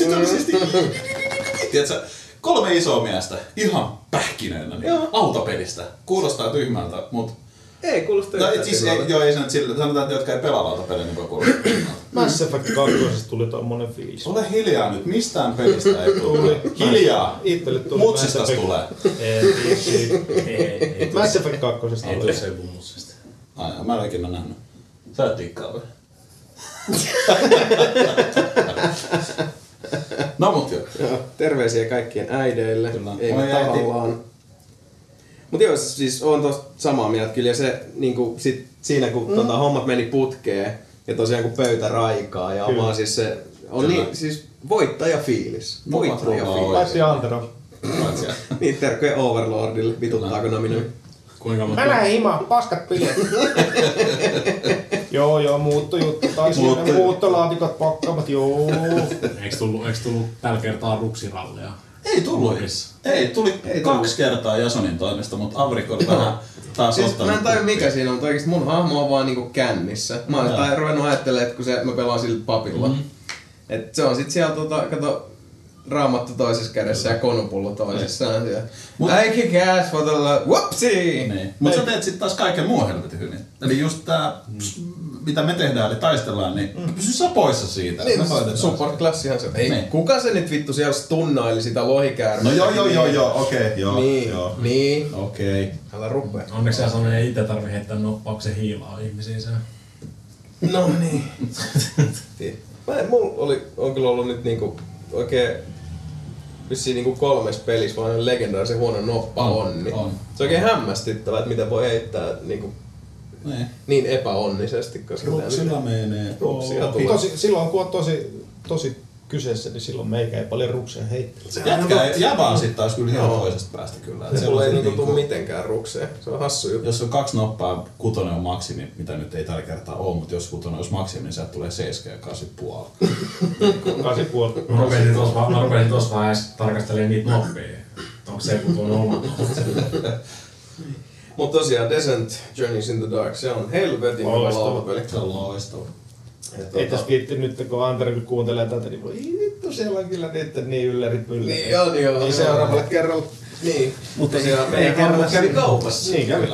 Tiedätkö, 3 isoa miestä, ihan pähkinöinä, niin lautapelistä. Kuulostaa tyhmältä, mut... Ei kuulosta yhtään. Siis ei se nyt sillä, sanotaan, että jotka ei pelaa lautapeliä, niin voi kuulostaa tyhmältä. Mass Effect 2 tuli tommonen fiilis. Ole hiljaa nyt, mistään pelistä ei tule. Hiljaa! Itselle tuli Mutsistas tulee. Ei. Mass Effect 2 Ei tule se mutsista. Ai, mä en ole ikinä nähnyt. Sä et tikkaa vai? No mut joo. Terveisiä kaikkien äideille. Kyllä. Eivät tahallaan. Mut joo, siis on tosta samaa mieltä kyllä. Ja se niinku sit siinä kun hommat meni putkeen ja tosiaan kun pöytä raikaa ja on vaan siis se on niin siis voittajafiilis. Voittajafiilis. Paitsi Antero. Niin terkkuja Overlordille. Vituttaako naminen? Kuinka monta? Älä himaa, paskat pilet. Joo, muuttujuttu. Tai siinä muuttolaatikot pakkaamat, joo. Eiks tullut tällä kertaa ruksiralleja? Ei tullut. Ei, tuli 2 kertaa Jasonin toimesta, mutta Avrik oli vähän taas siis ottanut. mä en tajua mikä siinä on, mutta oikeesti mun hahmo on vaan niinku kännissä. Mä oon ruvennut ajattelemaan, että kun mä pelaan sillä papilla. Et se on sit siellä kato raamattu toisessa kädessä ja konupullo toisessaan. I kick ass for the love. Whoopsie! Niin. Mut sä teet sit taas kaiken muu helvetin hyvin. Eli just tää, mitä me tehdään, eli taistellaan, niin pysy sä poissa siitä. Niin, support classihan se. Ei, niin. kuka se nyt vittu siellä stunnaili sitä lohikäärmettä? No joo, okei, joo. Niin. Okei. Älä rupea. Onneksi Jason ei ite tarvi heittää noppauksen hiilaa ihmisiinsä. No niin. Mulla on kyllä ollut nyt niinku oikein vissiin niinku 3 pelissä vaan legendaarisen huono noppa onni. On. Se on oikein hämmästyttävää, että miten voi heittää niinku niin epäonnisesti, koska Rupsilla menee. rupsia tulee. Silloin kun on tosi kyseessä, niin silloin meikä ei paljon rukseja heittää. Jäbä on sit taas kyllä ihan toisesta päästä kyllä. Se ei niinku tuu mitenkään rukseen. Se on hassu juttu. Jos on 2 noppaa, 6 on maksimi, mitä nyt ei tällä kertaa ole, mutta jos 6 olisi maksimi, niin sieltä tulee 7 ja 8,5. 8,5. Mä rupesin tossa vaiheessa tarkastelemaan niitä noppia. Onko se kun tuon oma Mut tosiaan Descent Journeys in the Dark, se on helvetin hyvä lautapeli. Se on loistava. Ei tässä viitti nyt, kun Anteri kuuntelee tätä, niin voi vittu, siellä on kyllä nyt niin yllärit myllärit. Niin, joo. Niin seuraavalle kerralla. Niin. Mutta meidän kerralla kävi kaupassa. Niin kävi.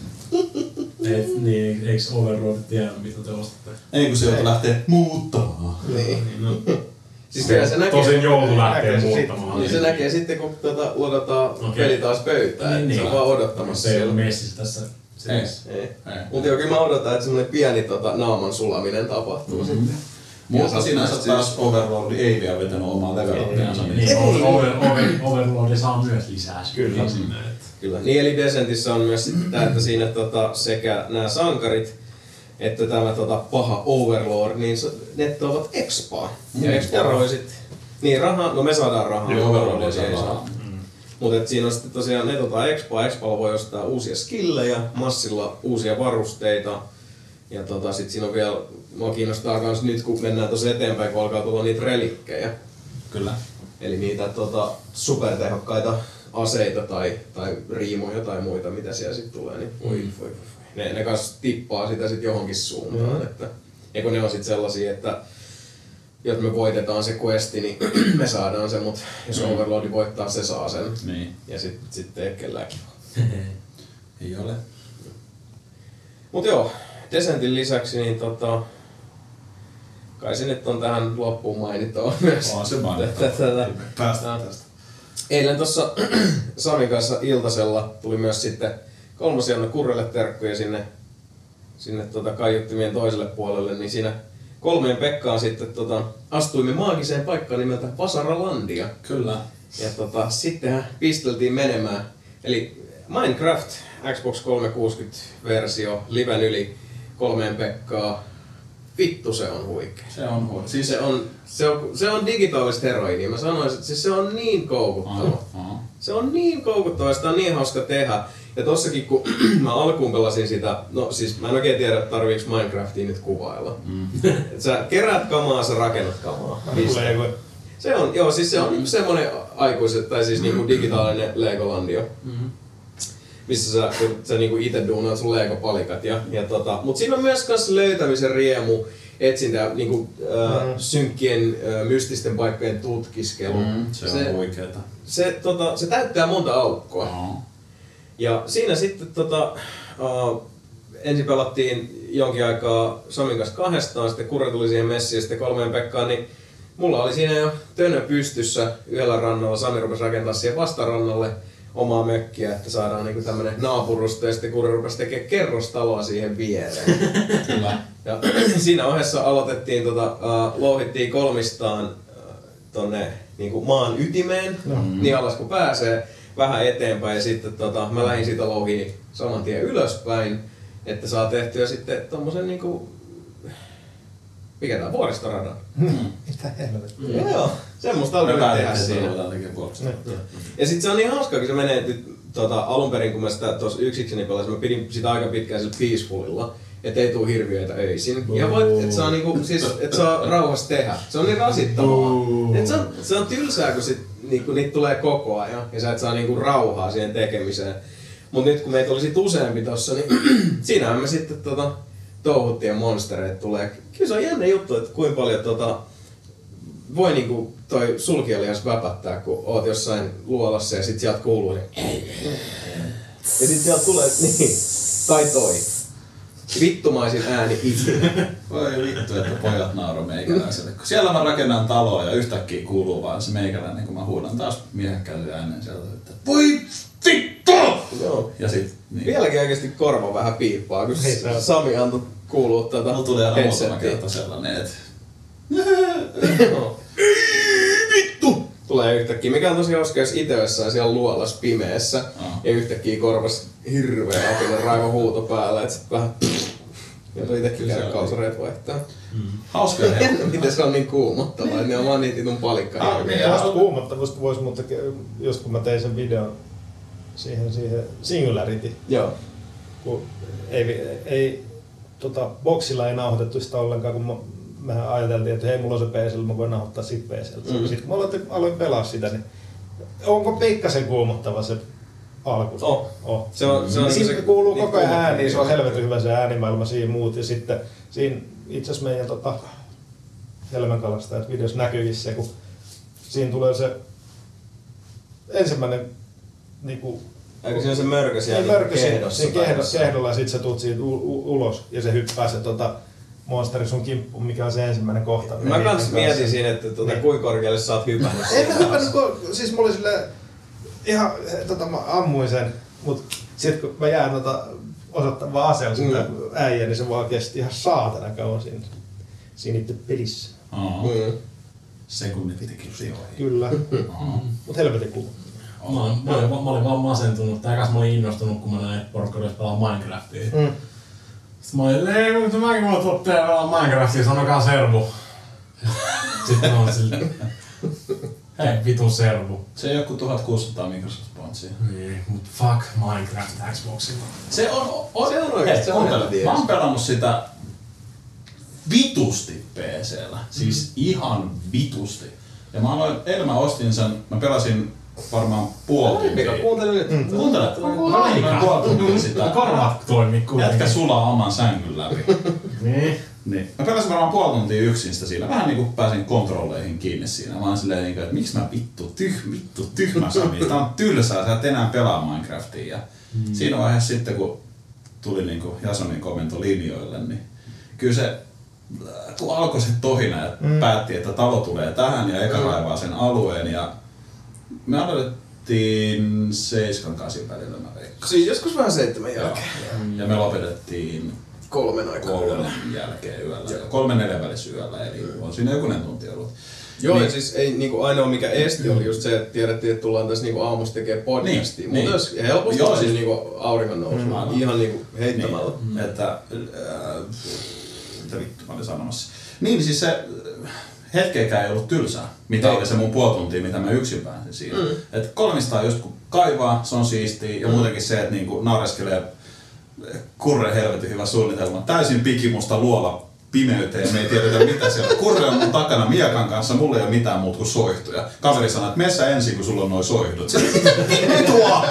Niin, eikö Overlord tiedä, mitä te ostatte? Ei kun se joutui lähteä muuttamaan. Niin. No. Siis kyllä se näkee. Tosin joutu lähteä näkee se muuttamaan. Niin se näkee sitten, kun laitetaan peli taas pöytään. Niin, Se on vaan odottamassa se ei siellä. ole messissä tässä. Ei. Mutta joo, kyllä mä odotan, että semmonen pieni naaman sulaminen tapahtuu sitten. Mutta sinänsä taas Overlord ei vielä vetänyt omaa level-upiansa. Niin, Overlord saa myös lisää. Kyllä. Kyllä. Niin eli Descentissä on myös sitten tää, että siinä sekä nämä sankarit että tämä paha Overlord, niin ne tuovat expaa. Ja expa voi sit... Niin rahaa, no me saadaan rahaa. Joo, Overlord ei saa ei saa. Mutta siinä on sitten tosiaan ne expalla voi ostaa uusia skillejä, massilla uusia varusteita. Ja sit siinä on vielä, mua kiinnostaa kans nyt kun mennään tossa eteenpäin, kun alkaa tulla niitä relikkejä. Kyllä. Eli niitä supertehokkaita aseita tai riimoja tai muita, mitä siellä sitten tulee, niin voi. Ne kans tippaa sitä sit johonkin suuntaan. Ja kun ne on sit sellaisia, että jos me voitetaan se questi, niin me saadaan se, mutta jos Overlordi voittaa, se saa sen. Niin. Ja sitten ei kellään kiva. Ei ole. Mut joo, Descentin lisäksi niin kai se nyt on tähän loppuun mainittava myös. On se mainittava. Päästään tästä. Eilen tuossa Samin kanssa iltasella tuli myös sitten kolmosianna Kurrelle terkkuja sinne kaiuttimien toiselle puolelle, niin siinä 3 Pekkaan sitten astuimme maagiseen paikkaan nimeltä Vasaralandia. Kyllä. Ja sittenhän pisteltiin menemään. Eli Minecraft Xbox 360-versio liven yli 3 Pekkaa. Vittu se on huikea. Se on huikea. Siis se on digitaalista heroinia. Mä sanoisin, että siis se on niin koukuttava. Se on niin koukuttava, sitä on niin hauska tehdä. Ja tossakin kun mä alkuun pelasin sitä, no siis mä en oikein tiedä, tarviiks Minecraftia nyt kuvailla. Et sä keräät kamaa, sä rakennat kamaa. Se on, joo, siis se on semmonen aikuiset, tai siis niinku digitaalinen Legolandio. Missä sä niinku ite duunaat sun Lego-palikat. Mut siinä on myös kans löytämisen riemu, etsintä, niinku, synkkien mystisten paikkojen tutkiskelu. Se on huikeeta. Se täyttää monta aukkoa. Ja siinä sitten ensin pelattiin jonkin aikaa Samin kanssa kahdestaan, sitten Kurre tuli siihen messiin ja sitten 3 Pekkaan, niin mulla oli siinä jo tönö pystyssä yhdellä rannalla. Sami rupesi rakentaa siihen vastarannalle omaa mökkiä, että saadaan niinku tämmönen naapurusto ja sitten Kurre rupesi tekemään kerrostaloa siihen viereen. Kyllä. Ja siinä ohessa aloitettiin, louhittiin kolmistaan tonne niinku maan ytimeen, niin alas kun pääsee vähän eteenpäin ja sitten mä lähdin siitä louhiin saman tien ylöspäin, että saa tehtyä sitten tommosen niinku, mikä tää vuoristoradan. Mitä helvettiä. Joo, semmoista alkoi tehdä siinä. Ja sit se on niin hauskaa, kun se menee nyt alunperin, kun mä sitä tossa yksikseni pelasin, mä pidin sitä aika pitkään sillä peacefulilla, ettei tuu hirviöitä öisin. Ja voit, et saa niinku, siis, et saa rauhassa tehdä. Se on niin rasittavaa. Et se on tylsää, kun niinku, niitä tulee koko ajan ja sä et saa niinku rauhaa siihen tekemiseen. Mut nyt kun meitä oli sit useampi tossa, niin siinähän me sitten touhuttiin ja monstereita tulee. Kyllä se on jännä juttu, että kuinka paljon voi niinku toi sulkijalihas väpättää, kun oot jossain luolassa ja sit sieltä kuuluu niin. Ja sit sieltä tulee niin. Tai toi. Vittumaisin ääni ikinä. Voi vittu, että pojat nauroi meikäläiselle. Kun siellä mä rakennan taloa ja yhtäkkiä kuuluu vaan se meikäläinen, kun mä huudan taas miehekkäisen äänen sieltä, että voi vittu! Joo. Ja sit niin. Vieläkin oikeesti korva vähän piippaa, kun Sami antoi kuulua Mulla tulee aina muutama headsettiin. kerta sellainen, että Vittu! Tulee yhtäkkiä, mikä on tosi hauska, jos ite jossain siellä luolassa pimeässä ja yhtäkkiä korvas hirveä apinen raivo huuto päällä, et sit vähän ja itekin käydä kalsareet vaihtaa. hauska ja Jännä, miten se on niin kuumottavaa, että ne on vaan niitä itun palikkaa. Tuosta kuumottavusta voisi, mutta just kun mä tein sen videon siihen Singularity, Joo. kun ei boksilla ei nauhoitettu sitä ollenkaan, kun mehän ajateltiin, että hei, mulla on se PC:llä, mä voin nauhoittaa sit PC:ltä. Sitten kun mä aloin pelaa sitä, niin onko pikkasen kuumottava se alku? Se on Siinä se kuuluu niin koko ajan ääni, se on kuumottava. helvetin hyvä se äänimaailma siinä muut ja sitten siinä itse asiassa meidän Helmenkalastajat videossa näkyykin se, kun siinä tulee se ensimmäinen niinku Eikö siinä se mörkö siellä kehdossa? Kehdolla ja sit sä tuut siitä ulos ja se hyppää se monsteri sun kimppuun, mikä on se ensimmäinen kohta. Mä kans mietin siinä, että kuinka korkealle sä oot hypännyt. En mä hypännyt, siis mä olin silleen ihan, mä ammuin sen, mut sit kun mä jään osoittaa vaan aseella sitä äijää, niin se vaan kesti ihan saatana kauan siinä itse pelissä. Sekunnit teki siihen. Kyllä. Mut helvetin kuva. Mä olin vaan masentunut, tai mä olin innostunut, kun mä näin, että porukka rupesi pelaa Minecraftia. Sitten mä olin, ei, mutta mäkin voin ottaa pelaa Minecraftia, sanokaa servu. Sitten mä olin silleen, hei, vitun servu. Se ei joku 1600 Microsoft Pointsia. Niin, mut fuck Minecraft Xboxilla. Se on oikeesti mä oon pelannut sitä vitusti PC:llä. Siis ihan vitusti. Ja mä ostin sen, mä pelasin varmaan puoli tuntia. Kuuntele nyt. Kuuntele. Mä olin noin puoli tuntia sitä. Korvat toimii kuitenkin. Jätkä sulaa oman sängyn läpi. Niin. Mä pelasin varmaan puoli tuntia yksin sitä siinä. Vähän niinku pääsin kontrolleihin kiinni siinä. Mä oon silleen niinku, että miksi mä vittu tyhmä Sami. Tää on tylsää, sä et enää pelaa Minecraftia. Ja siinä vaiheessa sitten kun tuli niinku Jasonin komento linjoille, niin kyllä se kun alkoi se tohina ja päätti, että talo tulee tähän ja eka raivaa sen alueen ja me aloitettiin 7-8 välillä mä veikkaan. Siis joskus vähän 7 jälkeen. Ja me lopetettiin 3 aikaa jälkeen yöllä. 3-4 välissä yöllä, eli on siinä jokunen tunti ollut. Joo, niin. Ja siis ei niinku ainoa mikä esti oli just se, että tiedettiin, että tullaan tässä niinku aamusta tekemään podcastia. Mutta jos helposti on siis niinku auringon nousu. Ihan niinku heittämällä. Niin. Että mitä vittu mä olin sanomassa. Niin siis se hetkeäkään ei ollut tylsää, mitä oli se mun puoli tuntia, mitä mä yksin pääsin siinä. Et kolmistaan just kun kaivaa, se on siistiä ja muutenkin se, että niinku naureskelee Kurre helvetin hyvä suunnitelma. Täysin pikimusta luola pimeyteen, me ei tiedetä mitä siellä. Kurre on mun takana Miakan kanssa, mulla ei ole mitään muuta kuin soihtuja. Kaveri sanoi, että mene sä ensin, kun sulla on noi soihdut. Vittua!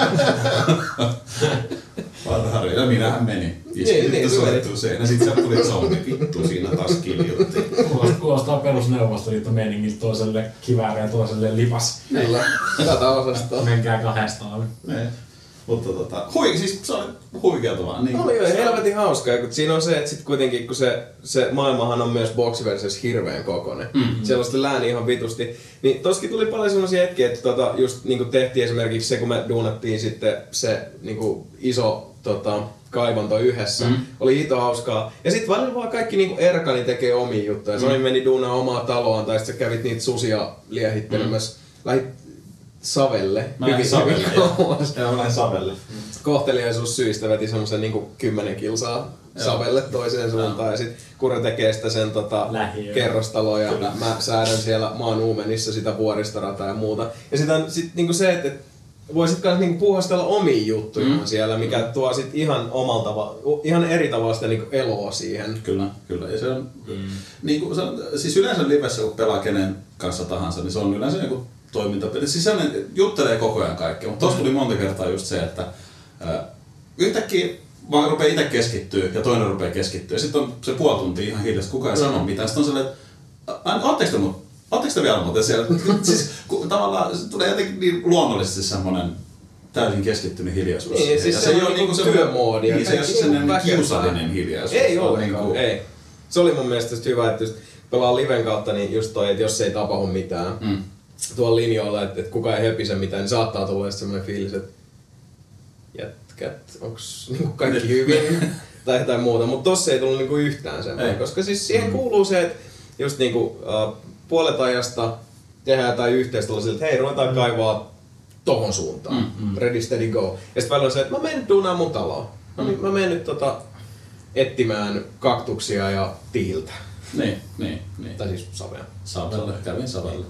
Harri, ja minähän menin. Iski soihtuu seinä, sit sieltä tuli zombi. Vittu, siinä taas kiljuttiin. Kuulostaa perusneuvostoliitto meningiltä, toiselle kivääri ja toiselle lipas. Kyllä, tätä osastaa. Menkää kahdestaan. Mutta siis se oli huikeata vaan. Niin oli jo helvetin hauskaa, kun siinä on se, että sit kuitenkin kun se maailmahan on myös boksiversiossa hirveän kokoinen. Siellä on sitten lääni ihan vitusti. Niin toskin tuli paljon sellaisia hetkiä, että just niinku tehtiin esimerkiksi se, kun me duunattiin sitten se niinku iso kaivanto yhdessä. Oli hito hauskaa. Ja sit välillä vaan kaikki niinku Erkani tekee omia juttuja. Sami meni duunaan omaa taloaan tai sitten kävit niitä susia liehittelemässä. Savelle. Mä lähdin Savelle. Kohteliaisuussyistä veti semmosen niinku 10 kilsaa Savelle toiseen suuntaan ja sit Kurre tekee sitä sen kerrostaloa ja mä säädän siellä maan uumenissa sitä vuoristorataa ja muuta. Ja sit niinku se, että voisit kans niinku puuhastella omia juttuja siellä, mikä tuo sit ihan eri tavalla sitä niinku eloa siihen. Kyllä. Ja se on, niinku, siis yleensä livessä kun pelaa kenen kanssa tahansa, niin se on yleensä joku toimintapeli. Siis sellainen juttelee koko ajan kaikkea, mutta tossa tuli monta kertaa just se, että yhtäkkiä vaan rupeaa itse keskittyä ja toinen rupeaa keskittyä. Ja sitten on se puoli tuntia ihan hiljasta, kukaan ei sano mitään. Sitten on sellainen, ootteko te vielä muuten siellä? Siis tavallaan se tulee jotenkin niin luonnollisesti semmoinen täysin keskittynyt hiljaisuus. Niin, siis se on niinku työmoodi. Niin, se ei ole sellainen kiusallinen hiljaisuus. Ei ollenkaan, ei. Se oli mun mielestä hyvä, että just pelaa liven kautta, niin just toi, että jos ei tapahdu mitään tuolla linjoilla, että kukaan ei höpise mitään, niin saattaa tulla semmoinen fiilis, että jätkät, onks niinku kaikki hyvin tai jotain muuta, mutta tossa ei tullut niinku yhtään semmoinen, koska siis siihen kuuluu se, että just niinku puolet ajasta tehdään jotain yhteistä että hei, ruvetaan kaivaa tohon suuntaan, ready, steady, go. Ja sit välillä on se, että mä menen duunaan mun taloon. Mä menen nyt etsimään kaktuksia ja tiiltä. Niin. Tai siis savea. Kävin savella.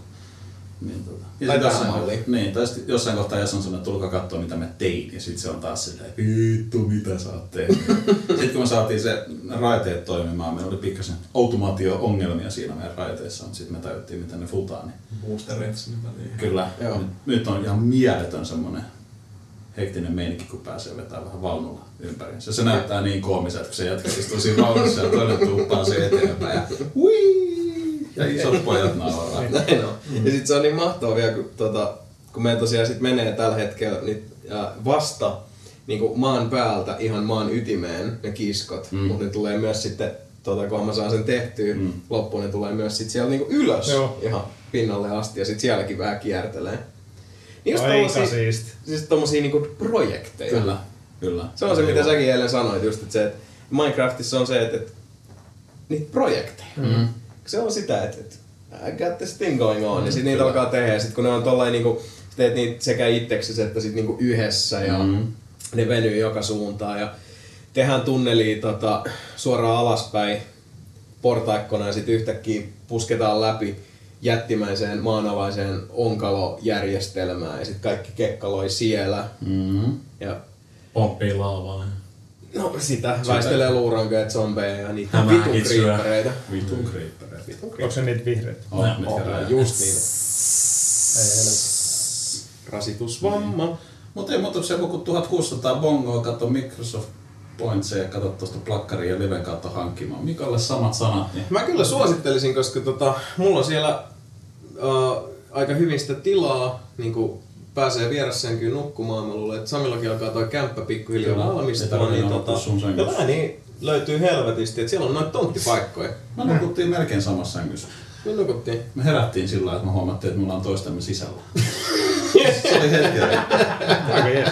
Tai tähän malliin. Niin, tai sitten jossain kohtaa Jason sanoi, että tulkaa katsoa mitä mä tein. Ja sitten se on taas silleen, vittu mitä sä oot tehnyt. Sitten kun me saatiin se raiteet toimimaan, meillä oli pikkasen automaatio-ongelmia siinä meidän raiteissa. Sitten me tajuttiin miten ne futaa. Niin boostereita sinne väliin. Kyllä. Nyt on ihan mieletön semmonen hektinen meininki, kun pääsee vetämään vähän vaunulla ympäriinsä. Se näyttää niin koomiselta, kun se jätkä istuu siinä vaunussa ja toinen tuuppaa se eteenpäin ja hui! Ja isot pojat nauraa. Näin on. Ja sit se on niin mahtavaa vielä, kun me tosiaan sit menee tällä hetkellä vasta niin maan päältä ihan maan ytimeen ne kiskot, mutta ne tulee myös sitten, kun mä saan sen tehtyä loppuun, ne tulee myös sit siellä niinku ylös ihan pinnalle asti ja sit sielläkin vähän kiertelee. Niin just aika siisti. Siis tommosia niinku projekteja. Kyllä. Se on se, mitä säkin eilen sanoit, just, että se, että Minecraftissa on se, että niitä projekteja. Se on sitä, että I got this thing going on, ja sit niitä alkaa tehdä, ja sit kun ne on tollain niinku, teet niitä sekä itseksesi että sit niinku yhdessä, ja ne venyy joka suuntaan, ja tehdään tunnelia suoraan alaspäin portaikkona, ja sit yhtäkkiä pusketaan läpi jättimäiseen maanalaiseen onkalojärjestelmään, ja sit kaikki kekkaloi siellä. Ja pomppii laavaa. no sitä väistelee luurankoja, zombeja ja niitä vitun kriippareita. Vitun kriippareita. Onko se niitä vihreitä? Just niin. Ei helvetti. Rasitusvamma. Mutta ei muuta se joku 1600 bongoa, katso Microsoft Pointsia ja katso tuosta plakkarin ja liven kautta hankkimaan. Mikalle samat sanat. Niin. Mä kyllä suosittelisin, koska mulla on siellä aika hyvin sitä tilaa, niin pääsee vieressäänkin nukkumaan. Mä luulen, että Samillakin alkaa toi kämppä pikkuhiljaa valmistua. Niin vähän niin löytyy helvetisti, että siellä on noita tonttipaikkoja. Me nukuttiin melkein samassa sängyssä. Me nukuttiin. Me herättiin sillä lailla, että me huomattiin, että mulla on toistemme sisällä. Se oli hetkellä. Aika jees.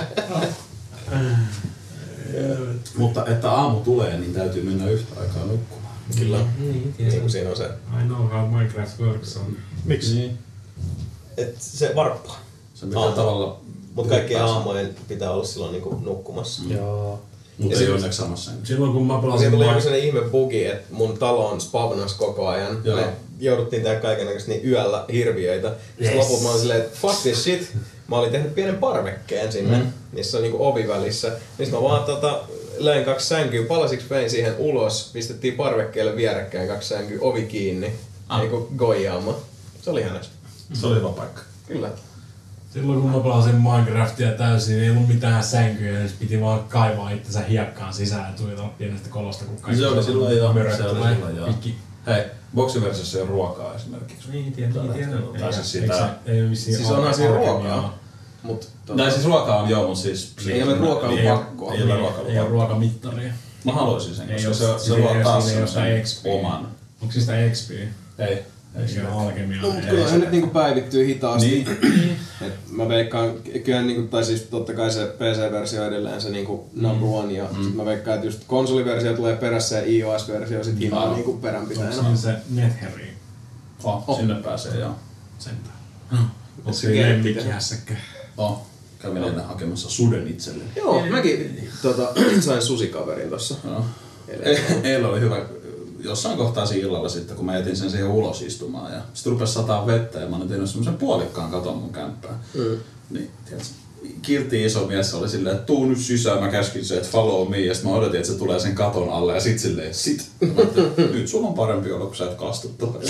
Mutta että aamu tulee, niin täytyy mennä yhtä aikaa nukkumaan. Kyllä. Niin kuin siinä on se. I know how Minecraft works on. Miksi? Niin. Et se varppaa. Se pitää tavalla... Mutta kaikkien aamojen pitää olla silloin niinku nukkumassa. Joo. Mutta ei onneksi samassa sängyssä. Silloin kun mä Siinä pelasin tuli joku sellainen ihme bugi, että mun taloon spavnas koko ajan. Joo. Me jouduttiin tehdä kaikennäköistä niin yöllä hirviöitä. Sitten lopulta mä olin silleen, että fuck this shit. Mä olin tehnyt pienen parvekkeen sinne, missä on niinku ovi välissä. Niin mä vaan löin 2 sänkyä, palasiksi vein siihen ulos, pistettiin parvekkeelle vierekkäin 2 sänkyä, ovi kiinni. Niinku goijaama. Se oli hänestä. Se oli hyvä paikka. Kyllä. Silloin kun mä pelasin Minecraftia täysin, niin ei ollut mitään sänkyjä, niin piti vaan kaivaa itsensä hiekkaan sisään ja tuijotella pienestä kolosta, kun kaikki Se oli silloin joo. möröt Se oli tulee silloin joo. pitkin. Hei, boksiversiossa ei ole ruokaa esimerkiksi. Niin, tiedän. Tai siis sitä... Ei vissiin Siis onhan siinä alkemiaa. ruokaa. Tai siis ruokaa on joo, mutta siis... Ei ole ruokailupakkoa. Ei ole ruokailupakkoa. Ei ole ruokamittaria. Mä haluaisin sen, Ei koska ole- se luo taas siinä ei ole sitä semmosen XP. oman. Onko siis sitä XP? Ei. Eikä alkemiaa. No, mutta kyllä se nyt niinku päivittyy hitaasti. Et mä veikkaan, kyllä niinku, tai siis totta kai se PC-versio edelleen se niinku number one, ja sit mä veikkaan, että just konsoliversio tulee perässä ja iOS-versio sit himaa niinku peränpitäjänä. Onko se NetHerry? Sinne pääsee joo. Sentään. Se Se kehitti. lemmikkihässäkkä. Kävin ennen hakemassa suden itselleni. Joo, mäkin sain susikaverin tossa. Joo. Eilen oli hyvä, jossain kohtaa siinä illalla sitten, kun mä jätin sen siihen ulos istumaan ja sitten rupesi sataa vettä ja mä olin tehnyt semmosen puolikkaan katon mun kämppään. Niin, tiedätkö, kiltti iso mies oli silleen, että tuu nyt sisään, mä käskin se, että follow me, ja sit mä odotin, että se tulee sen katon alle ja sit silleen, nyt sulla on parempi olla, kun sä et kastu tuohon.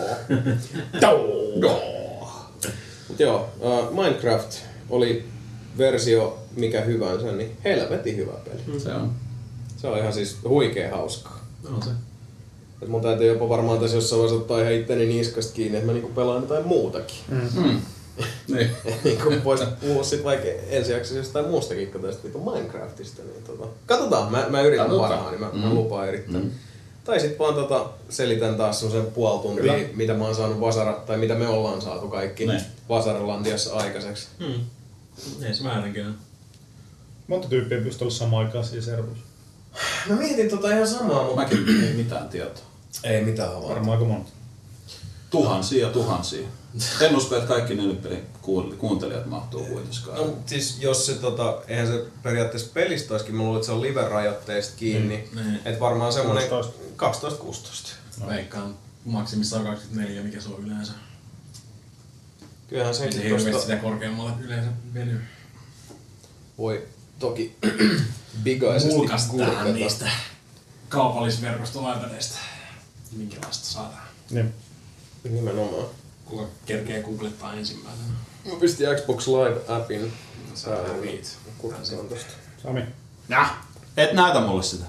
Mut joo, Minecraft oli versio mikä hyvänsä, niin helvetin hyvä peli. Se on ihan siis huikea hauskaa. On se. Et mun täytyy jopa varmaan tässä jossain vaiheessa ottaa ihan itteni niskasta kiinni, että mä niinku pelaan jotain muutakin. Niin. Niinku vois puhua sit vaikka ensi jaksossa jostain muustakin kuin tästä vittu Minecraftista. Niin katsotaan, mä yritän parhaani, mä lupaan yrittää. Tai sit vaan selitän taas semmosen puoli tuntia, mitä mä oon saanut tai mitä me ollaan saatu kaikki Vasaralandiassa aikaiseksi. Ei se väärinkään. Monta tyyppiä pystyy olla samaan aikaan siinä servussa? Mä mietin ihan samaa, mutta... Mäkin ei mitään tietoa. Ei mitään havaintoa. Varmaan aika monta. Tuhansia. En usko, että kaikki Nellypelin kuuntelijat mahtuu kuitenkaan. No siis jos se eihän se periaatteessa pelistä olisikin, mä luulen, että se on live-rajoitteista kiinni. Et varmaan semmonen 12-16. Veikkaan maksimissaan 24, mikä se on yleensä. Kyllähän Ei se sekin hirveästi tosta sitä korkeammalle yleensä veny. voi toki bigaisesti Mulkaistaan niistä kaupallisverkostolaitaneista. Minkälaista saadaan. Niin. Nimenomaan. Kuka kerkee googlettaa ensimmäisenä? Mä pistin Xbox Live-appin. Sä häviit. Kurkkaan tosta. Sami. Et näytä mulle sitä.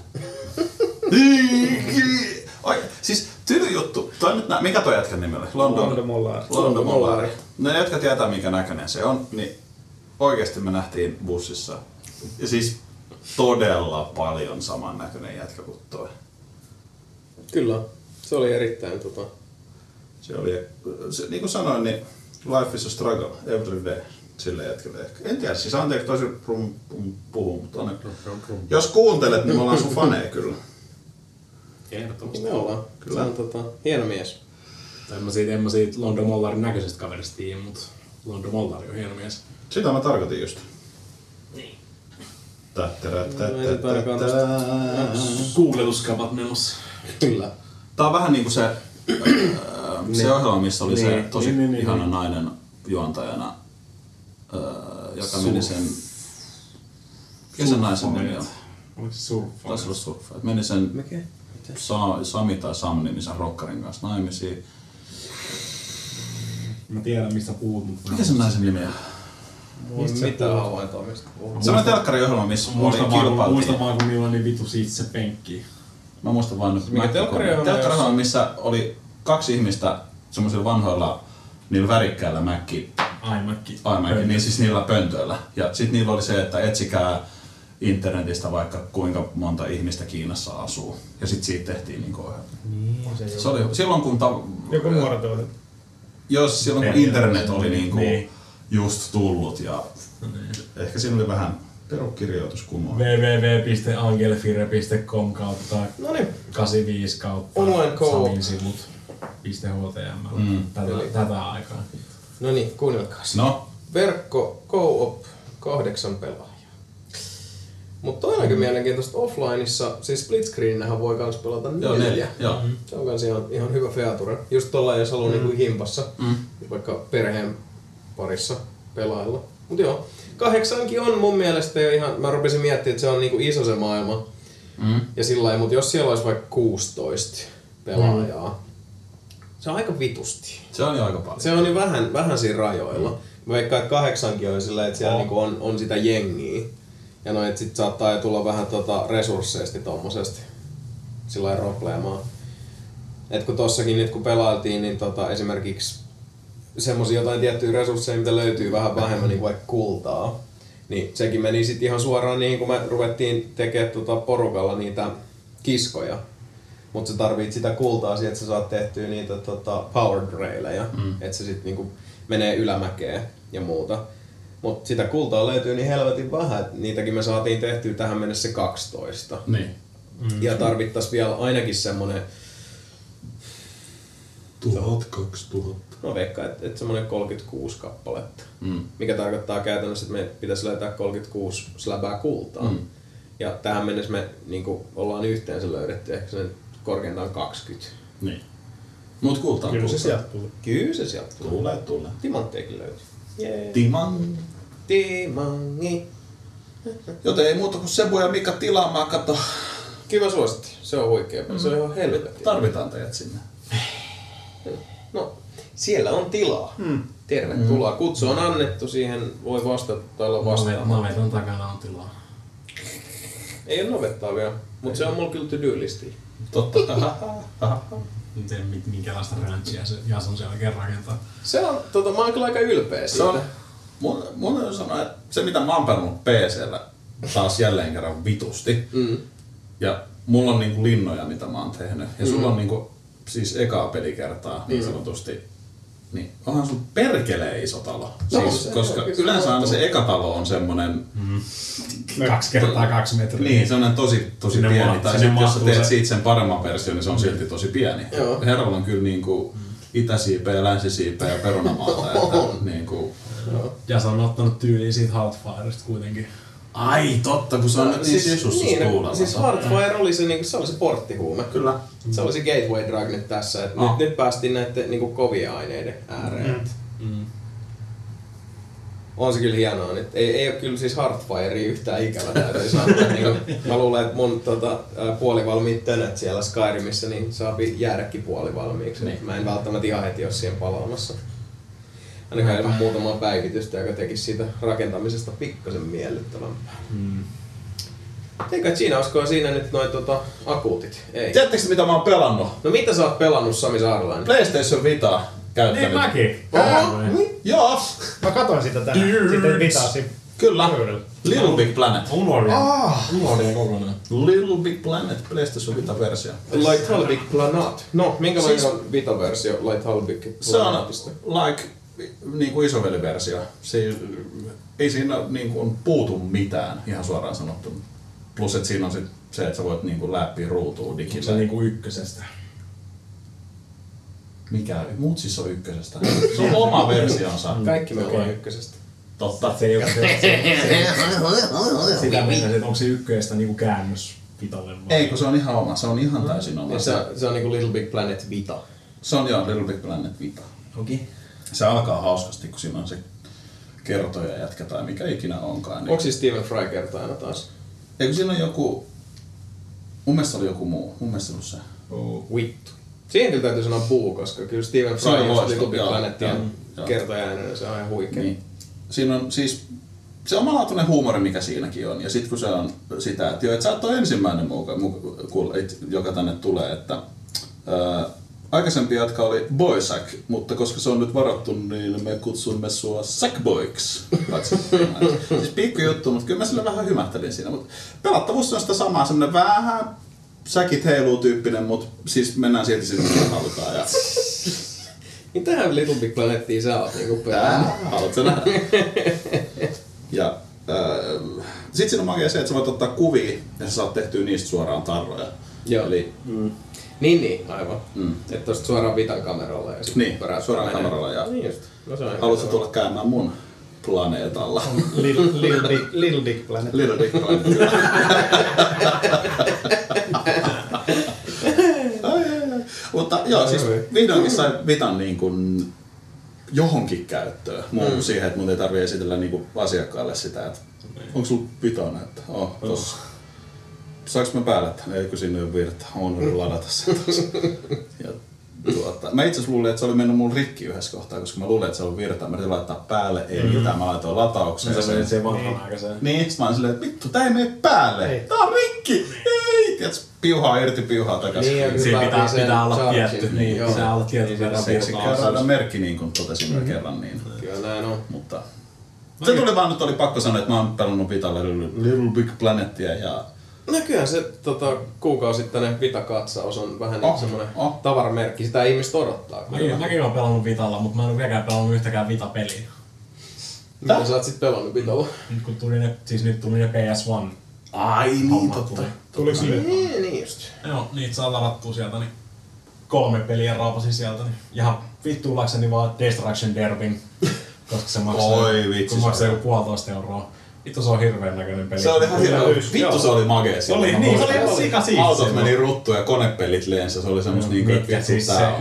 Oi, siis tyly juttu. Toi nyt mikä toi jätkän nimi oli? London Mollari. London Mollari. Ne jotka tietää minkä näköinen se on, niin oikeesti me nähtiin bussissa. Ja siis todella paljon samannäköinen jätkä kuin toi. Kyllä. Se oli erittäin Se oli, niin kuin sanoin, niin life is a struggle every day. Sille jätkelle ehkä. En tiedä, siis anteeksi tosi puhuu, mutta jos kuuntelet, niin me ollaan sun faneja kyllä. Ehdottomasti. Me ollaan. Kyllä. Se on hieno mies. En mä siitä London Mollarin näköisestä kaverista tiedä, mutta London Mollari on hieno mies. Sitä mä tarkoitin just. Googletuskavat menossa. Kyllä. Tää on vähän niinku se ohjelma, missä oli se tosi ihana nainen juontajana, joka meni sen... Mikä sen naisen nimi on? Oliko se surffa? Taisi olla surffa. Meni sen Mikä? Sami tai Sam-nimisen rockarin kanssa naimisiin. Mä tiedän mistä puhut, mutta... Mikä sen naisen nimi on? Mitä havaintoa mistä puhuu? Se on telkkariohjelma, missä kilpailtiin. Muista vaan kun niillä on niin vitu siitä se penkki. Mä muistan vaan nyt. Mikä telkkariohjelma, missä oli 2 ihmistä semmoisilla vanhoilla niillä värikkäillä iMacki. niin siis niillä pöntöillä. Ja sit niillä oli se, että etsikää internetistä vaikka kuinka monta ihmistä Kiinassa asuu. Ja sit siitä tehtiin niinku ohjelma. Niin, se oli silloin kun Joku muotoilu. Jos silloin kun internet oli niinku just tullut ja ehkä siinä oli vähän perukirjoitus kumoa. www.angelfire.com kautta 85 kautta Online co-op. Samin sivut .html. Tätä aikaa. No niin, kuunnelkaas. No. Verkko co-op 8 pelaajaa. Mutta toinenkin mielenkiintoista offlineissa, siis split screeninähän voi kans pelata 4. Joo. Se on kans ihan hyvä feature. Just tolla jos haluaa niinku himpassa, vaikka perheen parissa pelailla. Mut joo, 8 on mun mielestä jo ihan, mä rupesin miettimään, että se on niinku iso se maailma. Ja sillä mutta jos siellä olisi vaikka 16 pelaajaa, se on aika vitusti. Se on jo aika paljon. Se on jo vähän siinä rajoilla. Mä veikkaan, että 8 on silleen, että siellä niinku on sitä jengiä. Ja no, että sit saattaa jo tulla vähän resursseista tommosesti sillä ropleemaan. Et kun tossakin nyt kun pelailtiin, niin esimerkiksi semmosia jotain tiettyjä resursseja, mitä löytyy vähän vähemmän, niin vaikka kultaa. Niin sekin meni sit ihan suoraan niin, kun me ruvettiin tekemään porukalla niitä kiskoja. Mut sä tarvit sitä kultaa siihen, että sä saat tehtyä niitä powered raileja. Että se sit niinku menee ylämäkeen ja muuta. Mut sitä kultaa löytyy niin helvetin vähän, että niitäkin me saatiin tehtyä tähän mennessä 12. Niin. Ja tarvittais vielä ainakin semmonen 1000-2000. No veikkaan, että semmonen 36 kappaletta. Mikä tarkoittaa käytännössä, että me pitäisi löytää 36 slabää kultaa. Ja tähän mennessä me niinku ollaan yhteensä löydetty ehkä sen korkeintaan 20. Niin. Mut kultaa. Kyllä se sieltä tuli. Kyllä se sieltä tuli. Tulee. Timantteekin löytyy. Yeah. Timangi. Joten ei muuta kuin Sebu ja Mika tilaamaan, kato. Kiva suositti. Se on huikea. Se on ihan helvetti. Tarvitaan teidät sinne. No, siellä on tilaa. Tervetuloa. Kutsu on annettu, siihen voi vastata tai olla vastaan. Navetan takana on tilaa. Ei ole navettaa vielä, mutta se on mulla kyllä to-do-listillä. Totta. En tiedä minkälaista ranchia se Jason siellä oikein rakentaa. Se on, mä oon kyllä aika ylpeä siitä. Se on, mun on sanoa, että se mitä mä oon pelannut PC:llä taas jälleen kerran vitusti. Ja mulla on niinku linnoja mitä mä oon tehnyt. Ja sulla on niinku siis ekaa pelikertaa niin sanotusti. Niin onhan sun perkelee iso talo. Siis, koska yleensä aina se eka talo on semmonen 2x2 metriä. Niin, semmonen tosi pieni. Tai sit, jos sä teet siitä sen paremman version, niin se on silti tosi pieni. Herralla on kyllä niinku itäsiipeä, länsisiipeä ja perunamaata. Että niinku... Ja se on ottanut tyyliin siitä Heartfiresta kuitenkin. Ai totta, kun se on nyt niin sisussa tuulella. Siis Heartfire oli se, niinku, se oli se porttihuume. Kyllä. Se oli se gateway drug nyt tässä. Et nyt päästiin näiden niinku kovia aineiden ääreen. On se kyllä hienoa. Nyt ei ole kyllä siis Heartfirea yhtään ikävä täytyy sanoa. Niin, mä luulen, että mun puolivalmiit tönöt siellä Skyrimissä niin saapi jäädäkin puolivalmiiksi. Niin. Mä en välttämättä ihan heti ole siihen palaamassa. Ainakaan ilman muutamaa päivitystä, joka tekisi siitä rakentamisesta pikkasen miellyttävämpää. Eikä siinä olisiko siinä nyt noi akuutit? Ei. Tiedättekö mitä mä oon pelannut? No mitä sä oot pelannut, Sami Saarelainen? PlayStation Vita käyttänyt. Niin mäkin. Joo. Mä katoin sitä tänään. Sitten vitasi. Kyllä. Little Big Planet. Unohdin kokonaan. Little Big Planet, PlayStation Vita-versio. Little Big Planet. No, minkälainen on Vita-versio Little Big Se on Planetista? like niinku isoveliversio. Ei siinä niinku puutu mitään, ihan suoraan sanottuna. Plus et siinä on sit se, että sä voit niinku läppiä ruutua digille. Se niinku ykkösestä. Mikä? Muut siis on ykkösestä. Se on oma versionsa. Kaikki me ollaan ykkösestä. Totta. Se ei ole sitä mennä, että onko se ykkösestä niinku käännös Vitalle vai? Ei, kun se on ihan oma. Se on ihan täysin oma. Niin se on niinku Little Big Planet Vita. Se on joo, Little Big Planet Vita. Okei. Se alkaa hauskasti, kun siinä on se kertoja jätkä tai mikä ikinä onkaan. Niin... Onko siis Stephen Fry kertaa aina taas? Eikö siinä on joku... Mun mielestä oli joku muu. Mun mielestä oli se. Vittu. Siihen kyllä täytyy sanoa buu, koska kyllä Stephen Fry ja Little Big Planetin kertoja se on ihan huikea. Niin. Siinä on siis se omalaatuinen huumori, mikä siinäkin on. Ja sitten kun se on sitä, että, että sä et ole ensimmäinen joka tänne tulee, että aikaisempi jatka oli Boysack, mutta koska se on nyt varattu, niin me kutsumme sua Sackboyks. Siis pikku juttu, mutta kyllä mä sille vähän hymähtelin siinä. Mutta pelattavuus on sitä samaa, semmonen vähän säkit heiluu tyyppinen, mutta siis mennään silti sinne, mitä halutaan. Ja... Niin tähän Little Big Planetiin sä oot niinku pelaa. Haluatko nähdä? Ja sit siinä on magia se, että sä voit ottaa kuvia ja sä saat tehtyä niistä suoraan tarroja. Joo. Eli, Niin, aivan. Että tosta suoraan Vitan kameralla ja sitten niin, suoraan kameralla. Ja niin just. No, haluatko tulla käymään mun planeetalla? Little Big Planet. Little Big Planet. Mutta joo, siis vihdoinkin sai Vitan niin kuin johonkin käyttöön. Muuhun siihen, että mun ei tarvitse esitellä niin kuin asiakkaalle sitä, että onko sulla Vita näyttää? Tossa. Saanko mä päälle? Eikö sinne ole virta? On ladata sen tossa. Ja mä itse asiassa luulin, että se oli mennyt mulle rikki yhdessä kohtaa, koska mä luulin, että se on virta. Mä yritin laittaa päälle, ei mitään. Mä laitoin lataukseen. Se menee vanhanaikaiseen. Niin, sit mä olin silleen, että vittu, tää ei mene päälle. Ei. Tää on rikki! Ei! Tiedätkö, piuhaa irti, piuhaa takaisin. Niin, siinä pitää olla tietty. Niin, pitää olla tietty verran puhutaan. Merkki niin kuin totesin jo kerran. Niin. Kyllä näin on. Mutta se tuli vaan, nyt oli pakko sanoa, että mä oon pelannut Vitalle Little Big Planetia ja... Näköjään se kuukausittainen Vita-katsaus on vähän niin semmonen tavaramerkki. Sitä ihmiset odottaa. Mäkin oon pelannut Vitalla, mutta mä en ole vieläkään pelannut yhtäkään Vita-peliä. Mitä sä oot sit pelannut Vitalla? Nyt kun tuli ne PS1. Ai niin, totta. Tuliko ne? Niin just. Joo, niitä saa ladattua sieltä, niin 3 peliä raapasin sieltä. Niin ihan vittuulakseni vaan Destruction Derbyn, koska se maksaa joku 1,5 €. Vittu se on hirveen näköinen peli. Se oli ihan hirveä. Vittu se oli magea. Se oli niin, se oli ihan sikasiistiä. Autot meni ruttuun ja konepelit lensi. Se oli semmos niinku, että vittu siis se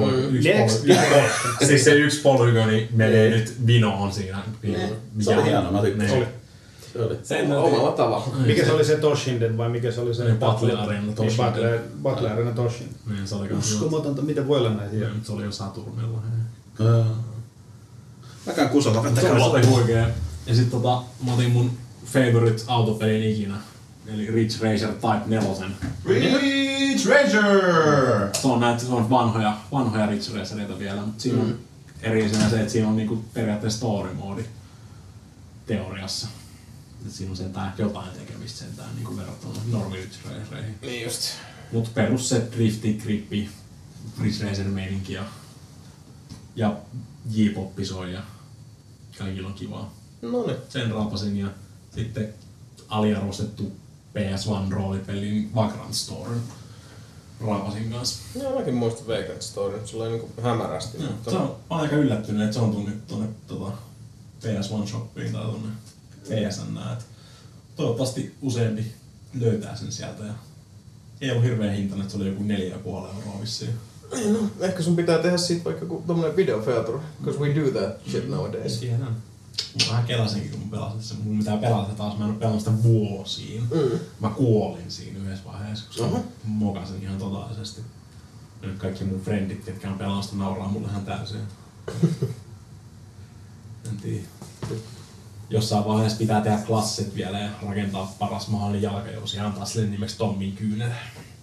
yksi polygoni menee nyt vinoon siinä. Se oli hieno, mä tykkäsin. Sen omalla tavalla. Mikä se oli se Toshinden vai mikä se oli se? Battle Arena Toshinden. Battle Arena Toshinden. Niin, se oli kans. Uskomatonta, miten voi olla näin hieno. Se oli jo Saturnilla. Mäkään kusalla. Se oli huikea. Ja sit mä otin mun favorite autopelin ikinä. Eli Ridge Racer Type 4. Ridge Racer! Se on vanhoja Ridge Racereita vielä, mutta siinä on erillisenä se, että siinä on niinku periaatteessa story-moodi teoriassa. Et siinä on sentään jotain tekemistä sentään niinku verrattuna normi Ridge Racereihin. Niin just. Mut perus se drifti, grippi, Ridge Racer meininki ja J-poppi soi ja kaikilla on kivaa. Noniin. Sen raapasin ja sitten aliarvostettu PS1-roolipelin Vagrant Story raapasin kanssa. Joo, mäkin muistan Vagrant Story, se oli niinku hämärästi. Se on aika yllättynyt, että se on tullut tuonne PS1-shoppiin tai tuonne PSN. Toivottavasti useampi löytää sen sieltä. Ja ei ollut hirveän hintainen, että se oli joku 4,5 € vissiin. No, ehkä sun pitää tehdä siitä vaikka tommonen videofeature, cause we do that shit nowadays. Tiedän. Mä vähän kelasinkin, kun mä pelasin sen. Mun pitää pelata taas, mä en oo pelannut sitä vuosiin. Mä kuolin siinä yhdessä vaiheessa, koska mä mokasin ihan totaalisesti. Nyt kaikki mun friendit, ketkä on pelannut sitä, nauraa mulle ihan täysin. En tiedä. Jossain vaiheessa pitää tehdä klassit vielä ja rakentaa paras mahdollinen jalkajousi ja antaa sille nimeksi Tommin kyynel.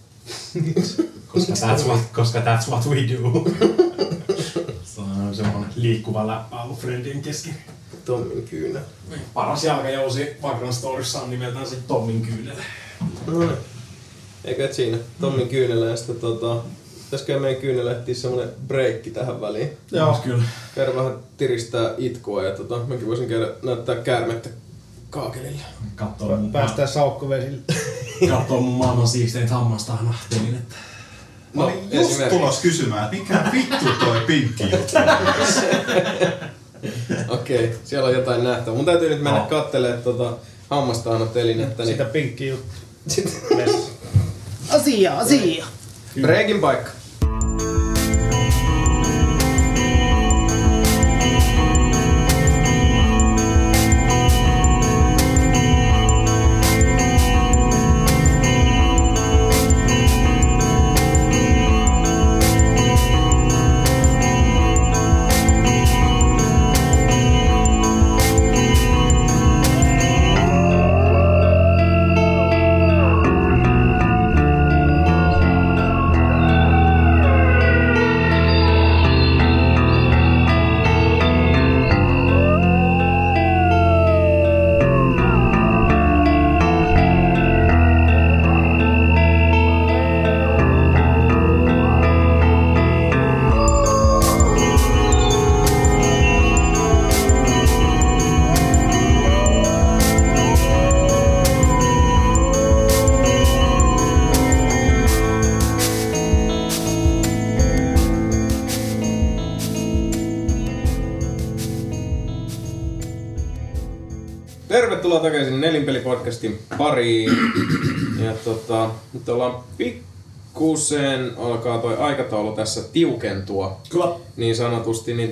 koska that's what we do. Se on semmonen liikkuva läppä ollut friendien kesken. Tommin kyynel. Paras jalkajousi Vagrant Storyssa on nimeltään se Tommin kyynel. No niin. Eikä et siinä. Tommin kyynelä ja sitten pitäisikö meidän kyynelä etsiä semmonen breikki tähän väliin. Joo, kyllä. Käydä vähän tiristää itkua ja mäkin voisin käydä näyttää käärmettä kaakelilla. Päästään saukkovesille. Kattoo mun maailman siisteitä hammastahnahtelin. Mä olin just tulos kysymään, että mikä vittu toi pinkki juttu. Okei, siellä on jotain nähtävää. Mun täytyy nyt mennä kattelemaan hammastahnatelinettä. Sitä pinkki juttu. Asia. Breikin paikka. Tervetuloa takaisin Nelinpeli-podcastin pariin. Ja nyt ollaan pikkusen, alkaa toi aikataulu tässä tiukentua. Kyllä. Niin sanotusti, niin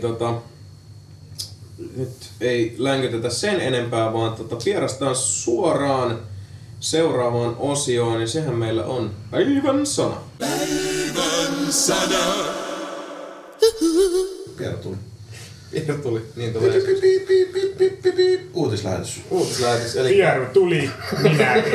nyt ei länkytetä sen enempää, vaan vierastaan suoraan seuraavaan osioon, niin sehän meillä on päivän sana. Päivän sana. Kertuli. Tuli, niin tulee. Uutislähetys. Uutislähetys, eli Pieru tuli, minä en.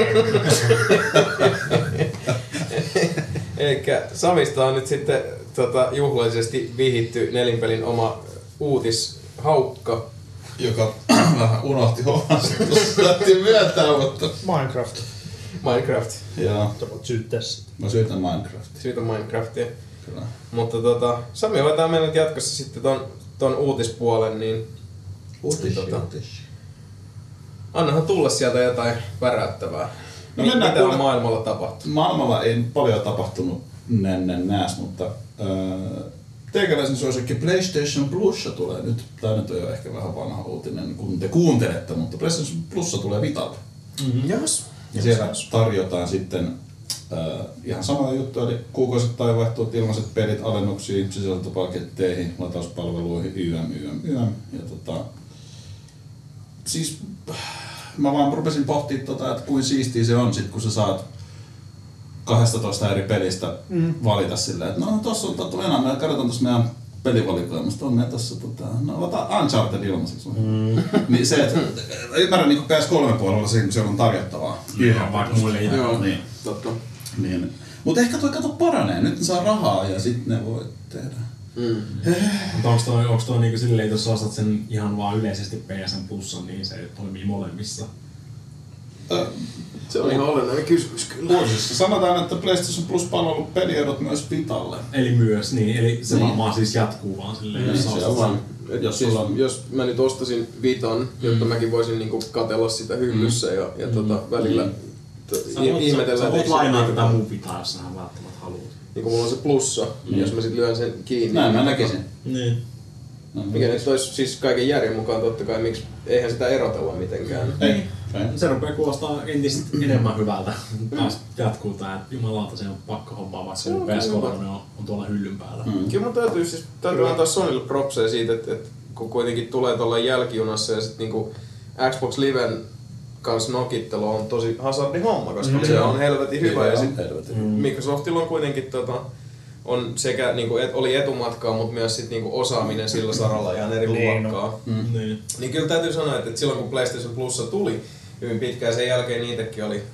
elikkä Samista on nyt sitten juhlallisesti vihitty Nelinpelin oma uutishaukka. Joka vähän unohti hommansa, tuossa lähti myöntää, mutta... Minecraft. Joo. Syyttää sitä. Mä syytän Minecraftia. Syytä Minecraftia. Kyllä. Mutta Sami hoitaa meillä nyt jatkossa sitten ton uutispuolen, niin Uutis. annahan tulla sieltä jotain väräyttävää. No mennään mitä on maailmalla tapahtunut? Maailmalla ei paljon tapahtunut nääs, mutta teikäläisen suosikki PlayStation Plussa tulee nyt. Tää nyt on jo ehkä vähän vanha uutinen, kun te kuuntelette, mutta PlayStation Plussa tulee Vitalle. Yes. Ja siellä tarjotaan sitten ihan samoja juttuja, eli kuukausittain vaihtuvat ilmaiset pelit alennuksiin, sisältöpaketteihin, latauspalveluihin, YM. Ja siis mä vaan rupesin pohtimaan, että kuin siistiä se on sit, kun sä saat 12 eri pelistä valita silleen, että no tossa on enää, me katsotaan tossa meidän pelivalikoimasta, on meidän tossa no otetaan Uncharted ilmaiseksi. Niin se, että ymmärrän niinku PS3 puolella siellä on tarjottavaa. Ihan vaikka muille ei. Joo, Niin. totta. Niin. Mutta ehkä toi kato paranee, nyt ne saa rahaa ja sit ne voi tehdä. Mutta onks toi niinku silleen, jos sä ostat sen ihan vaan yleisesti PSN Plusan, niin se toimii molemmissa? Se on ihan olennainen kysymys kyllä. Vuosissa sanotaan, että PlayStation Plus-palvelu peliedot myös Vitalle. Eli myös, niin. Eli se varmaan siis jatkuu vaan silleen, jos sä Se on ostat vaan, sen. Jos mä nyt ostasin Vitan, jotta mäkin voisin niinku katsella sitä hyllyssä ja välillä ihmetellä. Sä voit lainaa tätä mun Vitaa, jos sähän välttämättä haluat. Niinku mulla on se plussa, jos mä sit lyön sen kiinni. näin mä näkisin. Niin. Mikä nyt olisi siis kaiken järjen mukaan totta kai, miksi eihän sitä erotella mitenkään. Ei. Se rupeaa kuulostaa entistä enemmän hyvältä. Taas jatkuu tää, että jumalauta se on pakko hommaa, vaikka se PS3 on tuolla hyllyn päällä. Kyllä mun täytyy antaa Sonylle propseja siitä, että kun kuitenkin tulee tuolla jälkijunassa ja sit niinku Xbox Liven kanssa nokittelu on tosi hazardi homma, koska se on helvetin hyvä ja sit Microsoftilla on kuitenkin on sekä niinku oli etumatkaa, mutta myös sit niinku osaaminen sillä saralla ihan eri luokkaa. Niin kyllä täytyy sanoa, että silloin kun PlayStation Plussa tuli hyvin pitkään, sen jälkeen niitäkin oli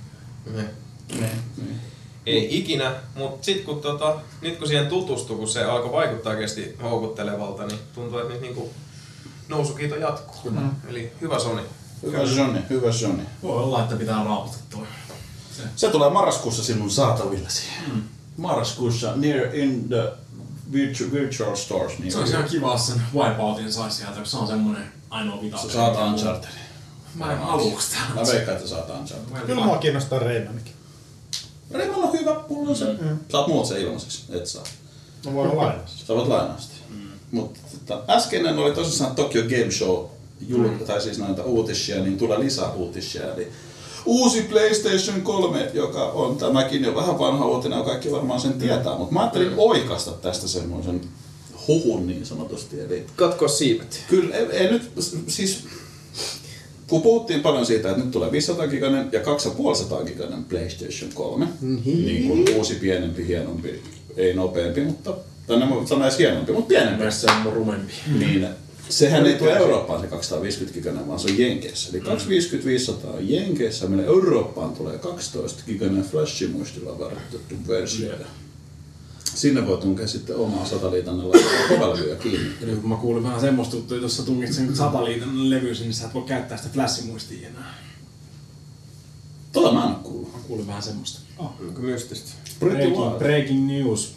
ei ikinä, mutta sit kun nyt kun siihen tutustui, kun se alkoi vaikuttaa oikeesti houkuttelevalta, niin tuntuu, että nyt niinku nousukiito jatkuu. Eli hyvä Sony. Hyvä Sony. Voi olla, että pitää raapata toi. Se tulee marraskuussa sinun saatavillesi. Marraskuussa near in the virtual stores. Niin se on ihan kiva, sen Wipeoutin sais sieltä, kun se on semmonen ainoa vita. Sä saat Uncharted. Mä en aluksi täällä. Mä veikkaan, että sä saat Uncharted. Kyllä mua kiinnostaa Raymanikin. Rayman on hyvä, mulla on se. Saat muut se ilmaiseksi, et saa. No voi olla lainasta. Sä voit lainaa sitä. Mutta äskeinen oli tosissaan Tokyo Game Show, tai siis noita uutisia, niin tulee lisää uutisia. Eli uusi PlayStation 3, joka on tämäkin jo vähän vanha uutinen, ja kaikki varmaan sen tietää, mutta mä ajattelin oikaista tästä semmoisen huhun niin sanotusti. Eli katko siivet. kyllä, ei nyt, siis kun puhuttiin paljon siitä, että nyt tulee 500-gigainen ja 250-gigainen PlayStation 3, niin kuin uusi, pienempi, hienompi, ei nopeampi, mutta tai en sano edes hienompi, mutta pienempi. Se on rumempi. Niin, sehän ei tule Eurooppaan se 250-gigainen, vaan se on Jenkeissä. Eli 250-500 on Jenkeissä, meille Eurooppaan tulee 12-gigainen flashimuistilla varattu versio. Sinne voi tunkea sitten omaa sataliitannella kovalevyä kiinni. Eli kun mä kuulin vähän semmoista juttua, että jos sä tunkit sen sataliitannan levyyn, niin sä et voi käyttää sitä flashimuistia enää. Tota mä en oo kuullut. Mä kuulin vähän semmoista. Onko mystistä? Breaking news.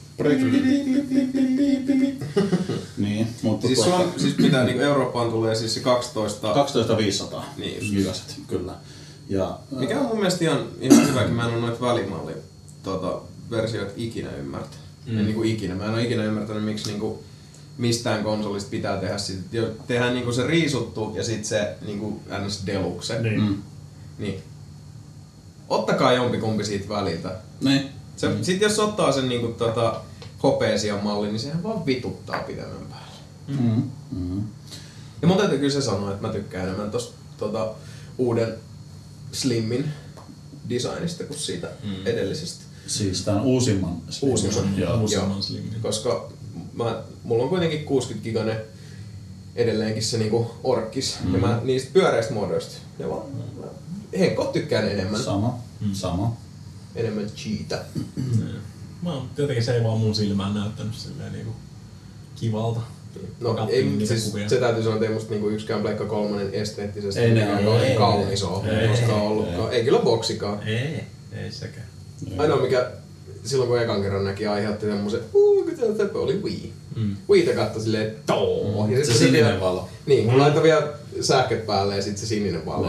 Niin, mutta Siis pitää niinku Eurooppaan tulee siis se 12-500 niin, gigaset, kyllä. Ja, mikä on mun mielestä ihan hyväkin, mä en oo noita välimallin versioita ikinä ymmärtänyt. En niinku ikinä. Mä en oo ikinä ymmärtänyt, miksi niinku mistään konsolista pitää tehdä tehdään niinku se riisuttu ja sit se niinku ns. Deluxe. Niin. Ottakaa jompikumpi siitä väliltä. niin. Sit jos ottaa sen niinku hopeesian malli, niin sehän vaan vituttaa pidemmän päälle. Ja mun täytyy kyllä se sanoa, että mä tykkään enemmän tosta uuden Slimmin designista kuin siitä edellisestä. Siis tän uusimman Slimmin. Koska mulla on kuitenkin 60-gigainen edelleenkin se niinku orkkis. Ja mä niistä pyöreistä muodoista. Ja vaan Henkko tykkään enemmän. Sama. Enemmän cheata. Jotenkin se ei vaan mun silmään näyttänyt silleen niinku kivalta. No ei, siis se täytyy sanoa, että ei musta niinku yksikään Pleikka 3 esteettisesti kaunis ole koskaan ollutkaan. Ei kyllä boksikaan. Ei sekään. Ainoa mikä silloin kun ekan kerran näki aiheutti semmosen kun se oli Wii. Wiita katsoi silleen too. Ja se sininen valo. Niin, kun laittoi vielä sähköt päälle ja sit se sininen valo.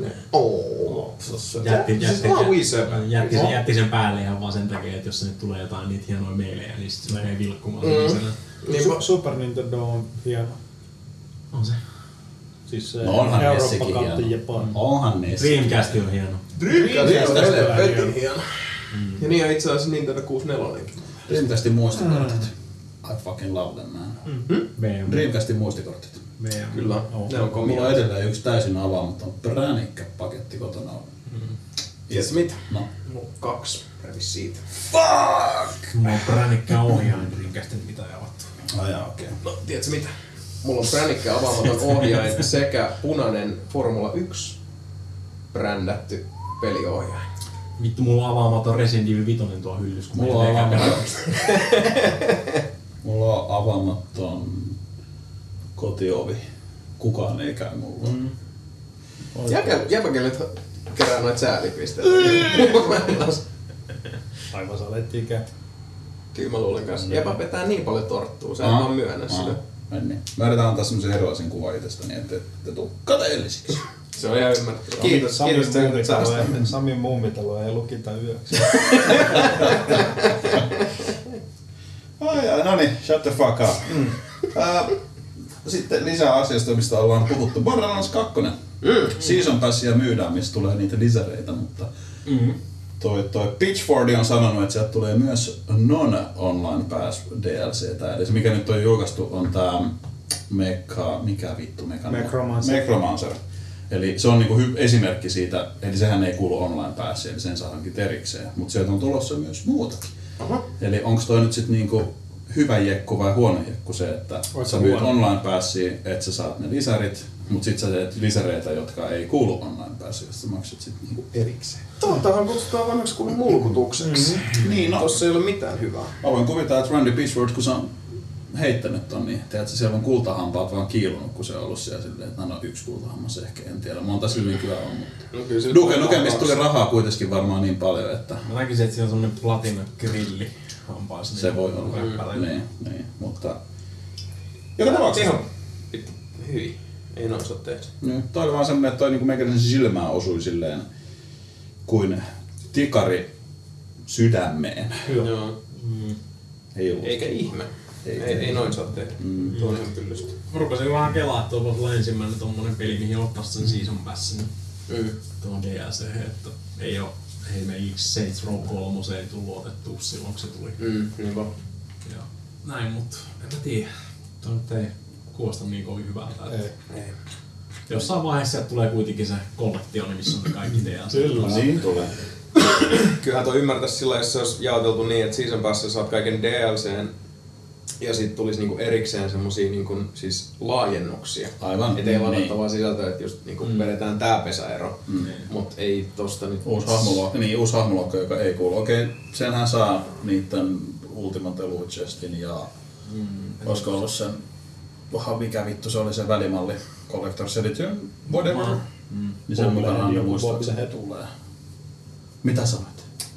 Jätti sen päälle ihan vaan sen takia, että jos se nyt tulee jotain niitä hienoja meilejä, niin sit se menee vilkkumaan. Super Nintendo on hieno. On se. Siis onhan Eurooppa kautta Japan. Onhan ne. Dreamcast on hieno. Dreamcast on helvetin hieno. Ja niin on itse asiassa Nintendo 64. Dreamcastin muistikortit. I fucking love them, man. Dreamcastin muistikortit. Kyllä, ne on komia. Mulla on edelleen yksi täysin avaamaton pränikkäpaketti kotona. Tiedätkö mitä? No. Mulla on 2. Revis siitä. Fuck! Mulla on pränikkä ohjain Dreamcastin mitä ei avattu. Okei. No, tiedätkö mitä? Mulla on pränikkä avaamaton ohjain sekä punainen Formula 1 brändätty peliohjain. Vittu, mulla on avaamaton Resident Evil 5 tuo hyllys, kun mulla on avaamaton kotiovi. Kukaan ei käy mulla. Jäpäkelet kerää noit säälipisteitä. Aivan saletti ikä. Kyllä mä luulen kanssa. Jäpä petää niin paljon torttua, sä et vaan myönnä sitä. Mä yritän antaa semmosen heroisen kuvan itsestäni, että te tuu kateellisiksi. Se on ihan ymmärrettävä. Kiitos sen säästäminen. Samin mummitalo ei lukita yöksi. No niin, shut the fuck up. Sitten lisää asiasta, mistä ollaan puhuttu. Borderlands 2. Season Passia myydään, missä tulee niitä lisäreitä, mutta toi Pitchford on sanonut, että sieltä tulee myös non-online pass DLCtä. Eli se mikä nyt on julkaistu on tää mikä vittu Necromancer. Eli se on niinku esimerkki siitä, eli sehän ei kuulu online päässiin, eli sen saa hankit erikseen, mutta sieltä on tulossa myös muutakin. Eli onko toi nyt sit niinku hyvä jekku vai huono jekku se, että sä myyt online päässiin, että sä saat ne lisärit, mutta sit sä teet lisäreitä, jotka ei kuulu online päässiin, josta sä maksat sit niinku erikseen. Tottahan kutsutaan vanhaksi kuin mulkutukseksi. Niin, no. Tossa ei ole mitään hyvää. Mä voin kuvitella, että Randy Pitchford, kun se on heittänyt ton, niin tiedätkö, siellä on kultahampaat vaan kiilunut, kun se on ollut siellä silleen, että no yksi kultahammas ehkä, en tiedä. Monta silmin kyllä on, mutta Duke Nukemista tuli rahaa kuitenkin varmaan niin paljon, että Mä näkisin, että siinä on semmonen platina-grilli hampaassa. se voi olla. Niin, mutta joka tapauksessa. Ihan vittu hyi. Ei noin saa tehdä. Niin, toi oli vaan semmonen, että toi niinku meikäläisen silmään osui silleen kuin tikari sydämeen. Joo. Ei ollut. Eikä ihme. Ei noin saa tehdä. Tuo on ihan pyllystä. Rupesin vähän kelaa, että tuo olla ensimmäinen tommonen peli, mihin ottaa sen season passin. Tuohon DLC, että ei oo esimerkiksi Saints Row 3 ei tullut otettua silloin, kun se tuli. Niin vaan. Ja näin, mut en mä tiedä. Tuo nyt ei kuulosta niin kovin hyvältä. Ei. Jossain vaiheessa sieltä tulee kuitenkin se kollektioni, missä on kaikki DLC. Kyllä, siinä tulee. Kyllähän toi ymmärtäisi sillä, jos se olisi jaoteltu niin, että Season Passissa saat kaiken DLCn ja sit tulisi niinku erikseen semmosia niinku siis laajennuksia. Aivan. Et ei ladattavaa sisältöä, että just niinku vedetään tää pesäero, mut ei tosta nyt... Uusi hahmolokka, joka ei kuulu. Okei, senhän saa niitten Ultimate Loot Chestin ja olisiko ollut sen, mikä vittu se oli se välimalli, Collector's Edition, whatever. Niin sen mukaan jo muistaakseni tulee. Mitä sanoit?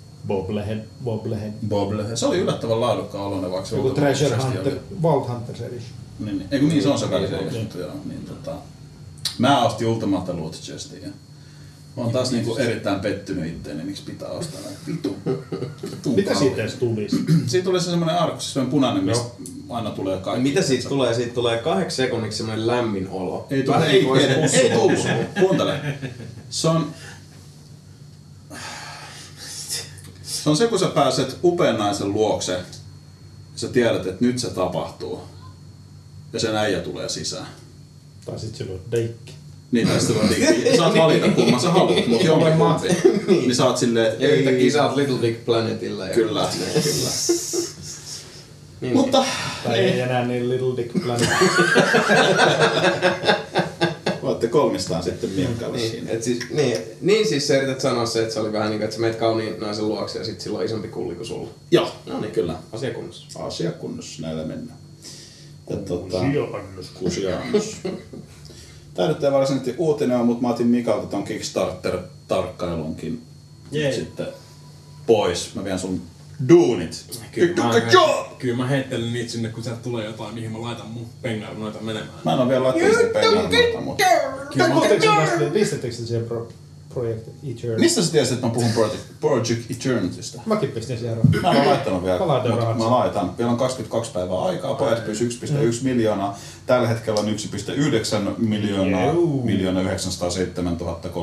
Bobblehead. Se oli yllättävän laadukkaan oloinen, vaikka se joku Treasure Hunter, Vault Hunters Edition. Niin se on se välisellistetty, joo. Mä ostin Ultimate Loot Chestin ja mä oon taas niinku erittäin pettynyt itteeni, miksi pitää ostaa näitä vitu. Mitä siitä edes tulisi? Siitä tulee se semmonen arkku, se on punainen, mistä aina tulee kaikki. Mitä siitä tulee? Siitä tulee 8 sekunniksi semmonen lämmin olo. Ei tullu. Kuuntele. Se on se, kun sä pääset upean naisen luokse, ja sä tiedät, että nyt se tapahtuu, ja sen äijä tulee sisään. Tai sit sillä on deikki. Niin, tai sitten on deikki. Saat valita, kumman sä haluat, mutta jompikumpi. Niin saat silleen, ja yhtäkkiä sä oot Little Big Planetilla. Kyllä. Niin. Mutta... Tai ei enää niin Little Dick Planet. Voitte kolmistaan sitten miekkailla siinä. Niin siis sä yrität sanoa se, että se oli vähän niin kuin, että sä meet kauniin naisen luokse ja sit sillä on isompi kulli kuin sulla. Joo, no niin, kyllä. Asiakunnossa. Asiakunnossa, näillä mennään. Kusiannus. Tää nyt ei varsinaisesti uutinen on, mutta mä otin Mikalta ton Kickstarter-tarkkailunkin sitten pois. Mä vien sun duunit. Kyllä mä heittelen niitä sinne, kun sieltä tulee jotain, mihin mä laitan mun pengailunoita menemään. Mä en oo vielä laittanut sitä pengailunoita, mutta... Pistettekö se siihen Project Eternity? Mistä sä tiesit, että mä puhun Project Eternitystä? Mäkin pistin siihen Mä en oo laittanut vielä, mutta mä laitan. Vielä on 22 päivää aikaa, pojat pyys 1,1 miljoonaa. Tällä hetkellä on 1,9 miljoonaa 907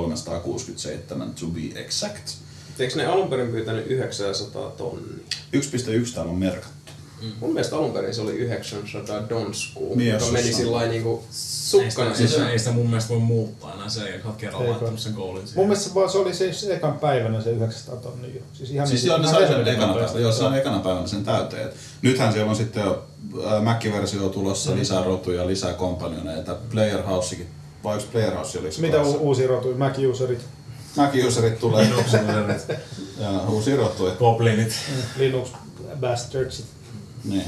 367 to be exact. Eikö ne alun perin pyytänyt 900 tonnia? 1,1 täällä on merkattu. Mun mielestä alun perin se oli 900 donskuu, niin, joka meni sillain niinku sukkana sisään. Ei sitä mun mielestä voi muuttaa enää se, että oot kerran laittanut sen goalin siihen. Mun mielestä se oli siis ekan päivänä se 900 tonnia jo. Siis joo, ne sai sen ekana päivänä. Joo, se on ekana päivänä sen täyteen. Nythän siellä on sitten jo Mac-versio tulossa, lisää rotuja, lisää kompanjoneita. Player Housekin. Vai onko Player House oliko? Mitä uusia rotuja? Mac-userit? Mac-userit tulee. Linux-userit. Ja uusia rotuja. Goblinit. Linux Bastardsit. Niin.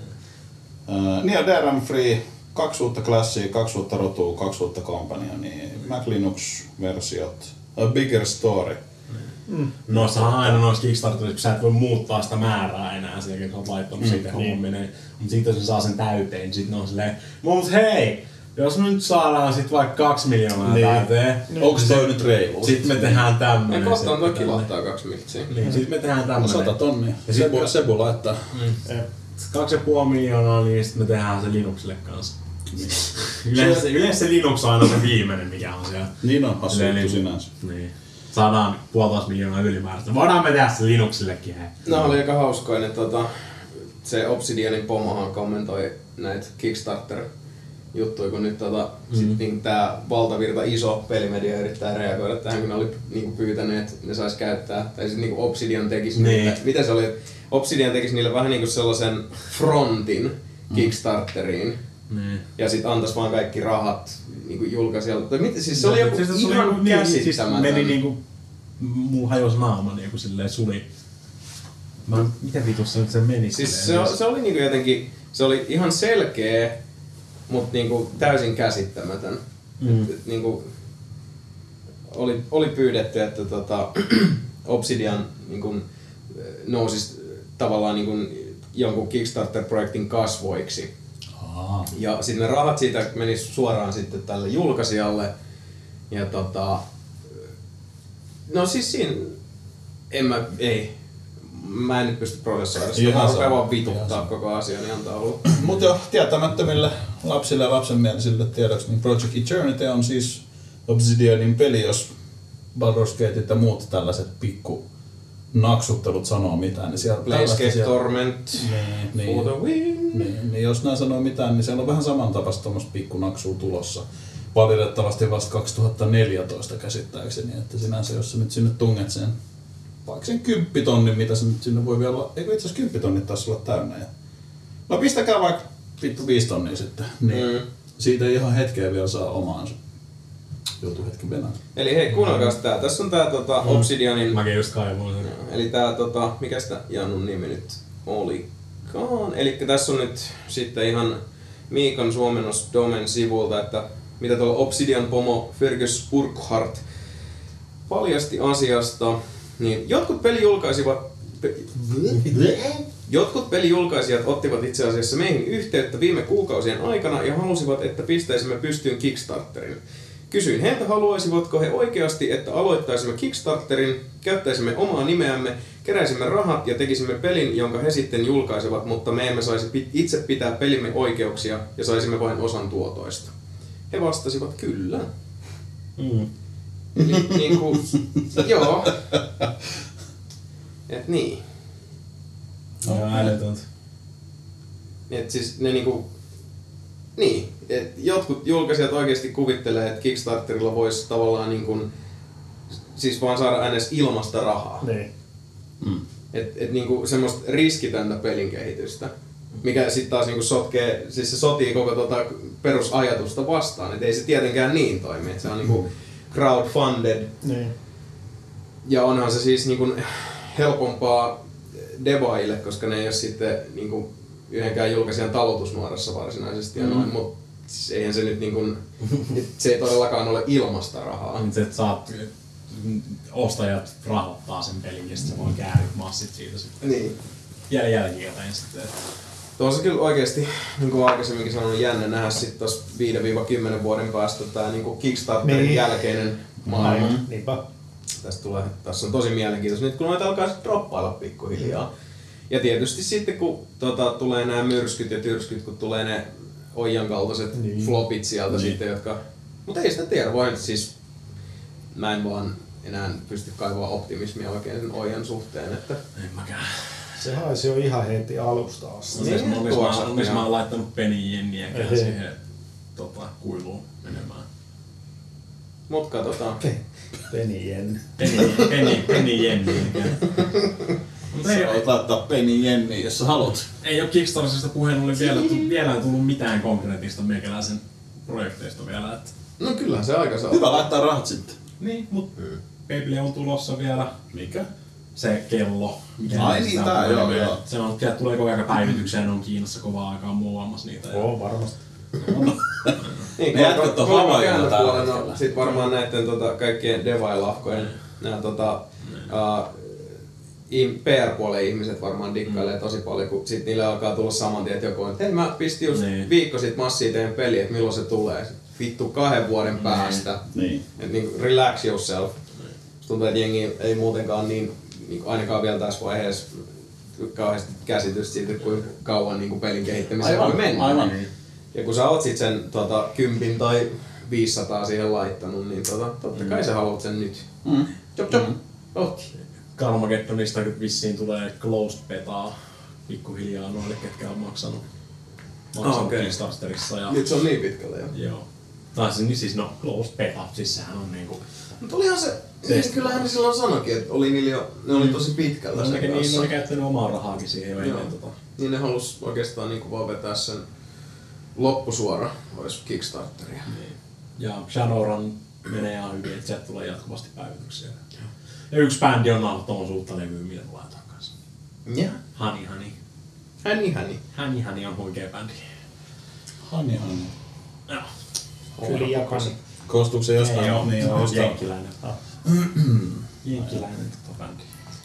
Niin on DRM Free, 2 uutta klassia, 2 uutta rotua, 2 uutta kompanjonia, Mac Linux-versiot, A Bigger Story. Noissahan aina noissa Kickstarterissa, kun sä et voi muuttaa sitä määrää enää sen jälkeen, kun oot laittanut siitä homma menee. Mutta sitten jos se saa sen täyteen, niin sitten ne on silleen, mut hei! Jos me nyt saadaan sit vaikka 2 miljoonaa täyteen. Onko toi nyt reilu? Sitten me tehdään tämmönen. Ei kohtaan toki lahtaa 2 miltsiä. Niin, sit me tehdään tämmönen. 100 tonnia. Ja Sebu laittaa. 2,5 miljoonaa, niin sit me tehdään se Linuxille kanssa. Yleensä se Linux on aina se viimeinen, mikä on siellä. Niin on, hassu juttu sinänsä. Niin. Saadaan 1,5 miljoonaa ylimääräistä. Voidaan me tehdä se Linuxillekin. No oli aika hauskoinen, se Obsidianin pomohan kommentoi näitä Kickstarter juttuja, kun nyt sit niinku tää valtavirta iso pelimedia yrittää reagoida tähän, kun ne oli niinku pyytänyt, että ne sais käyttää, tai sit niinku Obsidian tekisi niille, mitä se oli, Obsidian tekisi niille vähän niinku sellaisen frontin Kickstarteriin, ja sit antais vaan kaikki rahat niinku julkaisijalta. Siis se oli joku ihan käsittämätön. Meni niinku, mulla hajosi naama niinku silleen suli. Miten vitussa nyt se meni? Siis se oli niinku jotenkin, se oli ihan selkeä, mut niinku täysin käsittämätön. Et niinku oli pyydetty, että Obsidian niinku nousisi tavallaan niinku jonkun Kickstarter-projektin kasvoiksi. Ja sitten ne rahat siitä menis suoraan sitten tälle julkaisijalle. Ja no siis siinä mä en nyt pysty prosessoida sitä, mä rupean vaan vituttaa koko asian ihan tauluun. Mut jo tietämättömille lapsille ja lapsenmielisille tiedoksi, niin Project Eternity on siis Obsidianin peli, jos Baldur's Gateit ja muut tällaiset pikku naksuttelut sanoo mitään, niin siellä Planescape Torment, For the Win. Niin, jos nää sanoo mitään, niin siellä on vähän samantapaista tommoista pikkunaksua tulossa. Valitettavasti vasta 2014 käsittääkseni, että sinänsä jos sä nyt sinne tunget sen vaikka sen 10 tonnin, mitä se nyt sinne voi vielä olla, eikö itse asiassa 10 tonnit taisi olla täynnä. No pistäkää vaikka vittu 5 tonnia sitten, niin siitä ei ihan hetkeä vielä saa omaansa. Joutuu hetken venään. Eli hei, kuunnelkaas tää. Tässä on tää Obsidianin... Mäkin just kaivoin sen. Eli tää mikä sitä Jannun nimi nyt olikaan? Elikkä tässä on nyt sitten ihan Miikan suomennos Domen sivulta, että mitä tuolla Obsidian pomo Fergus Urquhart paljasti asiasta. Niin jotkut pelijulkaisijat ottivat itse asiassa meihin yhteyttä viime kuukausien aikana ja halusivat, että pistäisimme pystyyn Kickstarterin. Kysyin heiltä, haluaisivatko he oikeasti, että aloittaisimme Kickstarterin, käyttäisimme omaa nimeämme, keräisimme rahat ja tekisimme pelin, jonka he sitten julkaisevat, mutta me emme saisi itse pitää pelimme oikeuksia ja saisimme vain osan tuotoista. He vastasivat kyllä. Niinku, joo. Et niin. No älytöntä. Et siis ne niinku... Niin, et jotkut julkaisijat oikeesti kuvittelee, että Kickstarterilla voisi tavallaan niinku... Siis vaan saada ns. Ilmasta rahaa. Niin. Et niinku semmoista riskitöntä pelin kehitystä. Mikä sit taas niinku sotkee, siis se sotii koko perusajatusta vastaan, et ei se tietenkään niin toimi. Et se on niinku crowdfunded. Niin. Ja onhan se siis niinku helpompaa devaille, koska ne ei ole sitten niinku yhdenkään julkaisijan talutusnuorassa varsinaisesti ja noin, mut siis eihän se nyt niinku, se ei todellakaan ole ilmasta rahaa. Se, että saat ostajat rahoittaa sen pelin ja sitten se voi käärit massit siitä sitten. Niin. Jälkikäteen sitten. Tuossa kyllä oikeesti, niin kuin aikaisemminkin sanoin, jännä nähdä sitten tossa 5-10 vuoden päästä tää niinku Kickstarterin jälkeinen maailma. Niinpä. Tässä on tosi mielenkiintoista nyt kun noita alkaa droppailla pikkuhiljaa. Ja tietysti sitten kun tulee nämä myrskyt ja tyrskyt, kun tulee ne Oijan kaltaiset flopit sieltä sitten, jotka... Mutta ei sitä tiedä, voi siis... Mä en vaan enää pysty kaivaa optimismia oikein sen Oijan suhteen, että... En mäkään. Se haisi jo ihan heti alusta asti. Niin, olis mä laittanut penijenniäkään siihen kuiluun menemään. Mut katsotaan. Penijenniäkään. Sä voit laittaa Penny Jenniin, jos sä haluat. Ei oo Kickstarterista puheen ollen vielä tullut mitään konkreettista meikäläisen projekteista vielä. Että... No kyllähän se aika saa. Hyvä laittaa rahat sitten. Niin, mut Beyblade on tulossa vielä. Mikä? Se kello. Ai niin, tää joo. Se on, sieltä tulee koko ajan päivitykseen, on Kiinassa kovaa aikaa muovaamassa niitä. Oo, varmasti. Niin, me jätkät on Havaijalla tällä hetkellä. Sit varmaan näitten kaikkien devailahkojen nää PR-puolen ihmiset varmaan dikkailee tosi paljon, kun sit niille alkaa tulla saman tien, että joku on, että hei mä pistin just viikko sit massia teidän peliä, että milloin se tulee. Vittu 2 vuoden päästä. Niin. Et niinku relax yourself. Tuntuu, että jengi ei muutenkaan niin ainakaan vielä tässä vaiheessa kauheasti käsitystä siitä, kuinka kauan niinku pelin kehittämiseen voi mennä. Aivan. Ja kun sä oot sit sen 10 tai 500 siihen laittanut, niin totta kai sä haluat sen nyt. Otti. Carmageddonista nyt vissiin tulee closed betaa pikkuhiljaa noille, ketkä on maksanut. maksanut Kickstarterissa. Ja... Nyt se on niin pitkällä jo. Joo. Tai siis no, closed beta, siis sehän on niinku... Mutta olihan se, kyllähän ne silloin sanoikin, että oli niillä jo, ne oli tosi pitkällä sen Niin, kanssa. ne oli käyttänyt omaa rahaakin siihen jo ennen Niin ne halus oikeastaan niinku vaan vetää sen loppusuora, ois Kickstarteria. Niin. Ja Shadowrun menee ihan hyvin, että sieltä tulee jatkuvasti päivityksiä. Ja yksi bändi on nauhoittamassa uutta levyä, mitä tulee takaisin. Ja? Honey on huikea bändi. Honey. Joo. Kyllä Japani. Koostuuko se jostain? Ei oo, niin on jostain. jenkkiläinen. Jenkkiläinen bändi.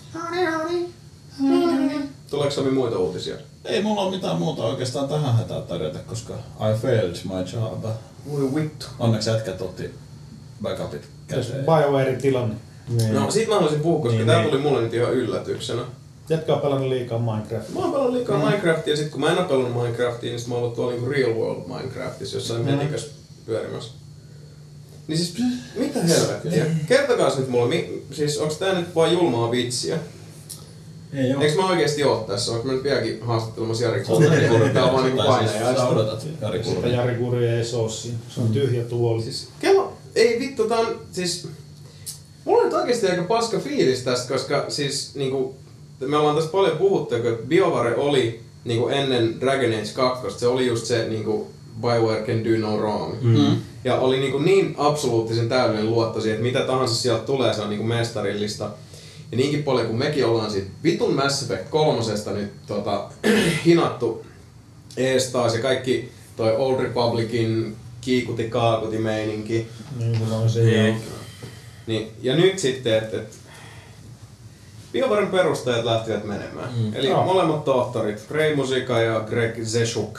Tuleeko Sami muita uutisia? Ei mulla ole mitään muuta oikeastaan tähän hätään tarjota, koska I failed my job. Voi vittu. Onneksi jätkät otti backupit käteen. BioWarein tilanne. No sit mä haluaisin puhua, koska tää tuli mulle nyt ihan yllätyksenä. Jätkä on pelannut liikaa Minecraftia. Mä oon pelannut liikaa Minecraftia ja sit kun mä en oo pelannut Minecraftia, niin sit mä oon ollut tuolla niinku Real World Minecraftissa jossain metikäs pyörimässä. Niin siis, mitä helvettiä? Kertokaas nyt mulle, siis onks tää nyt vaan julmaa vitsiä? Ei oo. Eiks mä oikeesti oo tässä? Onks mä nyt vieläkin haastattelemassa Jari Kurria? Tää on vaan niinku painajaista. Sä odotat Jari Sitä Kurria. Jari Kurria ei soo siinä. Se on tyhjä tuoli. Siis, ei vittu, tää on siis... Mulla on nyt oikeesti aika paska fiilis tästä, koska siis niinku... Me ollaan tässä paljon puhuttu, että BioWare oli niinku ennen Dragon Age 2, se oli just se niinku BioWare can do no wrong. Ja oli niinku niin absoluuttisen täydellinen luotto siihen, että mitä tahansa sieltä tulee, se on niinku mestarillista. Ja niinkin paljon kuin mekin ollaan siitä vitun Mass Effect 3:sta nyt hinattu ees taas ja kaikki toi Old Republicin kiikuti kaakuti meininki. Niin se on se joo. Niin, ja nyt sitten, että BioWaren perustajat lähtivät menemään. Eli molemmat tohtorit, Ray Musica ja Greg Zeshuk.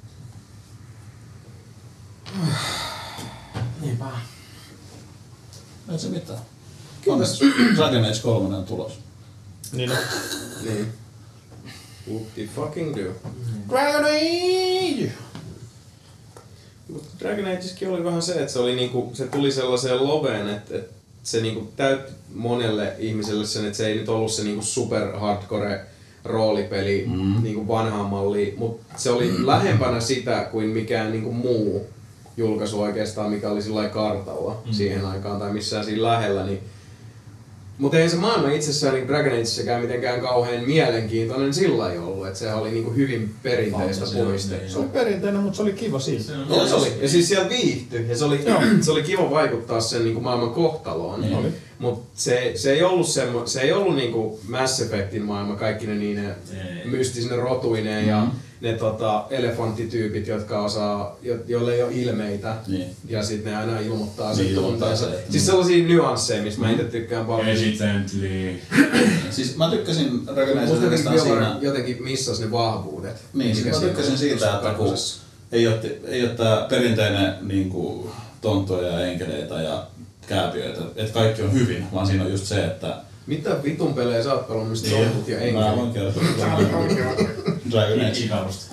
Niinpä. Ei se mitään. Onneksi Dragon Age 3 on tulos. Niin on. Niin. What the fucking do? Dragon Age! Dragon Ageskin oli vähän se, että se, oli niinku, se tuli sellaiseen loveen, että se niinku täytti monelle ihmiselle sen, että se ei nyt ollut se niinku super hardcore roolipeli niinku vanhaan malliin, mutta se oli lähempänä sitä kuin mikään niinku muu julkaisu oikeastaan, mikä oli sillä kartalla siihen aikaan tai missään siinä lähellä. Niin. Mutta ei se maailma itsessään niin Dragon Agessäkään mitenkään kauhean mielenkiintoinen sillä ei ollut, että se oli niinku hyvin perinteistä puistettu. Se oli perinteinen, mutta se oli kiva siitä. Se oli. Ja siis siellä viihtyi ja se oli kiva vaikuttaa sen niinku maailman kohtaloon. Mutta se ei ollut niinku Mass Effectin maailma kaikki ne niine mystisine rotuineen ja ne elefanttityypit, jotka osaa, joille ei ole ilmeitä ja sitten ne aina ilmoittaa sen tunteensa. Siis sellaisia nyansseja, mistä mä itse tykkään paljon. Hesitantly. Siis mä tykkäsin Dragon Age oikeastaan siinä... jotenkin missasi ne vahvuudet. Niin, siis mä tykkäsin siitä, että kun ei ole tää perinteinen niinku tonttuja ja enkeleitä ja kääpiöitä, että kaikki on hyvin, vaan siinä on just se, että... Mitä vitun pelejä sä oot pelannut, mistä tontut ja enkelit? Mä voin kertoa. Dragon Age. Ikarusta.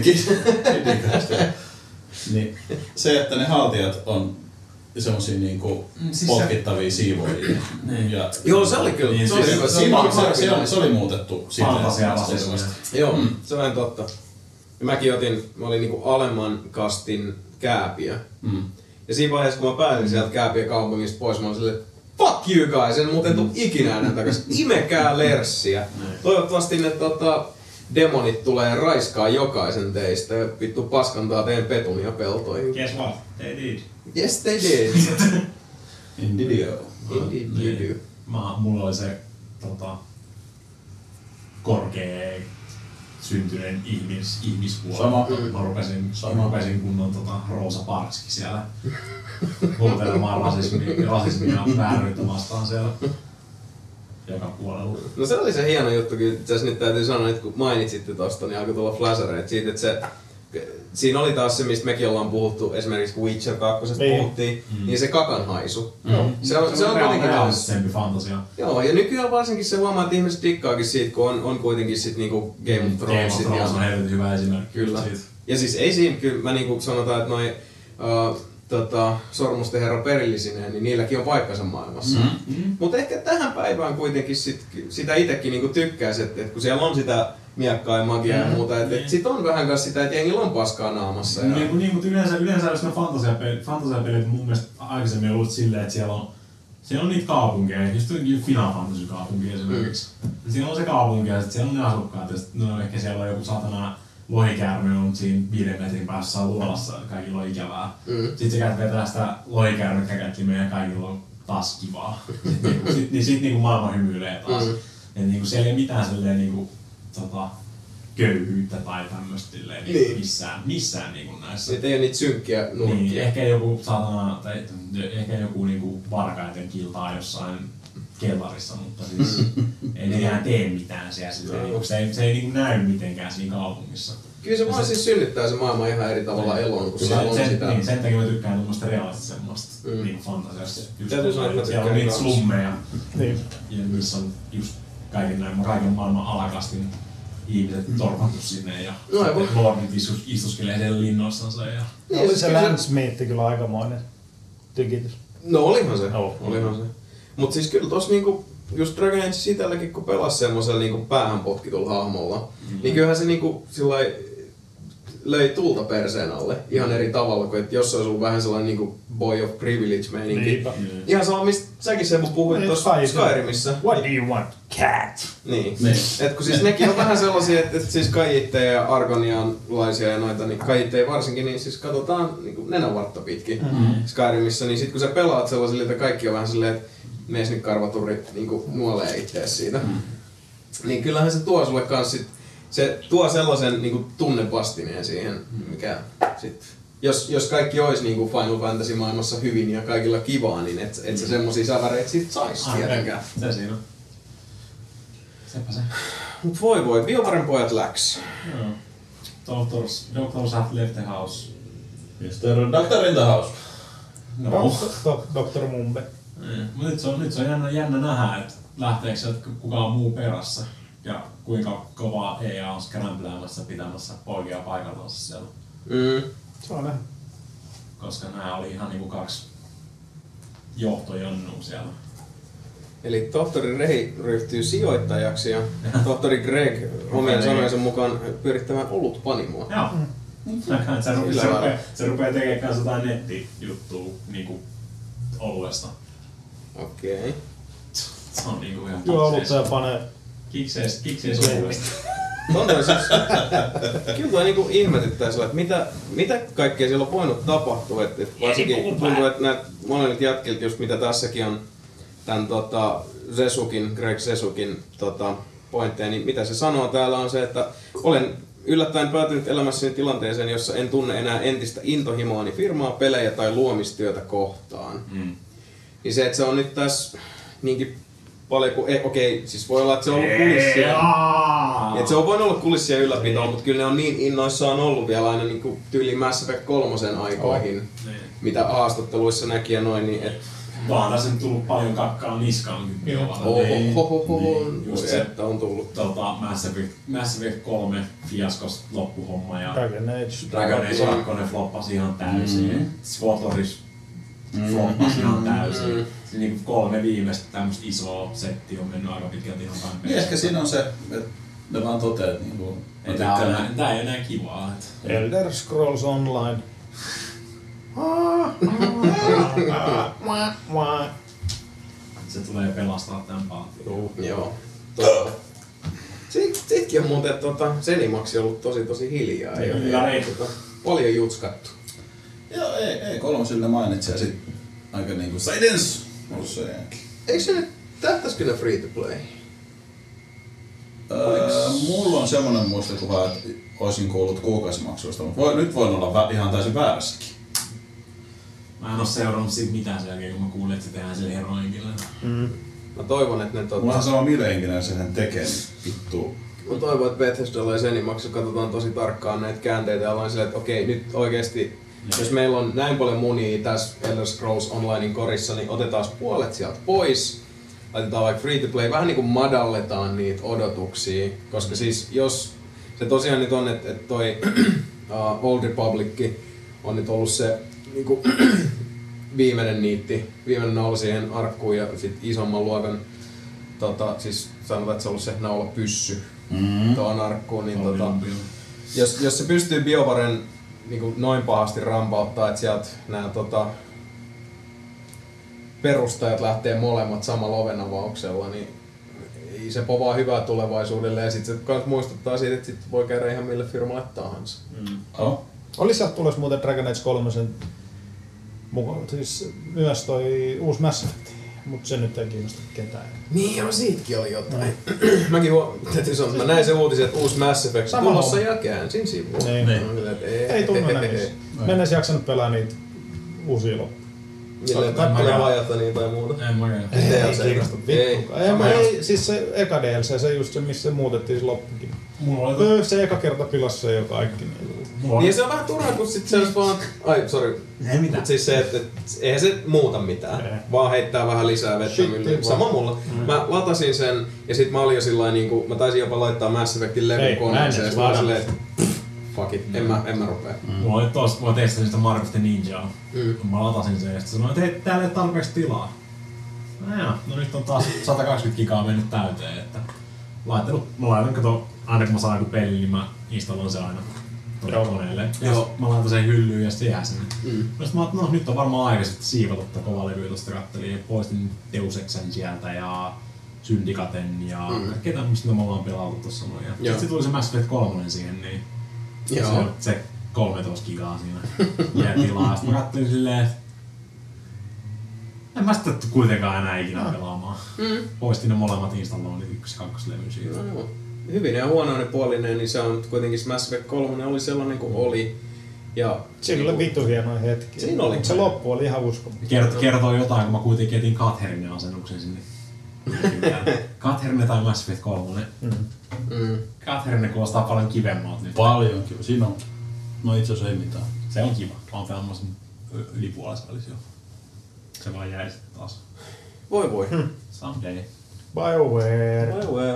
Niin, se, että ne haltijat on semmosia niinku potkittavia siivoajia. Ja joo, se oli kyllä. Niin, se oli muutettu fantasiavasisuudesta. Joo, se on totta. Mä olin niinku alemman kastin kääpiö. Ja siinä vaiheessa, kun mä pääsin sieltä kääpiökaupungista pois, mä olin silleen, fuck you guys, en muuten tuu ikinä enää takas. Imekää lerssiä. Toivottavasti ne demonit tulee raiskaa jokaisen teistä ja vittu paskantaa teidän petunia peltoihin. Guess what? They did. Yes they did. Indeed. Indeed you do. Mulla oli se korkea syntyneen ihmisvuoro. Sama. Mä rupesin kunnon Rosa Parkskin siellä huutelemaan rasismia vääryyttä vastaan siellä joka puolella. No se oli se hieno juttu, itse asiassa nyt täytyy sanoa, että kun mainitsitte tosta, niin alkoi tulla flashereita siitä, että siinä oli taas se, mistä mekin ollaan puhuttu, esimerkiksi kun Witcher 2 puhuttiin, niin se kakanhaisu. Se on kuitenkin realistisempi fantasia. Joo, ja nykyään varsinkin se huomaa, että ihmiset dikkaakin siitä, kun on kuitenkin sit niinku Game of Thrones. Game of Thrones on helvetin hyvä esimerkki. Kyllä. Siitä. Ja siis ei siinä, kyllä mä niinku sanotaan, että noi Sormusten herra perillisineen, niin niilläkin on paikkansa maailmassa. Mutta ehkä tähän päivään kuitenkin sitä itsekin niinku tykkäisi, että kun siellä on sitä miekkaa ja magiaa ja muuta. Et sit on vähän kanssa sitä, että jengillä on paskaa naamassa. Ja... Niin, mutta yleensä jos ne fantasiapelit mun mielestä aikaisemmin ollut silleen, että siellä on niitä kaupunkeja, just Final Fantasy kaupunkia esimerkiksi. Siellä on se kaupunki ja sit siellä on ne asukkaat ja sit ehkä siellä on joku satana lohikäärme on siinä 5 metrin päässä luolassa ja kaikilla on ikävää. Sitten se käyt vetää sitä lohikäärmekäkättimeen ja kaikilla on taas kivaa. Sit niinku maailma hymyilee taas. Et niinku siellä ei mitään silleen niinku köyhyyttä tai tämmöstä silleen niinku missään niinku näissä. Nyt ei oo niitä synkkiä nurkkia. Niin, ehkä joku satana tai ehkä joku niinku varkaiden kiltaa jossain kellarissa, mutta siis ei nekään tee mitään siellä silleen, niinku, se ei niinku näy mitenkään siinä kaupungissa. Kyllä se vaan siis synnyttää se maailma ihan eri tavalla eloon, kun siellä on sitä. Niin, sen takia mä tykkään tuommoista realistisemmasta niinku fantasiasta. Täytyy sanoa, että siellä on niitä slummeja, ja missä on just kaiken maailman alakastin ihmiset torpattu sinne ja lordit istuskelee siellä linnoissansa. Ja... Niin, oli se Landsmeet kyllä aikamoinen tykitys. No olihan se. Mut siis kyllä tossa niinku, just Dragon Age itselläkin kun pelasi semmosella niinku päähän potkitulla hahmolla, niin kyllähän se niinku sillai löi tulta perseen alle ihan eri tavalla kuin että jos se olisi ollut vähän sellainen niinku boy of privilege meininki. Ihan sama mistä säkin Seppo puhuit tuossa Skyrimissä. What do you want? Cat! Niin. Et kun siis nekin on vähän sellaisia, että siis kaiitteja ja argonianlaisia ja noita, niin kaiitteja varsinkin, niin siis katsotaan niinku nenänvartta pitkin Skyrimissä, niin sit kun sä pelaat sellaisille, että kaikki on vähän silleen, että mees nyt karvaturri niinku nuolee ittees siitä. Niin kyllähän se tuo sulle kans sit, se tuo sellaisen niinku tunnevastineen siihen, mikä sit, jos kaikki olisi niinku Final Fantasy maailmassa hyvin ja kaikilla kivaa, niin et sä semmosia säväreitä sit sais tietenkään. Se siinä on. Sepä se. Mut voi, BioWaren pojat läks. Doctors have left the house. Mr. Doctor in the house. No. Dr. Mumbe. Mut nyt se on jännä nähdä, että lähteekö sieltä kukaan muu perässä. Ja kuinka kovaa EA on skrämpläämässä pitämässä poikia paikaltansa siellä. Se on näin. Koska nää oli ihan niinku 2 johtojonnua siellä. Eli tohtori Rei ryhtyy sijoittajaksi ja tohtori Greg omien sanojensa mukaan pyörittämään olutpanimoa. Joo. Se rupeaa tekemään kanssa jotain nettijuttua niinku oluesta. Okei. Se on niinku ihan Juo olutta ja panee kiksees oluesta. Kyllä toi niinku ihmetyttää sillä, että mitä kaikkea siellä on voinut tapahtua. Et varsinkin tuntuu, että näitä monet jätkiltä, just mitä tässäkin on tän Greg Sesukin pointteja, niin mitä se sanoo täällä on se, että olen yllättäen päätynyt elämässäni tilanteeseen, jossa en tunne enää entistä intohimoani firmaa, pelejä tai luomistyötä kohtaan. Niin se, että se on nyt tässä niinkin paljon kuin, siis voi olla, että se on ollut kulissia. Että se on voinut olla kulissia ylläpitoa, mutta kyllä ne on niin innoissaan ollut vielä aina niin kuin tyyliin Mass Effect 3 aikoihin, mitä haastatteluissa näki ja noin. Niin vaan tässä on tullut paljon kakkaa niskaan just se, että on tullut Mass Effect 3 fiaskos loppuhomma ja Dragon Age 2 floppasi ihan täysin. Svotoris floppasi ihan täysin. Niin 3 viimeistä tämmöstä isoa settiä on mennyt aika pitkälti ihan päin. Niin ehkä siinä on se, että ne vaan toteaa, että niinku... Tää ei enää kivaa. Elder Scrolls Online. Se tulee pelastaa tän paljon. Joo. Sitkin on muuten Zenimax ollut tosi hiljaa. Ei paljon jutskattu. Joo, ei kolmosille mainitsi ja sit aika niinku Silence! Eikö se nyt tähtäisikö ne free to play? Mulla on semmonen muistikuva, että olisin kuullut kuukausimaksuista, mutta nyt voin olla ihan täysin väärässäkin. Mä en oo seurannut siitä mitään sen jälkeen, kun mä kuulin, että se tehdään sille heroinkille. Mä toivon, että ne Mulla on sama mille henkilöä sen tekee, niin vittu. Mä toivon, että Bethesdalla ja Zenimaxilla katsotaan tosi tarkkaan näitä käänteitä ja ollaan silleen, että okei, nyt oikeesti jos meillä on näin paljon munia tässä Elder Scrolls Onlinein korissa, niin otetaan puolet sieltä pois. Laitetaan vaikka free to play, vähän niinku madalletaan niitä odotuksia. Koska siis jos se tosiaan nyt on, että toi Old Republic on nyt ollut se niinku viimeinen niitti, viimeinen naula siihen arkkuun ja sit isomman luokan, siis sanotaan, että se on ollut se naulapyssy tuohon arkkuun, niin jos se pystyy BioVaren niin noin pahasti rampauttaa, että sieltä nämä perustajat lähtee molemmat samalla ovenavauksella, niin ei se povaa hyvää tulevaisuudelle. Ja sitten se kans muistuttaa siitä, että sit voi käydä ihan mille firmalle tahansa. Oli sieltä tulossa muuten Dragon Age 3 mukaan, siis myös toi uusi Mass Effect, mutta se nyt ei kiinnosta ketään. Niin joo, siitäkin oli jotain. Mäkin mä näin sen uutisen, että uusi Mass Effect tulossa ja käänsin sivuun. Ei tunnu näin. Mä en edes jaksanut pelaa niitä uusia loppuja. Milleen kattelee vajata niin tai muuta. En mäkään. Ei kiinnosta vittukaan. Ei, siis se eka DLC, se just se missä muutettiin se loppukin. Se eka kerta pilasi se jo kaikki. Niin se on vähän turhaa, kun sit se olisi vaan... Ai, sori. Ei mitään. Siis se, että eihän se muuta mitään. Vaan heittää vähän lisää vettä myllyyn. Sama mulla. Mä latasin sen ja sit mä olin jo sillain niinku... Mä taisin jopa laittaa Mass Effectin levyn koneeseen ja sit mä olin silleen, että fuck it, en mä rupee. Mulla oli tossa, mä testasin sitä Marvelista Ninjaa. Mä latasin sen ja sit sanoin, että hei, täällä ei tarpeeksi tilaa. No nyt on taas 120 gigaa mennyt täyteen, että mä laitan, kato, aina kun mä saan joku peli, niin mä installoin sen aina koneelle. Ja mä laitan sen hyllyyn ja se jää sinne. No sit mä ajattelin, no nyt on varmaan aika sitten siivota tätä kovalevyä tosta kattelin ja poistin Deus Exen sieltä ja Syndicaten ja kaikkea tämmöistä, mitä me ollaan pelattu tossa noin. Ja sit tuli se Mass Effect 3 siihen, niin se 13 gigaa siinä jää tilaa. Sit mä kattelin silleen, että en mä sitä kuitenkaan enää ikinä pelaamaan. Poistin ne molemmat installoinnit 1 ja 2 levyn siitä. Hyvin ja huonoinen puolinen, niin se on kuitenkin Mass Effect 3 oli sellainen kuin oli. Ja siinä oli vittu hienoja hetkiä. Siinä oli. Se loppu oli ihan uskomaton. Kertoo jotain, kun mä kuitenkin etin Katherinen asennuksen sinne. Katherine tai Mass Effect 3. Katherine kuulostaa paljon kivemmalta nyt. Paljon kiva. Siinä on. No itse asiassa ei mitään. Se on kiva. Mä oon pelannut sen yli puolesvälis jo. Se vaan jäi sitten taas. Voi. Someday. BioWare.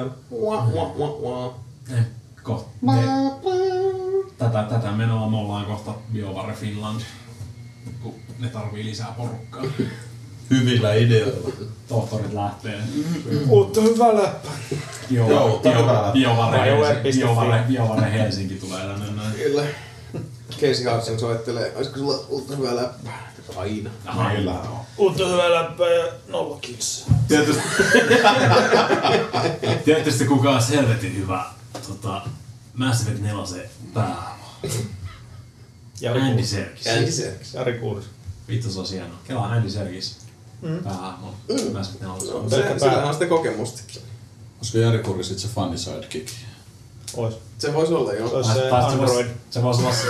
Tätä menoa me ollaan kohta BioWare Finland, kun ne tarvii lisää porukkaa. Hyvillä ideoilla. Tohtorit lähtee. Uutta hyvää läppää. BioWare Helsinki tulee tänne näin. Kyllä. Casey Hudson soittelee, olisiko sulla uutta hyvää läppää? Aina. Aina. Uutta hyvää läppää ja 0 kilsaa. Tietysti kukaan helvetin hyvä Mass Effect 4 päähahmo. Andy Serkis. Jari Kuuris. Vittu se on hieno. Kelaa Andy Serkis päähahmo. Mass Effect 4. Sillähän on sitä kokemustakin. Olisiko Jari Kuuris sit se funny sidekick? Ois. Se voisi olla joo. Se olisi se Android. Se voisi olla se.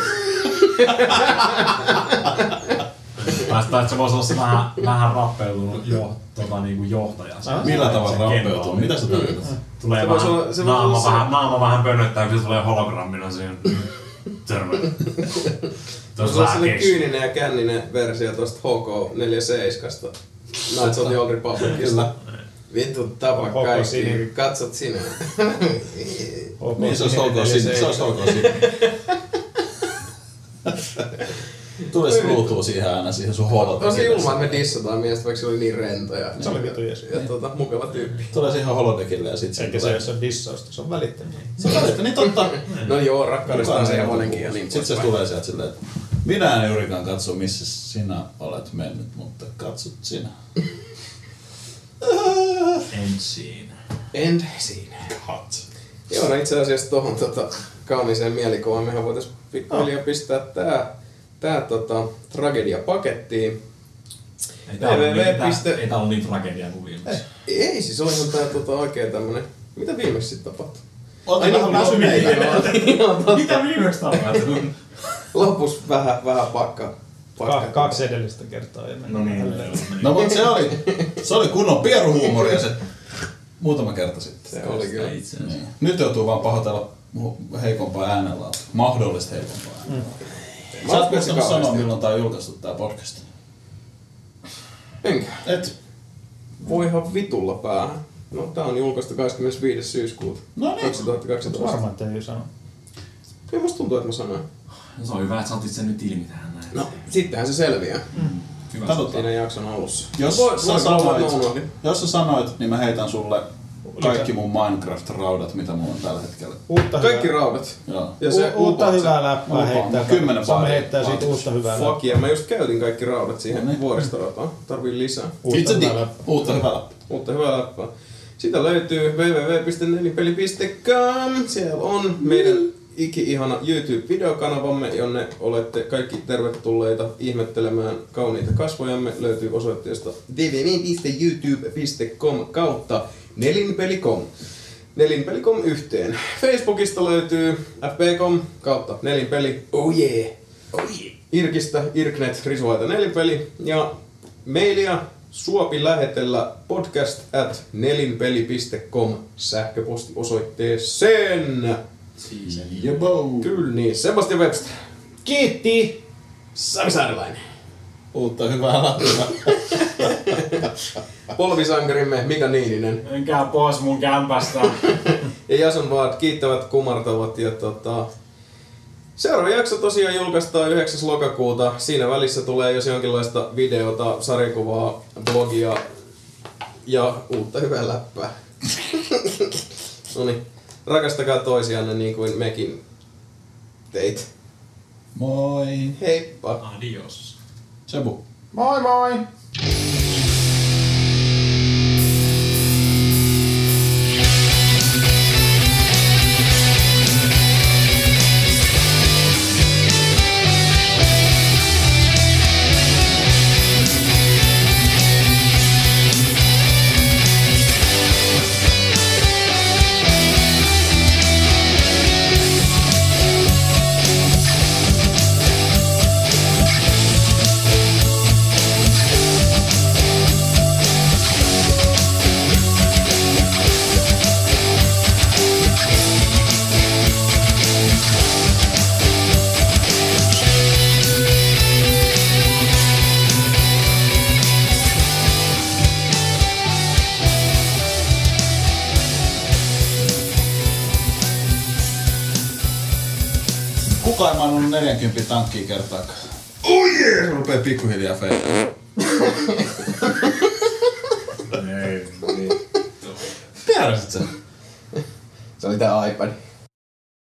Tai se voisi olla se vähän rappeutunut niinku johtaja. Millä tavalla rappeutunut? Mitä sä tarkoitat? Tulee naama vähän pönöttää, kun se tulee hologrammina siihen. Terve. Se on sellainen kyyninen ja känninen versio tosta HK47:sta. Knights of the Old Republicista. Vittu tapa kaikki. Katsot sinä. Niin se olisi HK Tulee se Bluetooth siihen aina siihen sun holotekille. On se ilman, että me dissataan miestä, vaikka se oli niin rento ja mukava tyyppi. Tulee siihen holotekille ja sit eikä se jos on dissausta, se on välittänyt. Se on välittänyt, niin totta. No joo, rakkaudestaan se hevonenkin ja niin sit se tulee sieltä silleen, että minä en juurikaan katso missä sinä olet mennyt, mutta katsot sinä. End scene. Hot. Joo, no itse asiassa tohon kauniiseen mielikuvaan mehän voitais pikkuhiljaa pistää tää tragedia pakettiin. Ei tää ollut niin tragedia kuin viimeksi. Ei, siis oli ihan tää oikein tämmönen... Mitä viimeksi sit tapahtui? Ota vähän väsymistä. Mitä viimeksi tapahtui? Lopus vähän pakka. 2 edellistä kertaa ennen. No niin. No mut se oli kunnon pieruhuumoria se muutama kerta sitten. Se oli kyllä. Niin. Nyt joutuu vaan pahoitella heikompaa äänenlaatua. Mahdollista heikompaa äänenlaatua. Sä oot muistanut sanoa, milloin tää on julkaistu tää podcast. Enkä. Et? Voi ihan vitulla päähän. No tää on julkaistu 25. syyskuuta 2012. Varmaan että ei sano. Ei musta tuntuu, että mä sanoin. Se on hyvä, että sä otit sen nyt ilmi tähän näin. No, sittenhän se selviää. Hyvä. Siinä jakson alussa. Jos sä sanoit, niin mä heitän sulle kaikki mun Minecraft-raudat, mitä mulla on tällä hetkellä. Kaikki raudat. Joo. Ja se uutta hyvää läppää heittää. 10 Sami paaria. heittää siitä uutta hyvää läppää. Fuck yeah, mä just käytin kaikki raudat siihen vuoristorataan. Tarvii lisää. Uutta hyvää läppää. Uutta hyvää läppää. Sitä löytyy www.nelinpeli.com. Siellä on meidän iki-ihana YouTube-videokanavamme, jonne olette kaikki tervetulleita ihmettelemään kauniita kasvojamme. Löytyy osoitteesta www.youtube.com kautta nelinpeli.com. Nelinpeli.com yhteen. Facebookista löytyy fb.com kautta nelinpeli. Oh yeah! Oh yeah! Irkistä, Irknet, Risuaita nelinpeli. Ja mailia suopi lähetellä podcast@nelinpeli.com sähköpostiosoitteeseen. Kyllä niin. Sebastian Webster. Kiitti! Sami Saarilainen. Uutta hyvää läppää. Polvisankarimme Mika Niininen. Menkää pois mun kämpästä. Ja Jason Ward kiittävät, kumartavat ja seuraava jakso tosiaan julkaistaan 9. lokakuuta. Siinä välissä tulee jos jonkinlaista videota, sarjakuvaa, blogia ja uutta hyvää läppää. Noniin, rakastakaa toisianne niin kuin mekin teit. Moi. Heippa. Adios. Sebu. Moi moi! Kuka ei maininnut 40 tankkia kertaakaan? Oh yeah! Se rupee pikkuhiljaa feilaa. Ei, niin. Tiedäsit sen? Se oli tää iPad.